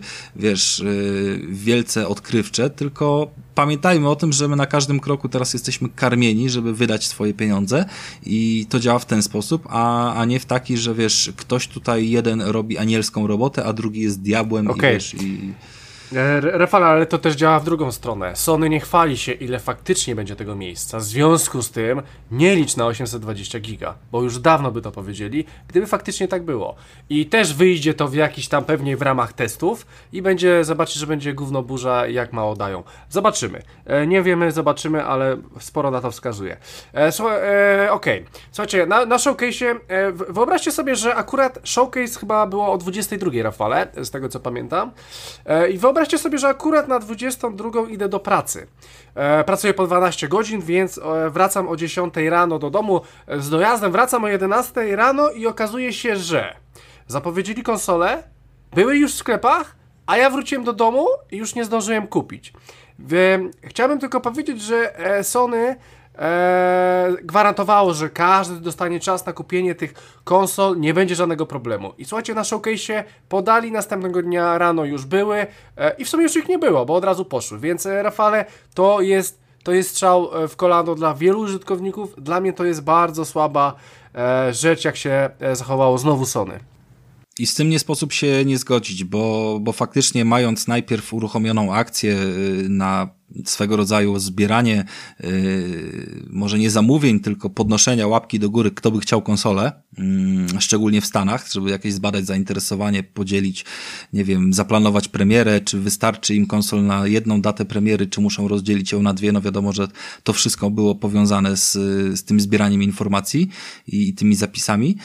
wielce odkrywcze, tylko pamiętajmy o tym, że my na każdym kroku teraz jesteśmy karmieni, żeby wydać swoje pieniądze i to działa w ten sposób, a nie w taki, że ktoś tutaj jeden robi anielską robotę, a drugi jest diabłem i Rafał, ale to też działa w drugą stronę. Sony nie chwali się, ile faktycznie będzie tego miejsca. W związku z tym nie licz na 820 giga, bo już dawno by to powiedzieli, gdyby faktycznie tak było. I też wyjdzie to w jakiś tam pewnie w ramach testów i zobaczysz, że będzie gówno burza, jak mało dają. Zobaczymy. Nie wiemy, zobaczymy, ale sporo na to wskazuje. Okej. Słuchajcie, na showcase'ie, wyobraźcie sobie, że akurat showcase chyba było o 22, Rafale, z tego co pamiętam. I wyobraźcie sobie, że akurat na 22 idę do pracy. Pracuję po 12 godzin, więc wracam o 10 rano do domu z dojazdem, wracam o 11 rano i okazuje się, że zapowiedzieli konsole, były już w sklepach, a ja wróciłem do domu i już nie zdążyłem kupić. Chciałbym tylko powiedzieć, że Sony gwarantowało, że każdy dostanie czas na kupienie tych konsol, nie będzie żadnego problemu. I słuchajcie, na showcase'ie podali, następnego dnia rano już były i w sumie już ich nie było, bo od razu poszły. Więc Rafale, to jest strzał w kolano dla wielu użytkowników. Dla mnie to jest bardzo słaba rzecz, jak się zachowało znowu Sony. I z tym nie sposób się nie zgodzić, bo faktycznie mając najpierw uruchomioną akcję na swego rodzaju zbieranie, może nie zamówień, tylko podnoszenia łapki do góry, kto by chciał konsolę, szczególnie w Stanach, żeby jakieś zbadać zainteresowanie, podzielić, nie wiem, zaplanować premierę, czy wystarczy im konsol na jedną datę premiery, czy muszą rozdzielić ją na dwie. No wiadomo, że to wszystko było powiązane z tym zbieraniem informacji i tymi zapisami.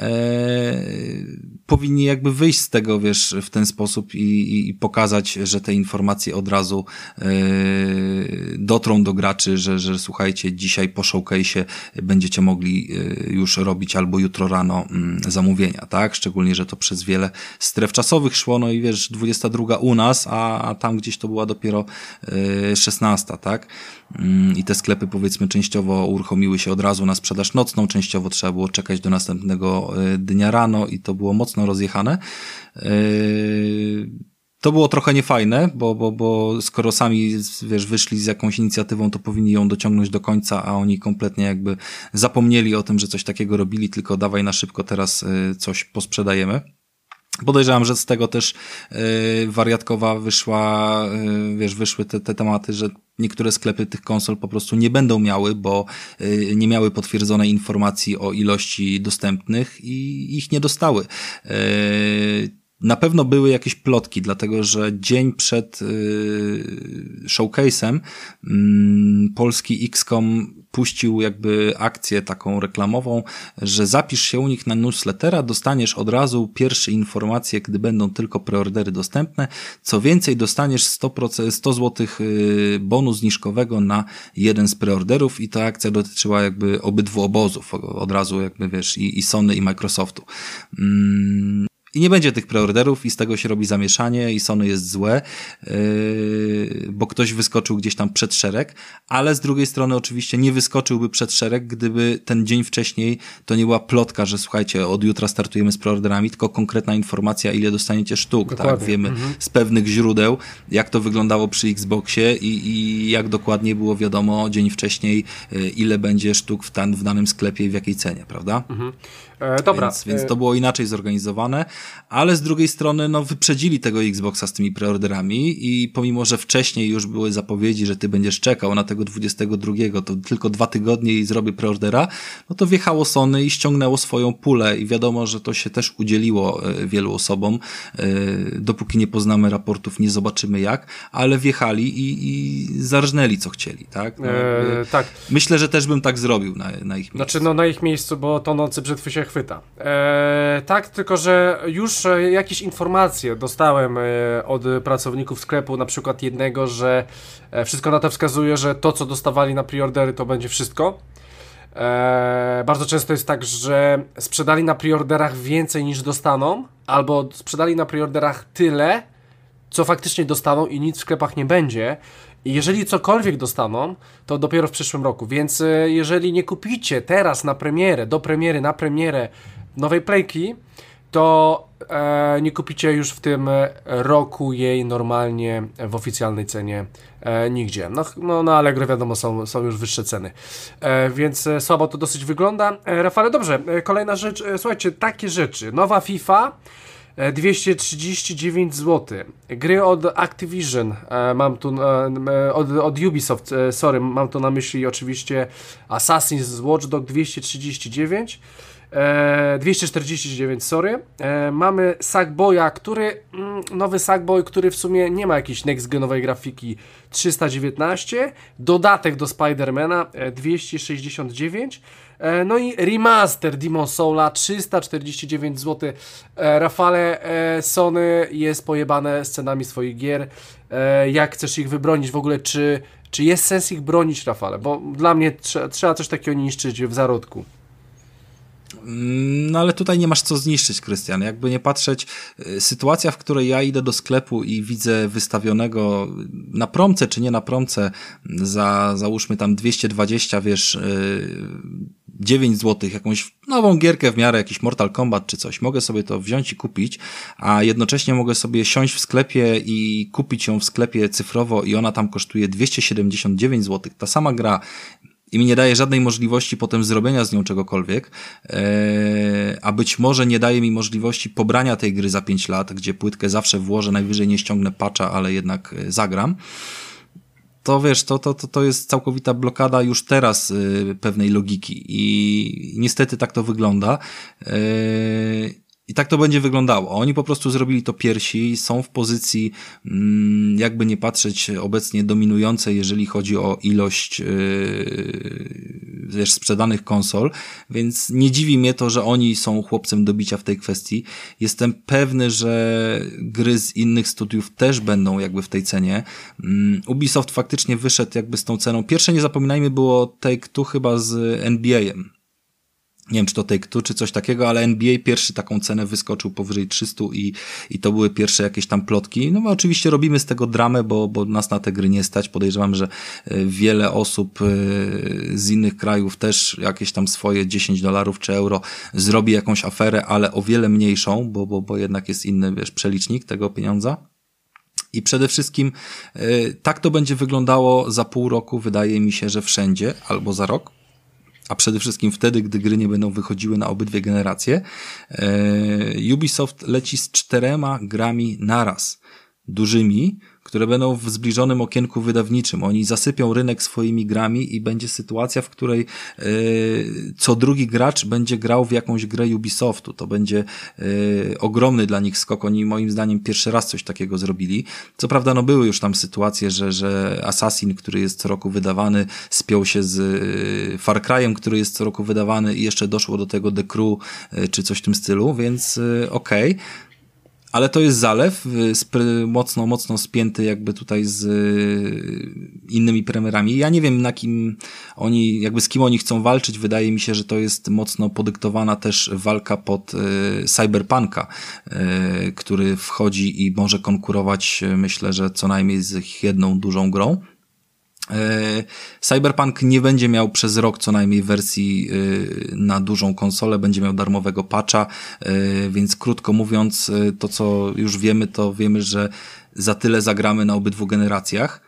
Powinni jakby wyjść z tego, wiesz, w ten sposób i pokazać, że te informacje od razu dotrą do graczy, że słuchajcie, dzisiaj po showcase'ie będziecie mogli już robić albo jutro rano zamówienia, tak? Szczególnie, że to przez wiele stref czasowych szło, no i wiesz, 22 u nas, a tam gdzieś to była dopiero 16, tak? I te sklepy, powiedzmy, częściowo uruchomiły się od razu na sprzedaż nocną, częściowo trzeba było czekać do następnego dnia rano i to było mocno rozjechane. To było trochę niefajne, bo skoro sami, wiesz, wyszli z jakąś inicjatywą, to powinni ją dociągnąć do końca, a oni kompletnie jakby zapomnieli o tym, że coś takiego robili, tylko dawaj na szybko teraz coś posprzedajemy. Podejrzewam, że z tego też wariatkowa wyszła, wiesz, wyszły te tematy, że niektóre sklepy tych konsol po prostu nie będą miały, bo nie miały potwierdzonej informacji o ilości dostępnych i ich nie dostały. Na pewno były jakieś plotki, dlatego że dzień przed showcase'em polski XCOM puścił jakby akcję taką reklamową, że zapisz się u nich na newslettera, dostaniesz od razu pierwsze informacje, gdy będą tylko preordery dostępne. Co więcej, dostaniesz 100 zł bonu zniżkowego na jeden z preorderów i ta akcja dotyczyła jakby obydwu obozów, od razu jakby wiesz, i Sony i Microsoftu. I nie będzie tych preorderów i z tego się robi zamieszanie i Sony jest złe, bo ktoś wyskoczył gdzieś tam przed szereg, ale z drugiej strony oczywiście nie wyskoczyłby przed szereg, gdyby ten dzień wcześniej to nie była plotka, że słuchajcie, od jutra startujemy z preorderami, tylko konkretna informacja, ile dostaniecie sztuk. Dokładnie. Tak? Wiemy z pewnych źródeł, jak to wyglądało przy Xboxie i jak dokładnie było wiadomo dzień wcześniej, ile będzie sztuk w danym sklepie i w jakiej cenie, prawda? Dobra. Więc to było inaczej zorganizowane, ale z drugiej strony no wyprzedzili tego Xboxa z tymi preorderami i pomimo, że wcześniej już były zapowiedzi, że ty będziesz czekał na tego 22, to tylko 2 tygodnie i zrobię preordera, no to wjechało Sony i ściągnęło swoją pulę i wiadomo, że to się też udzieliło wielu osobom, dopóki nie poznamy raportów, nie zobaczymy jak, ale wjechali i zarżnęli co chcieli, tak? No, tak. Myślę, że też bym tak zrobił na ich miejscu. Znaczy no na ich miejscu, bo to nocy brzytwy się chwyta. Tak, tylko że już jakieś informacje dostałem od pracowników sklepu, na przykład jednego, że wszystko na to wskazuje, że to, co dostawali na preordery, to będzie wszystko. Bardzo często jest tak, że sprzedali na preorderach więcej niż dostaną, albo sprzedali na preorderach tyle, co faktycznie dostaną i nic w sklepach nie będzie. I jeżeli cokolwiek dostaną, to dopiero w przyszłym roku, więc jeżeli nie kupicie teraz na premierę nowej Playki, to nie kupicie już w tym roku jej normalnie w oficjalnej cenie nigdzie. No na Allegro wiadomo są już wyższe ceny, więc słabo to dosyć wygląda. Rafale, dobrze, kolejna rzecz, słuchajcie, takie rzeczy, nowa FIFA 239 zł. Gry od Activision, mam tu od Ubisoft, mam tu na myśli oczywiście Assassin's Watch Dog 249, mamy Sackboya, nowy Sackboy, który w sumie nie ma jakiejś next-genowej grafiki, 319, dodatek do Spidermana 269, no i remaster Demon's Soula 349 zł. Rafale, Sony jest pojebane z cenami swoich gier. Jak chcesz ich wybronić w ogóle? Czy jest sens ich bronić, Rafale? Bo dla mnie trzeba coś takiego niszczyć w zarodku. No ale tutaj nie masz co zniszczyć, Krystian. Jakby nie patrzeć, sytuacja, w której ja idę do sklepu i widzę wystawionego na promce czy nie na promce za załóżmy tam 220, wiesz, 9 zł, jakąś nową gierkę w miarę, jakiś Mortal Kombat czy coś, mogę sobie to wziąć i kupić, a jednocześnie mogę sobie siąść w sklepie i kupić ją w sklepie cyfrowo i ona tam kosztuje 279 zł. Ta sama gra i mi nie daje żadnej możliwości potem zrobienia z nią czegokolwiek, a być może nie daje mi możliwości pobrania tej gry za 5 lat, gdzie płytkę zawsze włożę, najwyżej nie ściągnę patcha, ale jednak zagram. to wiesz, to jest całkowita blokada już teraz pewnej logiki i niestety tak to wygląda. I tak to będzie wyglądało. Oni po prostu zrobili to pierwsi, są w pozycji, jakby nie patrzeć, obecnie dominującej, jeżeli chodzi o ilość wiesz, sprzedanych konsol, więc nie dziwi mnie to, że oni są chłopcem do bicia w tej kwestii. Jestem pewny, że gry z innych studiów też będą jakby w tej cenie. Ubisoft faktycznie wyszedł jakby z tą ceną. Pierwsze, nie zapominajmy, było Take-Two chyba z NBA-em. Nie wiem, czy to Take-Two, czy coś takiego, ale NBA pierwszy taką cenę wyskoczył powyżej 300 i to były pierwsze jakieś tam plotki. No my oczywiście robimy z tego dramę, bo nas na te gry nie stać. Podejrzewam, że wiele osób z innych krajów też jakieś tam swoje $10 czy euro zrobi jakąś aferę, ale o wiele mniejszą, bo jednak jest inny, wiesz, przelicznik tego pieniądza. I przede wszystkim tak to będzie wyglądało za pół roku, wydaje mi się, że wszędzie, albo za rok. A przede wszystkim wtedy, gdy gry nie będą wychodziły na obydwie generacje. Ubisoft leci z 4 grami naraz, dużymi, które będą w zbliżonym okienku wydawniczym. Oni zasypią rynek swoimi grami i będzie sytuacja, w której co drugi gracz będzie grał w jakąś grę Ubisoftu. To będzie ogromny dla nich skok. Oni moim zdaniem pierwszy raz coś takiego zrobili. Co prawda no były już tam sytuacje, że Assassin, który jest co roku wydawany, spiął się z Far Cry'em, który jest co roku wydawany i jeszcze doszło do tego The Crew czy coś w tym stylu, więc okej. Ale to jest zalew, mocno spięty jakby tutaj z innymi premierami. Ja nie wiem, na kim oni, jakby z kim oni chcą walczyć. Wydaje mi się, że to jest mocno podyktowana też walka pod Cyberpunka, który wchodzi i może konkurować, myślę, że co najmniej z ich jedną dużą grą. Cyberpunk nie będzie miał przez rok co najmniej wersji na dużą konsolę, będzie miał darmowego patcha, więc krótko mówiąc, to co już wiemy, to wiemy, że za tyle zagramy na obydwu generacjach.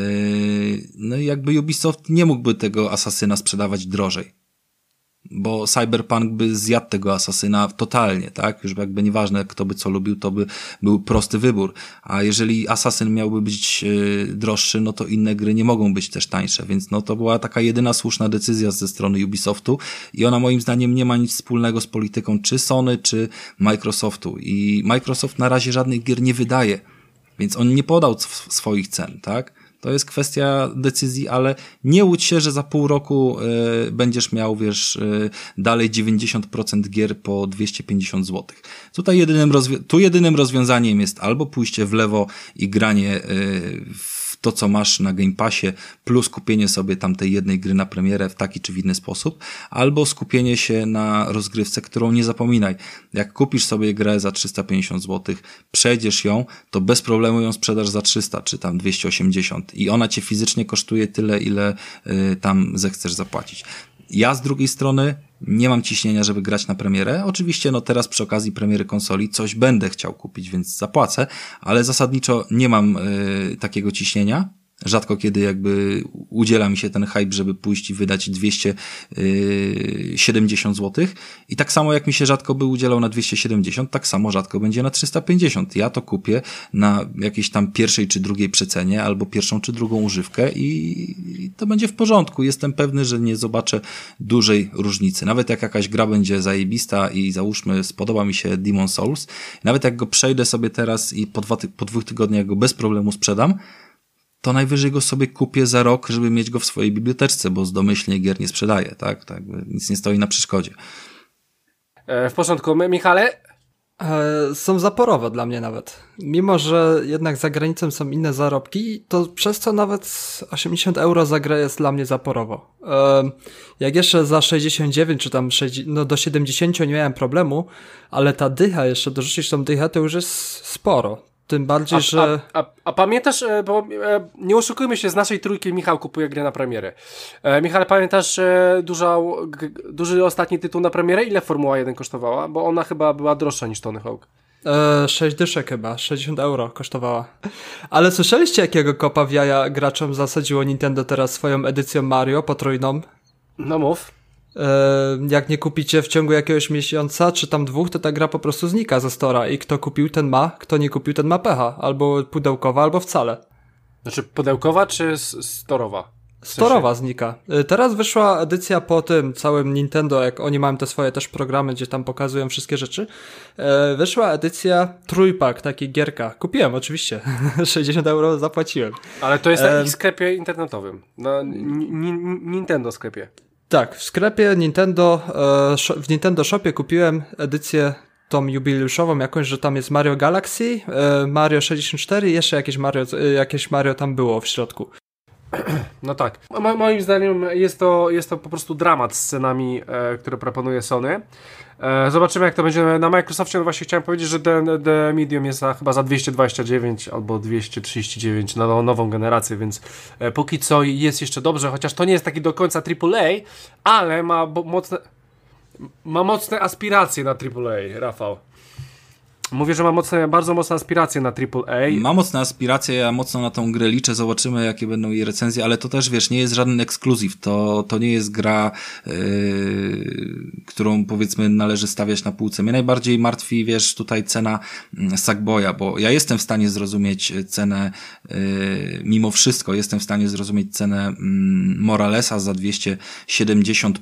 No i jakby Ubisoft nie mógłby tego Asasyna sprzedawać drożej, bo Cyberpunk by zjadł tego Asasyna totalnie, tak? Już jakby nieważne, kto by co lubił, to by był prosty wybór. A jeżeli Assassin miałby być droższy, no to inne gry nie mogą być też tańsze, więc no to była taka jedyna słuszna decyzja ze strony Ubisoftu i ona moim zdaniem nie ma nic wspólnego z polityką czy Sony, czy Microsoftu. I Microsoft na razie żadnych gier nie wydaje, więc on nie podał swoich cen, tak? To jest kwestia decyzji, ale nie łudź się, że za pół roku będziesz miał, wiesz, dalej 90% gier po 250 zł. Tutaj jedynym rozwiązaniem jest albo pójście w lewo i granie w to, co masz na Game Passie, plus kupienie sobie tamtej jednej gry na premierę w taki czy w inny sposób, albo skupienie się na rozgrywce, którą nie zapominaj. Jak kupisz sobie grę za 350 zł, przejdziesz ją, to bez problemu ją sprzedasz za 300 czy tam 280 i ona cię fizycznie kosztuje tyle, ile tam zechcesz zapłacić. Ja z drugiej strony nie mam ciśnienia, żeby grać na premierę. Oczywiście no teraz przy okazji premiery konsoli coś będę chciał kupić, więc zapłacę, ale zasadniczo nie mam takiego ciśnienia. Rzadko kiedy jakby udziela mi się ten hype, żeby pójść i wydać 270 zł. I tak samo jak mi się rzadko by udzielał na 270, tak samo rzadko będzie na 350. Ja to kupię na jakiejś tam pierwszej czy drugiej przecenie, albo pierwszą czy drugą używkę i to będzie w porządku. Jestem pewny, że nie zobaczę dużej różnicy. Nawet jak jakaś gra będzie zajebista i załóżmy spodoba mi się Demon's Souls, nawet jak go przejdę sobie teraz i po 2 tygodniach go bez problemu sprzedam, to najwyżej go sobie kupię za rok, żeby mieć go w swojej biblioteczce, bo z domyślnie gier nie sprzedaję, tak? Tak, nic nie stoi na przeszkodzie. W porządku. Michale? Są zaporowe dla mnie nawet. Mimo, że jednak za granicą są inne zarobki, to przez to nawet 80 euro za grę jest dla mnie zaporowo. Jak jeszcze za 69 czy tam do 70 nie miałem problemu, ale ta dycha, jeszcze dorzucić tą dychę, to już jest sporo. Tym bardziej, że... A pamiętasz, bo nie oszukujmy się, z naszej trójki Michał kupuje grę na premierę. Michał, pamiętasz duży ostatni tytuł na premierę? Ile Formuła 1 kosztowała? Bo ona chyba była droższa niż Tony Hawk. 6 dyszek chyba, 60 euro kosztowała. Ale słyszeliście, jakiego kopa w jaja graczom zasadziło Nintendo teraz swoją edycją Mario potrójną? No mów. Jak nie kupicie w ciągu jakiegoś miesiąca, czy tam 2, to ta gra po prostu znika ze stora i kto kupił, ten ma, kto nie kupił, ten ma pecha. Albo pudełkowa, albo wcale. Znaczy pudełkowa czy storowa? Storowa znika. Teraz wyszła edycja po tym całym Nintendo, jak oni mają te swoje też programy, gdzie tam pokazują wszystkie rzeczy. Wyszła edycja trójpak, taki gierka. Kupiłem oczywiście. 60 euro zapłaciłem. Ale to jest na ich sklepie internetowym. Na Nintendo sklepie. Tak, w sklepie Nintendo, w Nintendo Shopie kupiłem edycję tą jubileuszową jakąś, że tam jest Mario Galaxy, Mario 64 i jeszcze jakieś Mario tam było w środku. No tak. Moim zdaniem jest to po prostu dramat z cenami, które proponuje Sony. Zobaczymy, jak to będzie na Microsoftie. No właśnie chciałem powiedzieć, że The Medium jest chyba za 229 albo 239 na nową generację, więc póki co jest jeszcze dobrze, chociaż to nie jest taki do końca AAA, ale ma mocne aspiracje na AAA, Rafał. Mówię, że ma bardzo mocne aspiracje na AAA. Ma mocne aspiracje, ja mocno na tą grę liczę, zobaczymy jakie będą jej recenzje, ale to też, wiesz, nie jest żaden ekskluzyw, to nie jest gra, którą powiedzmy należy stawiać na półce. Mnie najbardziej martwi, wiesz, tutaj cena Sackboya, bo ja jestem w stanie zrozumieć cenę, mimo wszystko jestem w stanie zrozumieć cenę Moralesa za 270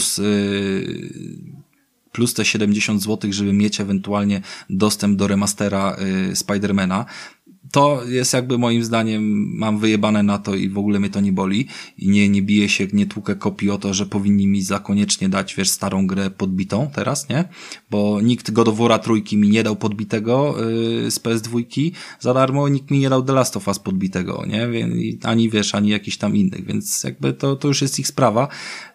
plus te 70 zł, żeby mieć ewentualnie dostęp do remastera Spidermana. To jest jakby moim zdaniem, mam wyjebane na to i w ogóle mnie to nie boli i nie biję się, nie tłukę kopii o to, że powinni mi za koniecznie dać, wiesz, starą grę podbitą teraz, nie? Bo nikt God of War'a trójki mi nie dał podbitego z PS2 za darmo, nikt mi nie dał The Last of Us podbitego, nie? Ani wiesz, ani jakiś tam innych, więc jakby to już jest ich sprawa.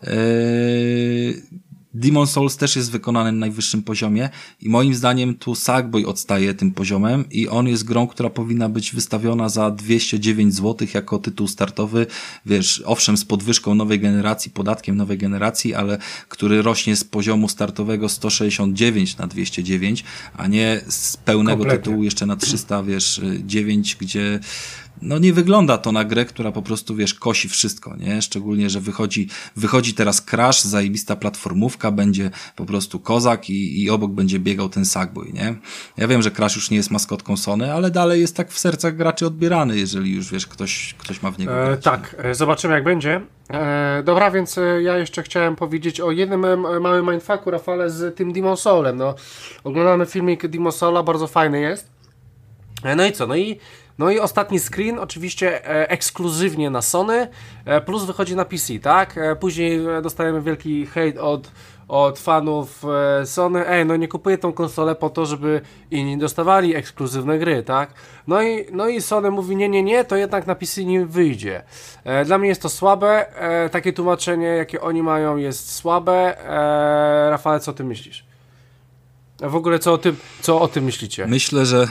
Demon's Souls też jest wykonany na najwyższym poziomie i moim zdaniem tu Sackboy odstaje tym poziomem i on jest grą, która powinna być wystawiona za 209 zł jako tytuł startowy, wiesz, owszem z podwyżką nowej generacji, podatkiem nowej generacji, ale który rośnie z poziomu startowego 169 na 209, a nie z pełnego tytułu jeszcze na 300, wiesz, 9, gdzie no nie wygląda to na grę, która po prostu, wiesz, kosi wszystko, nie? Szczególnie, że wychodzi teraz Crash, zajebista platformówka, będzie po prostu kozak i obok będzie biegał ten Sackboy, nie? Ja wiem, że Crash już nie jest maskotką Sony, ale dalej jest tak w sercach graczy odbierany, jeżeli już, wiesz, ktoś ma w niego grać. Tak, zobaczymy jak będzie. Dobra, więc ja jeszcze chciałem powiedzieć o jednym małym mindfucku, Rafale, z tym Demon's Soulem. No, oglądamy filmik Demon's Soula, bardzo fajny jest. No i co? No i ostatni screen, oczywiście ekskluzywnie na Sony, plus wychodzi na PC, tak? Później dostajemy wielki hejt od fanów Sony. No nie kupuję tą konsolę po to, żeby inni dostawali ekskluzywne gry, tak? No i Sony mówi, nie, to jednak na PC nie wyjdzie. Dla mnie jest to słabe, takie tłumaczenie, jakie oni mają, jest słabe. Rafale, co ty myślisz? W ogóle co o tym myślicie? Myślę, że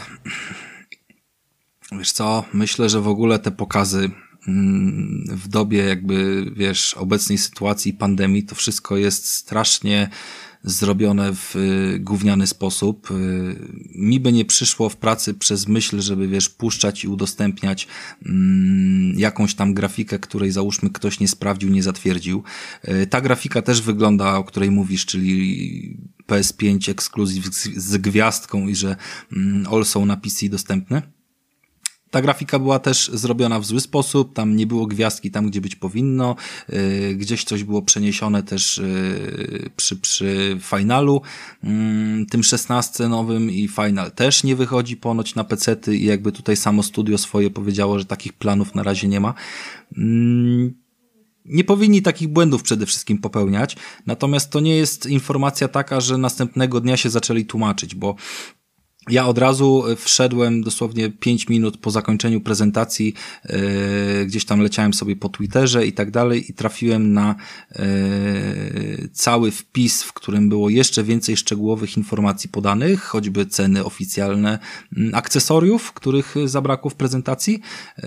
wiesz co, myślę, że w ogóle te pokazy w dobie jakby, wiesz, obecnej sytuacji pandemii, to wszystko jest strasznie zrobione w gówniany sposób. Mi by nie przyszło w pracy przez myśl, żeby, wiesz, puszczać i udostępniać jakąś tam grafikę, której załóżmy ktoś nie sprawdził, nie zatwierdził. Ta grafika też wygląda, o której mówisz, czyli PS5 ekskluzyw z gwiazdką i że all są na PC dostępne. Ta grafika była też zrobiona w zły sposób, tam nie było gwiazdki tam, gdzie być powinno, gdzieś coś było przeniesione też przy finalu, tym 16 nowym i final też nie wychodzi ponoć na pecety i jakby tutaj samo studio swoje powiedziało, że takich planów na razie nie ma. Nie powinni takich błędów przede wszystkim popełniać, natomiast to nie jest informacja taka, że następnego dnia się zaczęli tłumaczyć, bo ja od razu wszedłem dosłownie 5 minut po zakończeniu prezentacji, gdzieś tam leciałem sobie po Twitterze i tak dalej i trafiłem na cały wpis, w którym było jeszcze więcej szczegółowych informacji podanych, choćby ceny oficjalne akcesoriów, których zabrakło w prezentacji,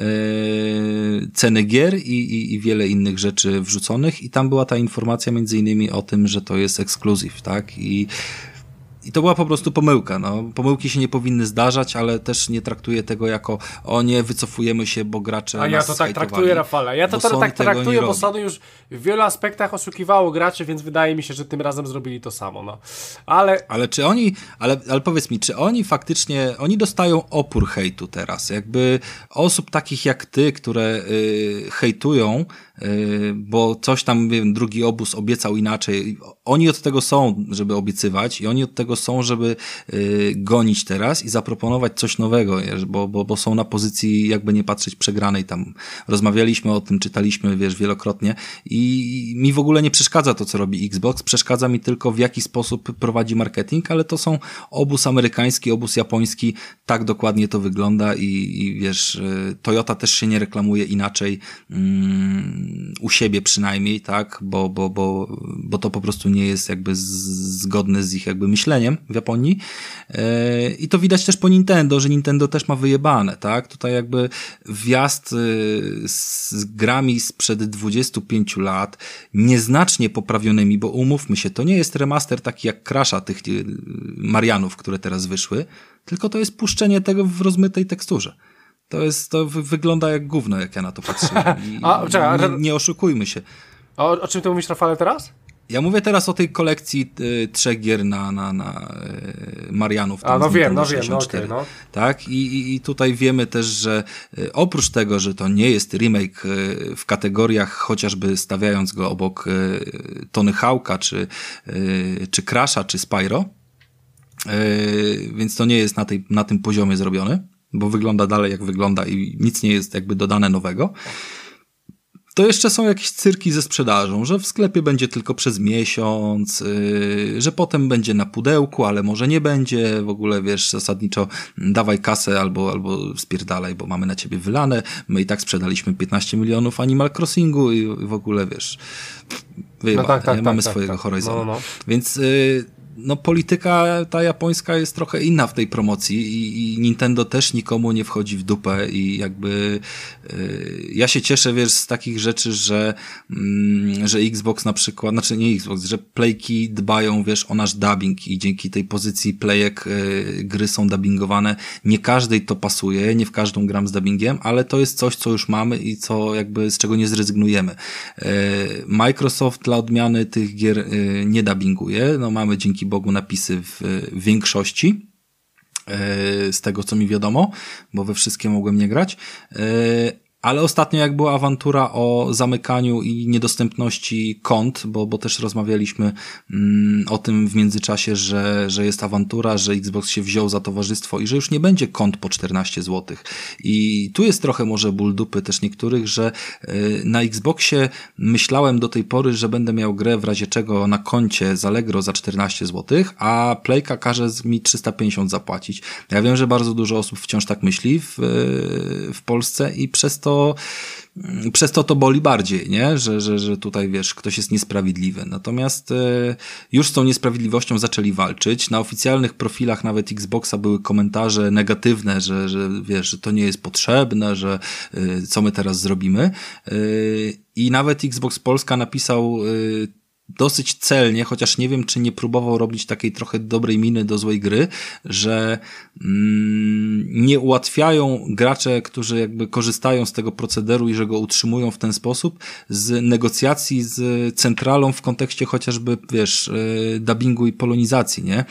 ceny gier i wiele innych rzeczy wrzuconych i tam była ta informacja między innymi o tym, że to jest ekskluzyw, tak? I I to była po prostu pomyłka. No. Pomyłki się nie powinny zdarzać, ale też nie traktuję tego jako o nie, wycofujemy się, bo gracze A ja nas to tak zhejtowali. traktuję, Rafale. Ja to Bo Sony tak tego nie traktuję, bo robi. Sony już w wielu aspektach oszukiwało graczy, więc wydaje mi się, że tym razem zrobili to samo. No. Ale czy oni, ale powiedz mi, czy oni faktycznie, oni dostają opór hejtu teraz? Jakby osób takich jak ty, które hejtują, bo coś tam, nie wiem, drugi obóz obiecał inaczej. Oni od tego są, żeby obiecywać i oni od tego są, żeby gonić teraz i zaproponować coś nowego, bo są na pozycji, jakby nie patrzeć, przegranej. Tam rozmawialiśmy o tym, czytaliśmy, wiesz, wielokrotnie i mi w ogóle nie przeszkadza to, co robi Xbox, przeszkadza mi tylko w jaki sposób prowadzi marketing, ale to są obóz amerykański, obóz japoński, tak dokładnie to wygląda i wiesz, Toyota też się nie reklamuje inaczej, u siebie przynajmniej, tak, bo to po prostu nie jest jakby zgodne z ich jakby myśleniem w Japonii. I to widać też po Nintendo, że Nintendo też ma wyjebane, tak? Tutaj jakby wjazd z grami sprzed 25 lat, nieznacznie poprawionymi, bo umówmy się, to nie jest remaster taki jak Crasha tych Marianów, które teraz wyszły, tylko to jest puszczenie tego w rozmytej teksturze. To wygląda jak gówno, jak ja na to patrzę. Nie oszukujmy się. O czym ty mówisz, Rafale, teraz? Ja mówię teraz o tej kolekcji 3 gier na Marianów. Wiem, no. Tak? I tutaj wiemy też, że oprócz tego, że to nie jest remake w kategoriach, chociażby stawiając go obok Tony Hawk'a, czy Crasha, czy Spyro, więc to nie jest na tym poziomie zrobione, bo wygląda dalej jak wygląda i nic nie jest jakby dodane nowego. To jeszcze są jakieś cyrki ze sprzedażą, że w sklepie będzie tylko przez miesiąc, że potem będzie na pudełku, ale może nie będzie, w ogóle wiesz, zasadniczo dawaj kasę albo spierdalaj, bo mamy na ciebie wylane, my i tak sprzedaliśmy 15 milionów Animal Crossingu i w ogóle wiesz, wyjebane, mamy swojego Horizona. No. Więc polityka ta japońska jest trochę inna w tej promocji i Nintendo też nikomu nie wchodzi w dupę i jakby ja się cieszę, wiesz, z takich rzeczy, że Xbox na przykład, znaczy nie Xbox, że playki dbają, wiesz, o nasz dubbing i dzięki tej pozycji playek gry są dubbingowane. Nie każdej to pasuje, nie w każdą gram z dubbingiem, ale to jest coś, co już mamy i co jakby z czego nie zrezygnujemy. Microsoft dla odmiany tych gier nie dubbinguje, no mamy dzięki Bogu napisy w większości z tego, co mi wiadomo, bo we wszystkie mogłem nie grać. Ale ostatnio jak była awantura o zamykaniu i niedostępności kont, bo też rozmawialiśmy o tym w międzyczasie, że jest awantura, że Xbox się wziął za towarzystwo i że już nie będzie kont po 14 zł. I tu jest trochę może ból dupy też niektórych, że na Xboxie myślałem do tej pory, że będę miał grę w razie czego na koncie z Allegro za 14 zł, a Playka każe mi 350 zapłacić. Ja wiem, że bardzo dużo osób wciąż tak myśli w Polsce i przez to boli bardziej, nie? Że tutaj, wiesz, ktoś jest niesprawiedliwy. Natomiast już z tą niesprawiedliwością zaczęli walczyć. Na oficjalnych profilach nawet Xboxa były komentarze negatywne, że wiesz, że to nie jest potrzebne, że co my teraz zrobimy. I nawet Xbox Polska napisał dosyć celnie, chociaż nie wiem, czy nie próbował robić takiej trochę dobrej miny do złej gry, że nie ułatwiają gracze, którzy jakby korzystają z tego procederu i że go utrzymują w ten sposób, z negocjacji z centralą w kontekście chociażby, wiesz, dubbingu i polonizacji, nie?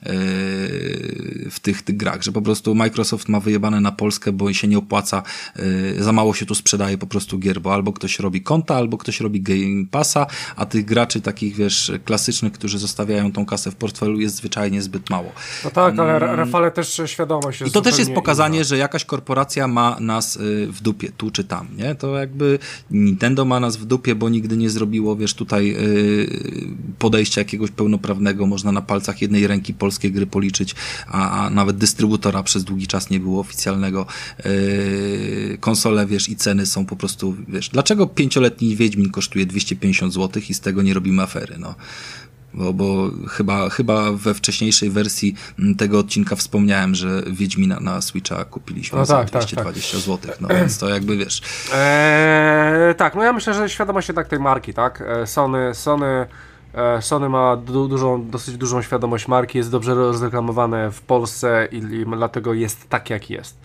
W tych grach, że po prostu Microsoft ma wyjebane na Polskę, bo się nie opłaca, za mało się tu sprzedaje po prostu gier, bo albo ktoś robi konta, albo ktoś robi Game Passa, a tych graczy takich, wiesz, klasycznych, którzy zostawiają tą kasę w portfelu, jest zwyczajnie zbyt mało. No tak, ale Rafale też świadomość jest. I to też jest pokazanie, inna. że jakaś korporacja ma nas w dupie, tu czy tam, nie? To jakby Nintendo ma nas w dupie, bo nigdy nie zrobiło, wiesz, tutaj podejścia jakiegoś pełnoprawnego, można na palcach jednej ręki polskie gry policzyć, a nawet dystrybutora przez długi czas nie było oficjalnego. Konsole, wiesz, i ceny są po prostu, wiesz, dlaczego 5-letni Wiedźmin kosztuje 250 zł i z tego nie robimy afery, no. Bo chyba we wcześniejszej wersji tego odcinka wspomniałem, że Wiedźmina na Switcha kupiliśmy za 220 zł, no więc to jakby wiesz. Tak, no ja myślę, że świadomość jednak tej marki, tak? Sony Sony ma dosyć dużą świadomość marki, jest dobrze rozreklamowane w Polsce i dlatego jest tak, jak jest.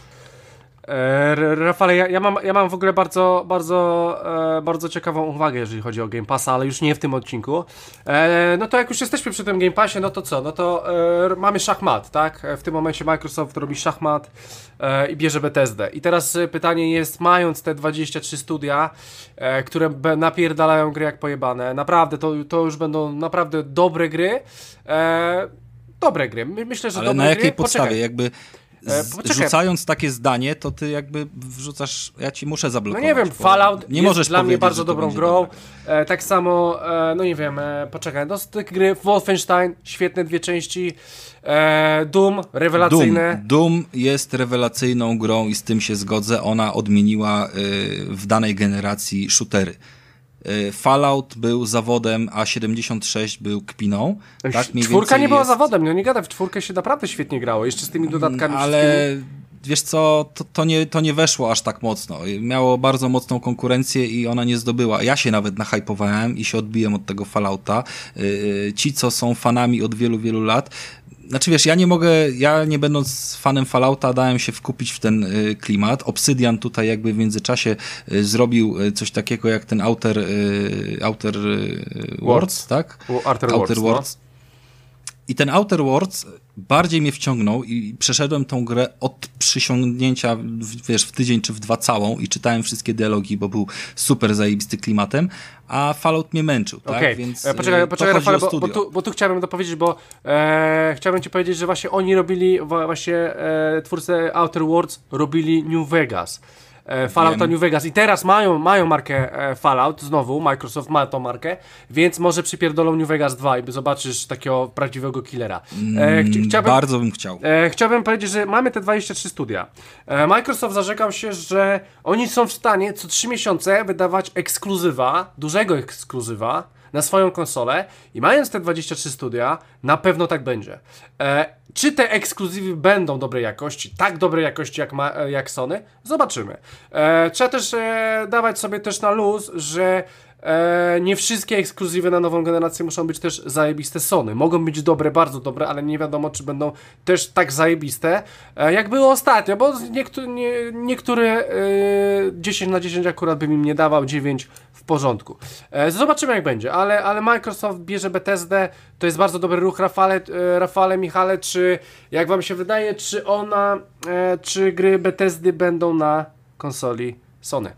Rafale, ja mam w ogóle bardzo ciekawą uwagę, jeżeli chodzi o Game Passa, ale już nie w tym odcinku. No to jak już jesteśmy przy tym Game Passie, no to co? No to mamy szachmat, tak? W tym momencie Microsoft robi szachmat i bierze Bethesdę. I teraz pytanie jest, mając te 23 studia, które napierdalają gry jak pojebane, naprawdę, to już będą naprawdę dobre gry. Dobre gry. Myślę, że ale dobre na jakiej gry. podstawie? Poczekaj. Jakby rzucając takie zdanie, to ty jakby wrzucasz, ja ci muszę zablokować. No nie wiem, Fallout nie jest możesz dla mnie powiedzieć, bardzo że to dobrą będzie grą. dobre. Tak samo, no nie wiem, poczekaj, no z tych gry Wolfenstein, świetne 2 części, Doom, rewelacyjne. Doom jest rewelacyjną grą i z tym się zgodzę. Ona odmieniła w danej generacji shootery. Fallout był zawodem, a 76 był kpiną. Tak, mniej Czwórka więcej nie była jest... zawodem, no nie gadaj, w czwórkę się naprawdę świetnie grało, jeszcze z tymi dodatkami ale wszystkimi. wiesz co, to nie weszło aż tak mocno. Miało bardzo mocną konkurencję i ona nie zdobyła. Ja się nawet nahypowałem i się odbiłem od tego Fallouta. Ci, co są fanami od wielu, wielu lat, znaczy wiesz, ja nie będąc fanem Fallouta dałem się wkupić w ten klimat. Obsydian tutaj jakby w międzyczasie zrobił coś takiego jak ten Outer Worlds, tak? Outer Worlds. I ten Outer Worlds bardziej mnie wciągnął i przeszedłem tą grę od przysiągnięcia, wiesz, w tydzień czy w 2 całą i czytałem wszystkie dialogi, bo był super zajebisty klimatem, a Fallout mnie męczył, tak? Okay. Więc poczekaj Rafale, bo tu chciałbym dopowiedzieć, bo chciałbym ci powiedzieć, że właśnie oni robili, twórcy Outer Worlds robili New Vegas. Fallouta New Vegas i teraz mają markę Fallout, znowu Microsoft ma tą markę, więc może przypierdolą New Vegas 2 i zobaczysz takiego prawdziwego killera. Bardzo bym chciał. Chciałbym powiedzieć, że mamy te 23 studia. Microsoft zarzekał się, że oni są w stanie co 3 miesiące wydawać ekskluzywa, dużego ekskluzywa na swoją konsolę i mając te 23 studia, na pewno tak będzie. Czy te ekskluzywy będą dobrej jakości, tak dobrej jakości jak Sony? Zobaczymy. Trzeba też dawać sobie też na luz, że nie wszystkie ekskluzywy na nową generację muszą być też zajebiste Sony. Mogą być dobre, bardzo dobre, ale nie wiadomo, czy będą też tak zajebiste, jak było ostatnio, bo niektóre 10 na 10 akurat bym im nie dawał, 9 w porządku. Zobaczymy, jak będzie, ale Microsoft bierze Bethesdę, to jest bardzo dobry ruch. Rafale, Michale, czy jak wam się wydaje, czy gry Bethesdy będą na konsoli Sony?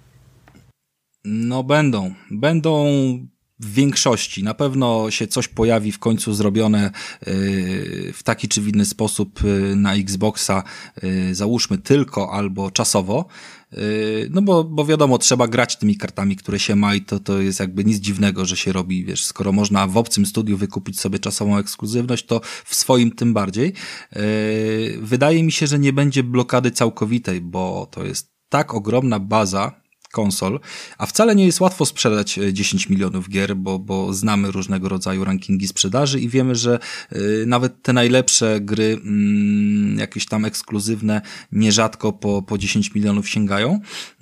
No będą w większości. Na pewno się coś pojawi w końcu zrobione w taki czy w inny sposób na Xboxa, załóżmy tylko albo czasowo. No bo wiadomo, trzeba grać tymi kartami, które się ma i to jest jakby nic dziwnego, że się robi, wiesz, skoro można w obcym studiu wykupić sobie czasową ekskluzywność, to w swoim tym bardziej. Wydaje mi się, że nie będzie blokady całkowitej, bo to jest tak ogromna baza konsol, a wcale nie jest łatwo sprzedać 10 milionów gier, bo znamy różnego rodzaju rankingi sprzedaży i wiemy, że nawet te najlepsze gry, jakieś tam ekskluzywne, nierzadko po 10 milionów sięgają.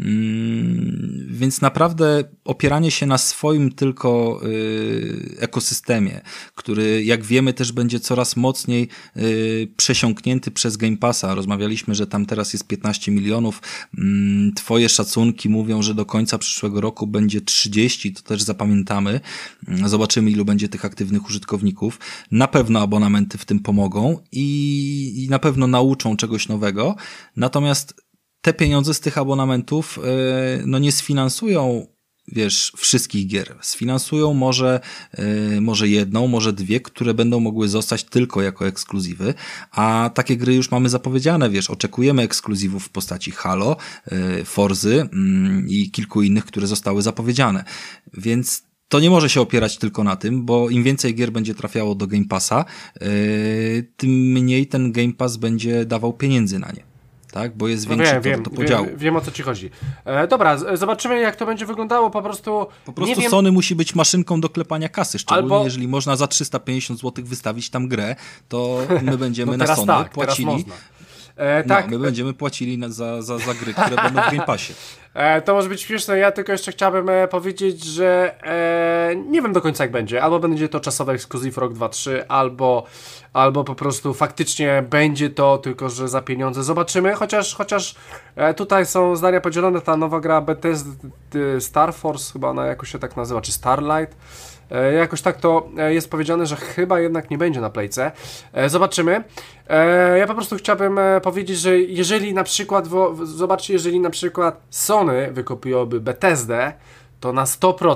Więc naprawdę opieranie się na swoim tylko ekosystemie, który jak wiemy też będzie coraz mocniej przesiąknięty przez Game Passa. Rozmawialiśmy, że tam teraz jest 15 milionów. Twoje szacunki mówią, że do końca przyszłego roku będzie 30, to też zapamiętamy. Zobaczymy, ilu będzie tych aktywnych użytkowników. Na pewno abonamenty w tym pomogą i na pewno nauczą czegoś nowego. Natomiast te pieniądze z tych abonamentów no nie sfinansują, wiesz, wszystkich gier. Sfinansują może jedną, może 2, które będą mogły zostać tylko jako ekskluzywy, a takie gry już mamy zapowiedziane, wiesz, oczekujemy ekskluzywów w postaci Halo, Forzy i kilku innych, które zostały zapowiedziane. Więc to nie może się opierać tylko na tym, bo im więcej gier będzie trafiało do Game Passa, tym mniej ten Game Pass będzie dawał pieniędzy na nie. Tak, bo jest większy do podziału. Wiem, o co ci chodzi. Dobra, zobaczymy, jak to będzie wyglądało. Po prostu Sony musi być maszynką do klepania kasy, szczególnie jeżeli można za 350 zł wystawić tam grę, to my będziemy na Sony płacili. Tak. No, my będziemy płacili za gry, które będą w Game Passie. To może być śmieszne, ja tylko jeszcze chciałbym powiedzieć, że nie wiem do końca jak będzie, albo będzie to czasowy ekskluzyw rok, 2, 3, albo po prostu faktycznie będzie to, tylko że za pieniądze, zobaczymy, chociaż tutaj są zdania podzielone, ta nowa gra Bethesda Star Force, chyba ona jakoś się tak nazywa, czy Starlight, jakoś tak to jest powiedziane, że chyba jednak nie będzie na Playce. Zobaczymy. Ja po prostu chciałbym powiedzieć, że jeżeli na przykład, zobaczcie, jeżeli na przykład Sony wykupiłoby Bethesdę, to na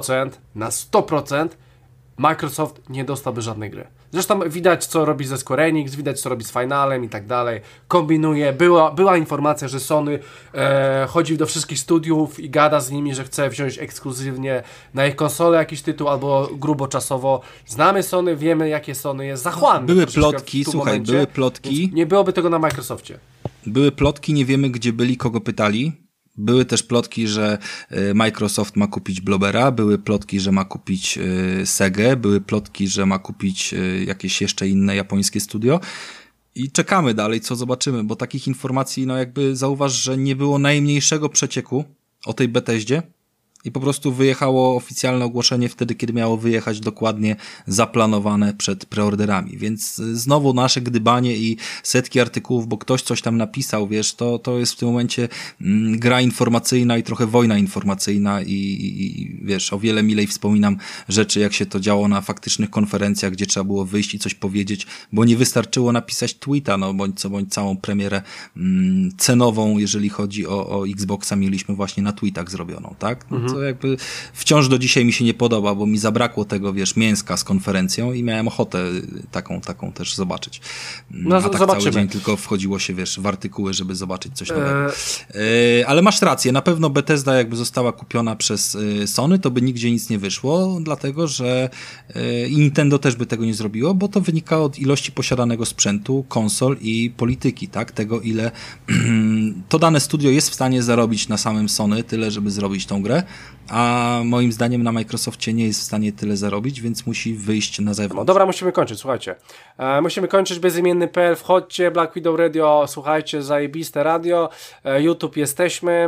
100% Microsoft nie dostałby żadnej gry. Zresztą widać, co robi ze Square Enix, widać, co robi z Finalem i tak dalej. Kombinuje. Była informacja, że Sony chodzi do wszystkich studiów i gada z nimi, że chce wziąć ekskluzywnie na ich konsolę jakiś tytuł albo gruboczasowo. Znamy Sony, wiemy, jakie Sony jest zachłanne. Były plotki, słuchaj, były plotki. Nie byłoby tego na Microsoftie. Były plotki, nie wiemy, gdzie byli, kogo pytali. Były też plotki, że Microsoft ma kupić Blobera, były plotki, że ma kupić Segę, były plotki, że ma kupić jakieś jeszcze inne japońskie studio i czekamy dalej, co zobaczymy, bo takich informacji, no jakby zauważ, że nie było najmniejszego przecieku o tej Bethesdzie i po prostu wyjechało oficjalne ogłoszenie wtedy, kiedy miało wyjechać dokładnie zaplanowane przed preorderami, więc znowu nasze gdybanie i setki artykułów, bo ktoś coś tam napisał, wiesz, to jest w tym momencie gra informacyjna i trochę wojna informacyjna i wiesz, o wiele milej wspominam rzeczy, jak się to działo na faktycznych konferencjach, gdzie trzeba było wyjść i coś powiedzieć, bo nie wystarczyło napisać tweeta, no bądź całą premierę cenową, jeżeli chodzi o Xboxa, mieliśmy właśnie na tweetach zrobioną, tak? To jakby wciąż do dzisiaj mi się nie podoba, bo mi zabrakło tego, wiesz, mięska z konferencją i miałem ochotę taką też zobaczyć. No, a tak zobaczymy. cały dzień tylko wchodziło się, wiesz, w artykuły, żeby zobaczyć coś nowego. Ale masz rację, na pewno Bethesda jakby została kupiona przez Sony, to by nigdzie nic nie wyszło, dlatego, że i Nintendo też by tego nie zrobiło, bo to wynika od ilości posiadanego sprzętu, konsol i polityki, tak? Tego, ile to dane studio jest w stanie zarobić na samym Sony, tyle, żeby zrobić tą grę, a moim zdaniem na Microsoftie nie jest w stanie tyle zarobić, więc musi wyjść na zewnątrz. No dobra, musimy kończyć, słuchajcie. Musimy kończyć, bezimienny.pl, wchodźcie, Black Widow Radio, słuchajcie, zajebiste radio, YouTube jesteśmy,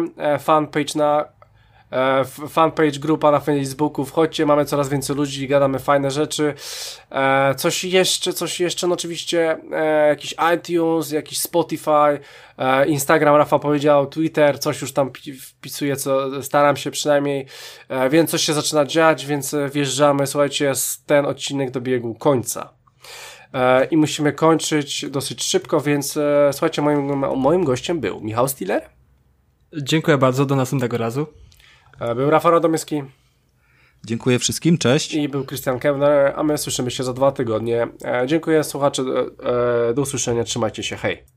fanpage, grupa na Facebooku, wchodźcie, mamy coraz więcej ludzi, gadamy fajne rzeczy. Coś jeszcze, no oczywiście jakiś iTunes, jakiś Spotify, Instagram, Rafał powiedział, Twitter, coś już tam wpisuję, co staram się przynajmniej, więc coś się zaczyna dziać, więc wjeżdżamy, słuchajcie, ten odcinek dobiegł końca. I musimy kończyć dosyć szybko, więc słuchajcie, moim gościem był Michał Stiller. Dziękuję bardzo, do następnego razu. Był Rafał Radomyski. Dziękuję wszystkim, cześć. I był Christian Kevner, a my słyszymy się za 2 tygodnie. Dziękuję słuchacze, do usłyszenia, trzymajcie się, hej.